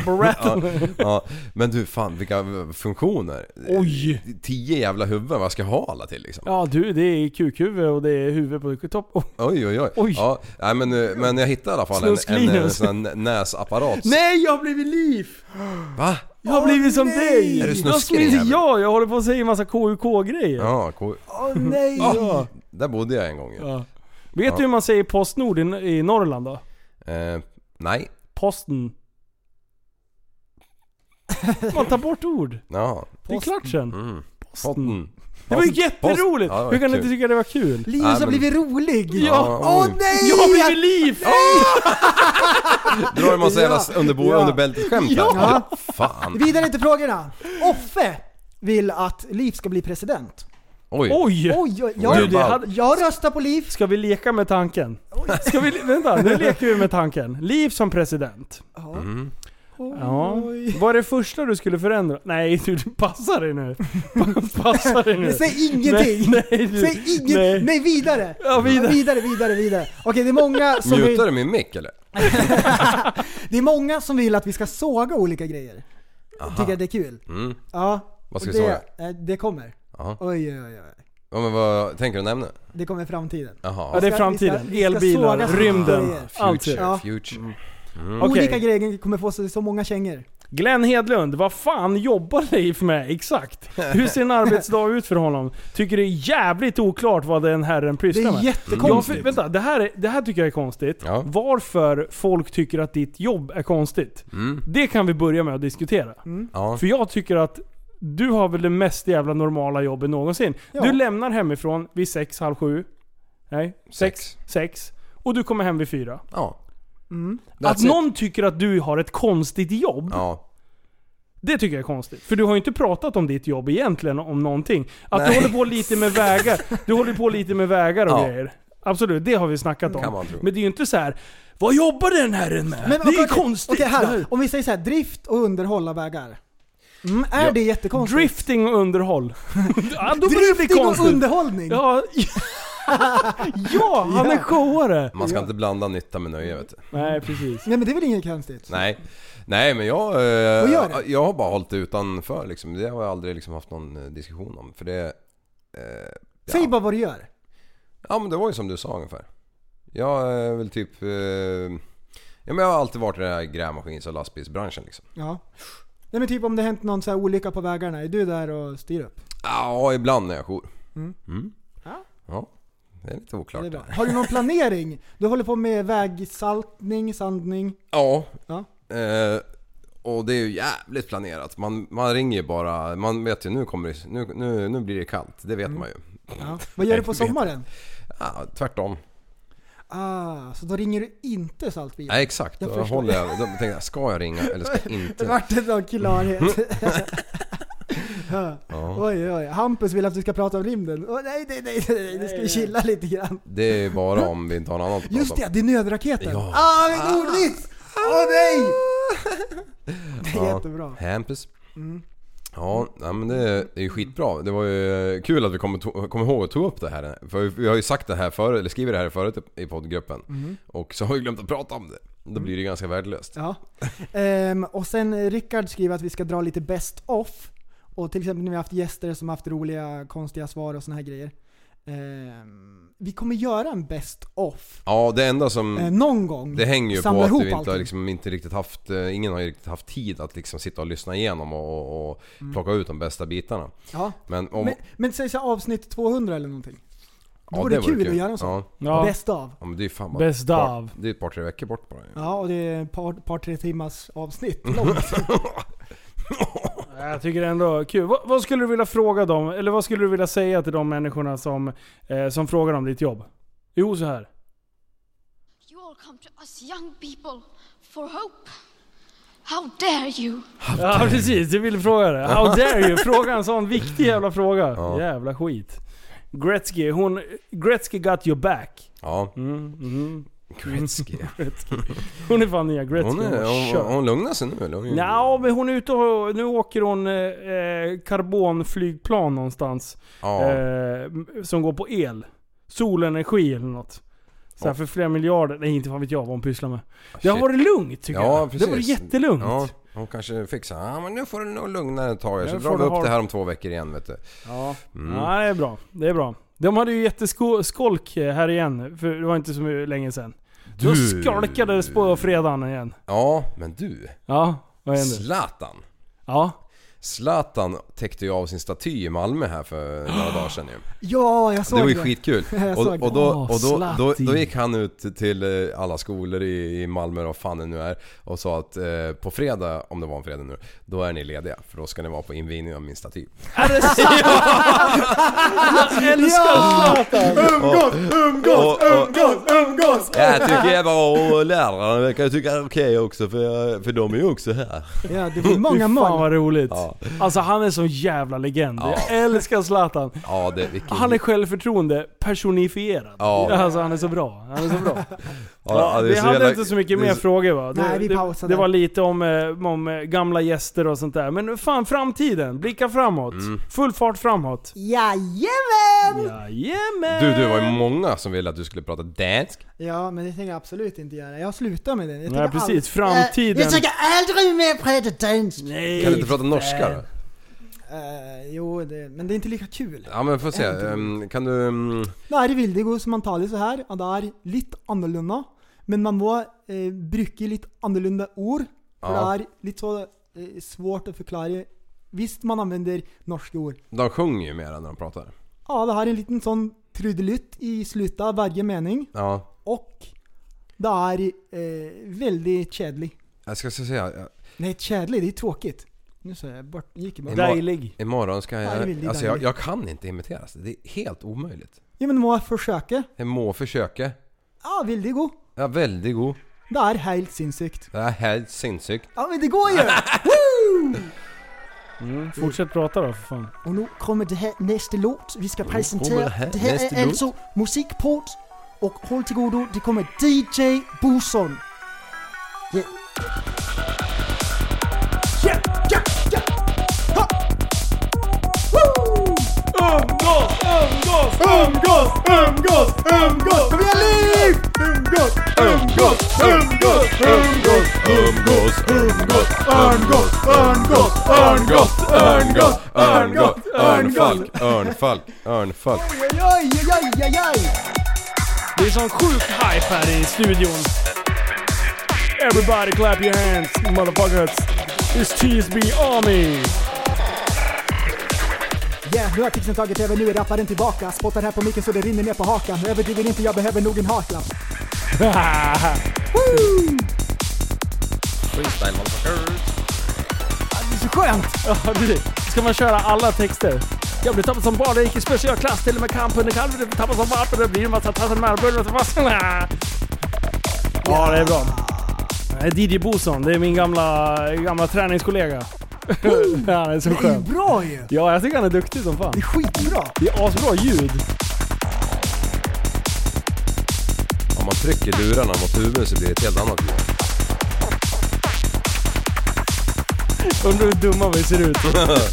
Ja, men du, fan vilka funktioner. Oj! 10 jävla huvuden, vad ska jag ha alla till liksom? Ja du, det är kukhuvud och det är huvud på topp. Oj. Ja, nej, men jag hittade i alla fall en sån näsapparat. Nej, jag har blivit liv! Va? Jag har blivit som dig! Är du snuskig? Ja, jag håller på att säga en massa KUK-grejer. Ja, nej! Ja, där bodde jag en gång. Ja. Vet du hur man säger Postnord i Norrland då? Nej. Posten. Man tar bort ord. Ja. Det är klart sen. Posten. Det var ju jätteroligt. Ja, hur kan du inte tycka det var kul? Linus har blivit rolig. Ja. Nej! Jag har blivit liv. Drar en massa jävla under bältet skämt här. Ja. Fan. Vidare till frågorna. Offe vill att Liv ska bli president. Oj. Jag röstar på Liv. Ska vi leka med tanken? Vänta, nu leker vi med tanken. Liv som president. Ja. Vad är det första du skulle förändra? Nej, du passar dig nu. Säg ingenting. Nej, vidare. Ja, vidare. Okej, det är många som mutar du min mick eller? Det är många som vill att vi ska såga olika grejer. Tycker det är kul. Ja. Vad ska vi såga? Det kommer. Oj. Ja, men vad tänker du nämna? Det kommer i framtiden. Ja, det är framtiden. Elbilar, rymden, Future. Olika grejer kommer få så många kängor. Glenn Hedlund, vad fan jobbar Leif med exakt? Hur ser en arbetsdag ut för honom? Tycker det är jävligt oklart vad den herren pysslar med. Det är jättekonstigt. Vänta, det här tycker jag är konstigt. Ja. Varför folk tycker att ditt jobb är konstigt. Det kan vi börja med att diskutera. Ja. För jag tycker att du har väl det mest jävla normala jobbet någonsin. Ja. Du lämnar hemifrån vid 6, halv 7. Nej, 6. Och du kommer hem vid 4. Ja. Att någon tycker att du har ett konstigt jobb. Ja. Det tycker jag är konstigt. För du har ju inte pratat om ditt jobb egentligen om någonting. Att du håller på lite med vägar. Du håller på lite med vägar och grejer. Absolut, det har vi snackat om. Men det är ju inte så här. Vad jobbar den herren med? Men, det är konstigt. Okej, här. Om vi säger så här, drift och underhåll av vägar. Är det jättekonstigt? Drifting och underhåll. Ja, då drifting och underhållning. Ja. Ja, han är showare. Man ska inte blanda nytta med nöje, vet du. Nej, precis. Nej, men det är väl inget konstigt. Nej, men jag har bara hållit det utanför liksom. Det har jag aldrig liksom haft någon diskussion om. För det... Säg bara vad du gör. Ja, men det var ju som du sa ungefär. Jag vill typ... Ja, men jag har alltid varit i den här grävmaskins- och lastbilsbranschen liksom. Ja. Nej, men typ om det hänt någon så här olycka på vägarna, är du där och styr upp? Ja, ibland när jag jour. Ja. Det är lite oklart. Det är bra. Har du någon planering? Du håller på med vägsaltning, sandning? Ja. Ja. Och det är ju jävligt planerat. Man ringer ju bara, man vet ju nu blir det kallt. Det vet man ju. Ja. Vad gör du på sommaren? Ja, tvärtom. Så då ringer du inte saltbil? Nej, exakt. Då tänkte jag, ska jag ringa eller ska jag inte? Det vart en sån klarhet. Oj. Hampus vill att du ska prata om rymden. Nej, du ska chilla lite grann. Det är bara om vi inte har någon annan. Just det är nödraketen. Ja. En ordvits! Nej! Det är jättebra. Hampus. Ja, men det är ju skitbra. Det var ju kul att vi kom ihåg att ta upp det här. För vi har ju sagt det här förut, eller skrivit det här förut i poddgruppen. Och så har vi glömt att prata om det. Då blir det ganska värdelöst. Ja. Och sen Rickard skriver att vi ska dra lite best off. Och till exempel när vi har haft gäster som har haft roliga, konstiga svar och såna här grejer. Vi kommer göra en best off. Ja, det enda som någon gång. Det hänger ju på att vi inte har liksom inte riktigt haft, ingen har ju riktigt haft tid att liksom sitta och lyssna igenom och plocka ut de bästa bitarna. Ja. Men säg så avsnitt 200 eller någonting. Då var det kul att göra en sån. Ja. Bäst av. Ja, men det är fan Bäst av. Det är ett par 3 veckor bort bara. Ja, och det är ett par 3 timmars avsnitt. Jag tycker det är ändå kul. Vad skulle du vilja fråga dem? Eller vad skulle du vilja säga till de människorna som frågar om ditt jobb? Jo, så här. You all come to us young people for hope. How dare you? Ja, precis. Du ville fråga det. How dare you? Fråga en sån viktig jävla fråga. Ja. Jävla skit. Gretzky got your back. Ja. Gretzky. Hon är fan nya Gretzky. Hon lugnar sig nu eller? Ja, men hon är ute och nu åker hon karbonflygplan någonstans. Som går på el. Solenergi eller något. Så här för flera miljarder. Nej, inte fan vet jag vad hon pysslar med. Det har varit lugnt tycker jag. Precis. Det var jättelugnt. Ja, hon kanske fixar. Men nu får du nog lugna ett tag. Så drar vi upp det här om 2 veckor igen, vet du. Ja, ja det är bra. Det är bra. De hade ju jätteskolk här igen. För det var inte så länge sedan. Då skolkades på fredagen igen. Ja, men du. Ja, vad hände? Zlatan. Ja. Zlatan täckte ju av sin staty i Malmö här för några dagar sedan ju. Ja, jag såg det. Det var ju skitkul. Och då gick han ut till alla skolor i Malmö och fan det nu är och sa att på fredag, om det var en fredag nu, då är ni lediga för då ska ni vara på invigning av min staty. Är det så? Jag älskar Zlatan. Umgås. Jag tycker jag var och lärarna verkar tycka det är okej också för de är ju också här. Ja, det var många mål. Fan vad roligt. Ja. Alltså han är så jävla legend. Ja. Jag älskar Zlatan. Ja, han är självförtroende personifierad. Ja. Alltså han är så bra. Ja, vi hade inte så mycket mer frågor va? Nej, det var lite om gamla gäster och sånt där. Men fan, framtiden. Blicka framåt. Full fart framåt. Jajamän! Du var ju många som ville att du skulle prata dansk. Ja, men det tänker jag absolut inte göra. Jag slutar med det. Nej, precis. Framtiden. Jag tänker aldrig mer prata dansk. Nej. Kan du inte prata norska då? Jo, men det är inte lika kul. Ja, men får se. Kan du... Det är i Vildigo som man talar så här. Och det är lite annorlunda. Men man må bruka lite annorlunda ord. För det är lite så svårt att förklara. Visst man använder norska ord. De sjunger ju mer när de pratar. Ja, det har en liten sån trudelutt i slutet av varje mening. Ja. Och det är väldigt kedlig. Jag ska säga... Nej, kedlig, det är tråkigt. Nu så jag gick bort. Dejlig. Imorgon ska jag... Alltså jag kan inte imiteras. Det är helt omöjligt. Ja, men må försöka. Jag må försöka. Ja, väldigt god. Ja, väldigt god. Det är helt sinnssykt. Det är helt sinnssykt. Ja, men det går ju! Fortsätt prata då för fan. Och nu kommer det här nästa låt. Vi ska presentera. Det här är alltså Musikport. Och håll till godo, det kommer DJ Boson. Yeah. Umgås! Kom igen, Liv! Umgås! Örnfalk. Oj. Det är sån sjuk hype här i studion. Everybody clap your hands, motherfuckers. It's TSB Army. Yeah, nu har tipsen tagit över, nu är rapparen tillbaka. Spottar här på micken så det rinner ner på hakan. Överdriver inte, jag behöver nog en haklapp. Freestyle motherfuckers. Det är så skönt! Ja, ska man köra alla texter? Jag blir tappad som barn, jag gick i specialklass till och med kamp under kalv. Jag blir tappad som vapen, det blir en massa tassar med armböjder. Ja, det är bra. DJ Boson, det är min gamla träningskollega. Ja, det är så Det är ju skönt. bra ju! Ja, jag tycker han är duktig som fan. Det är skitbra! Det är asbra ljud. Om man trycker lurarna mot huvudet så blir det ett helt annat ljud. Undrar hur dumma vi ser ut.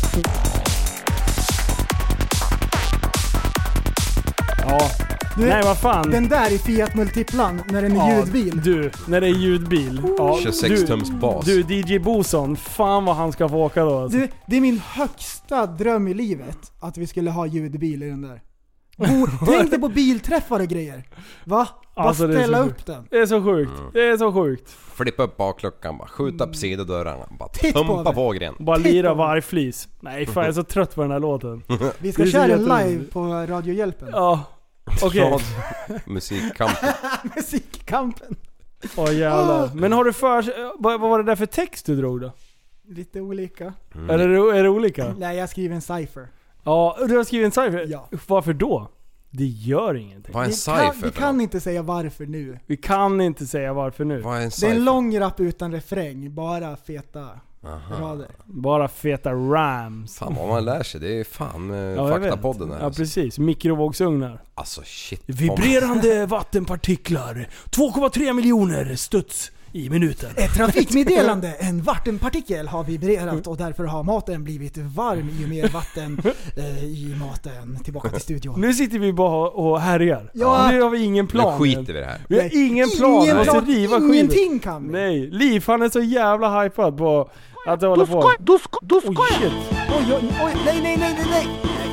Ja. Nej, vad fan. Den där i Fiat Multiplan när den är ljudbil. Du, när det är ljudbil. Ja, 26 tums bas. Du, DJ Boson, fan vad han ska få åka då. Alltså. Det är min högsta dröm i livet att vi skulle ha ljudbil i den där. Tänk dig på bilträffar och grejer. Va? Bara Alltså, ställa upp den. Det är så sjukt. Det är så sjukt. Flippa upp bakluckan, bara skjuta upp sidodörrarna, bara Titt på pumpa det. på gren. Bara lira vargflis. Nej, fan jag är så trött på den här låten. Vi ska Det är så köra den jätteroligt. live på Radiohjälpen. Ja, okej. Musikkampen. Musikkampen. Åh jävlar. Men har du vad var det där för text du drog då? Lite olika. Är det olika? Nej, jag skriver en cypher. Ja, du har skrivit en cypher? Ja. Varför då? Det gör ingenting. Vad är en Vi cypher? kan inte säga varför nu. Vi kan inte säga varför nu. Vad är en Det är cypher? en lång rap utan refräng, bara feta rader. Bara feta rams. Fan vad man lär sig, det är fan Ja, jag faktapodden vet. här. Ja, precis. Mikrovågsugnar. Alltså shit. Vibrerande vattenpartiklar. 2,3 miljoner studs i minuten. Ett trafikmeddelande, en vattenpartikel har vibrerat och därför har maten blivit varm ju mer vatten i maten. Tillbaka till studion. Nu sitter vi bara och härjar. Ja. Nu har vi ingen plan. Nu skiter vi i det här. Vi har ingen plan. Ingen Vi måste plan, riva skiten. ingenting kan vi. Nej, Liv han är så jävla hypad på att det håller på. Då ska Oh shit. Oj, nej.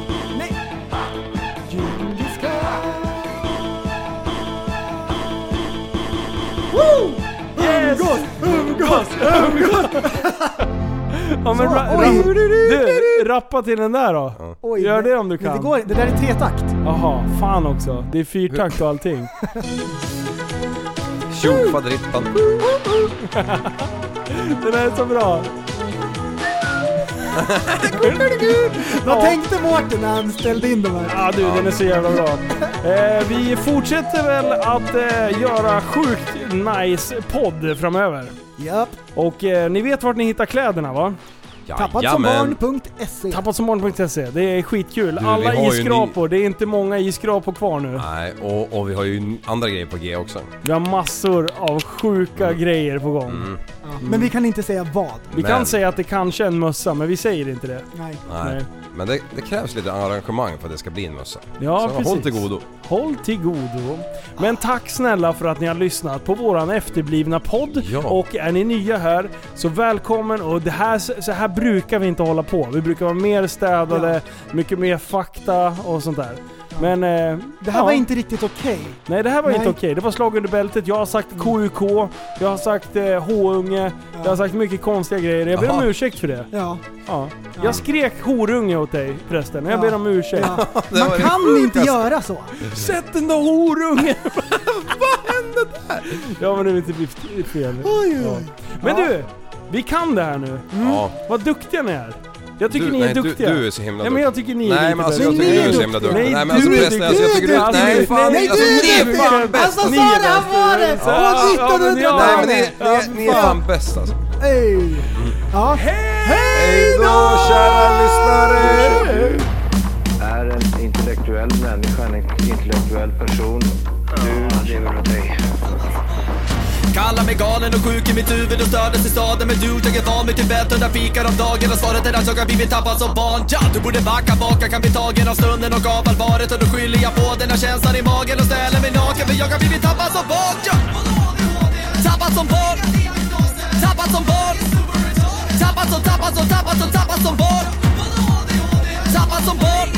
Juliska. Woo! Yes! Övergas! Ja men du, rappa till den där då. Oj, Gör det om du men kan. det går, det där är tretakt. Jaha, fan också. Det är fyrtakt och allting. Tjofaderittan. Den är så bra. Vad tänkte Mårten när han ställde in de här? Ja du, den är så jävla bra. Vi fortsätter väl att göra sjukt nice podd framöver. Japp. Och ni vet vart ni hittar kläderna va? Tappadsombarn.se. Tappadsombarn.se. Det är skitkul. Du, Alla vi har ju isskrapor. Det är inte många isskrapor kvar nu. Nej, och vi har ju andra grejer på G också. Vi har massor av sjuka grejer på gång. Ja. Men vi kan inte säga vad. Vi Men- kan säga att det kanske är en mössa, men vi säger inte det. Nej. Nej. Men det krävs lite arrangemang för att det ska bli en mössa. Ja, så precis. håll till godo. Håll till godo. Men tack snälla för att ni har lyssnat på våran efterblivna podd. Ja. Och är ni nya här, så välkommen. Och det här, så här brukar vi inte hålla på. Vi brukar vara mer städade, mycket mer fakta och sånt där. Men Det här var inte riktigt okej. Nej, det här var Nej. inte okej. Det var slag under bältet. Jag har sagt KUK, jag har sagt H-unge, jag har sagt mycket konstiga grejer. Jag ber om Aha. ursäkt för det. Ja. Ja. Jag skrek horunge åt dig förresten. Jag ber om ursäkt. Ja. Det Man var det kan inte göra så. Sätt den där horungen! Vad hände där? Ja men det är lite fel. Ja. Men du, vi kan det här nu. Ja. Vad duktiga ni är. Jag tycker ni är nej, duktiga. Du är så himla Ja, men jag tycker ni är Nej lite men alltså bättre. jag tycker Men du är ni så är himla duktiga. duktig. Nej, Nej men alltså du är förresten, duktig. jag tycker du... Alltså, Nej fan, nej, alltså du är ni är duktig. fan bäst. Alltså Ni sa är det, han bäst. var det! Ja, Och men 1900 ja. Nej men ni är fan bäst alltså. Hej! Ja. Hej då kära lyssnare! Är en intellektuell människa, en intellektuell person. Du lever åt dig. Kallar mig galen och sjuk i mitt huvud och stördes i staden. Men du tänker ta mig till bett under fikar om dagen. Och svaret är att jag har blivit tappad som barn. Ja, du borde backa bak, jag kan bli tagen av stunden och av allvaret. Och då skyller jag på den här känslan i magen och ställer mig naken. För jag har blivit tappad som barn. Ja. Tappad som barn. Tappad som barn. Tappad som barn. Tappad som barn. Tappad som barn.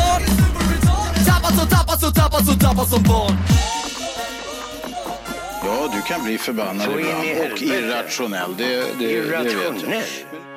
Tappad som barn. Jag Ja, du kan bli förbannad ibland och irrationell. Det vet jag.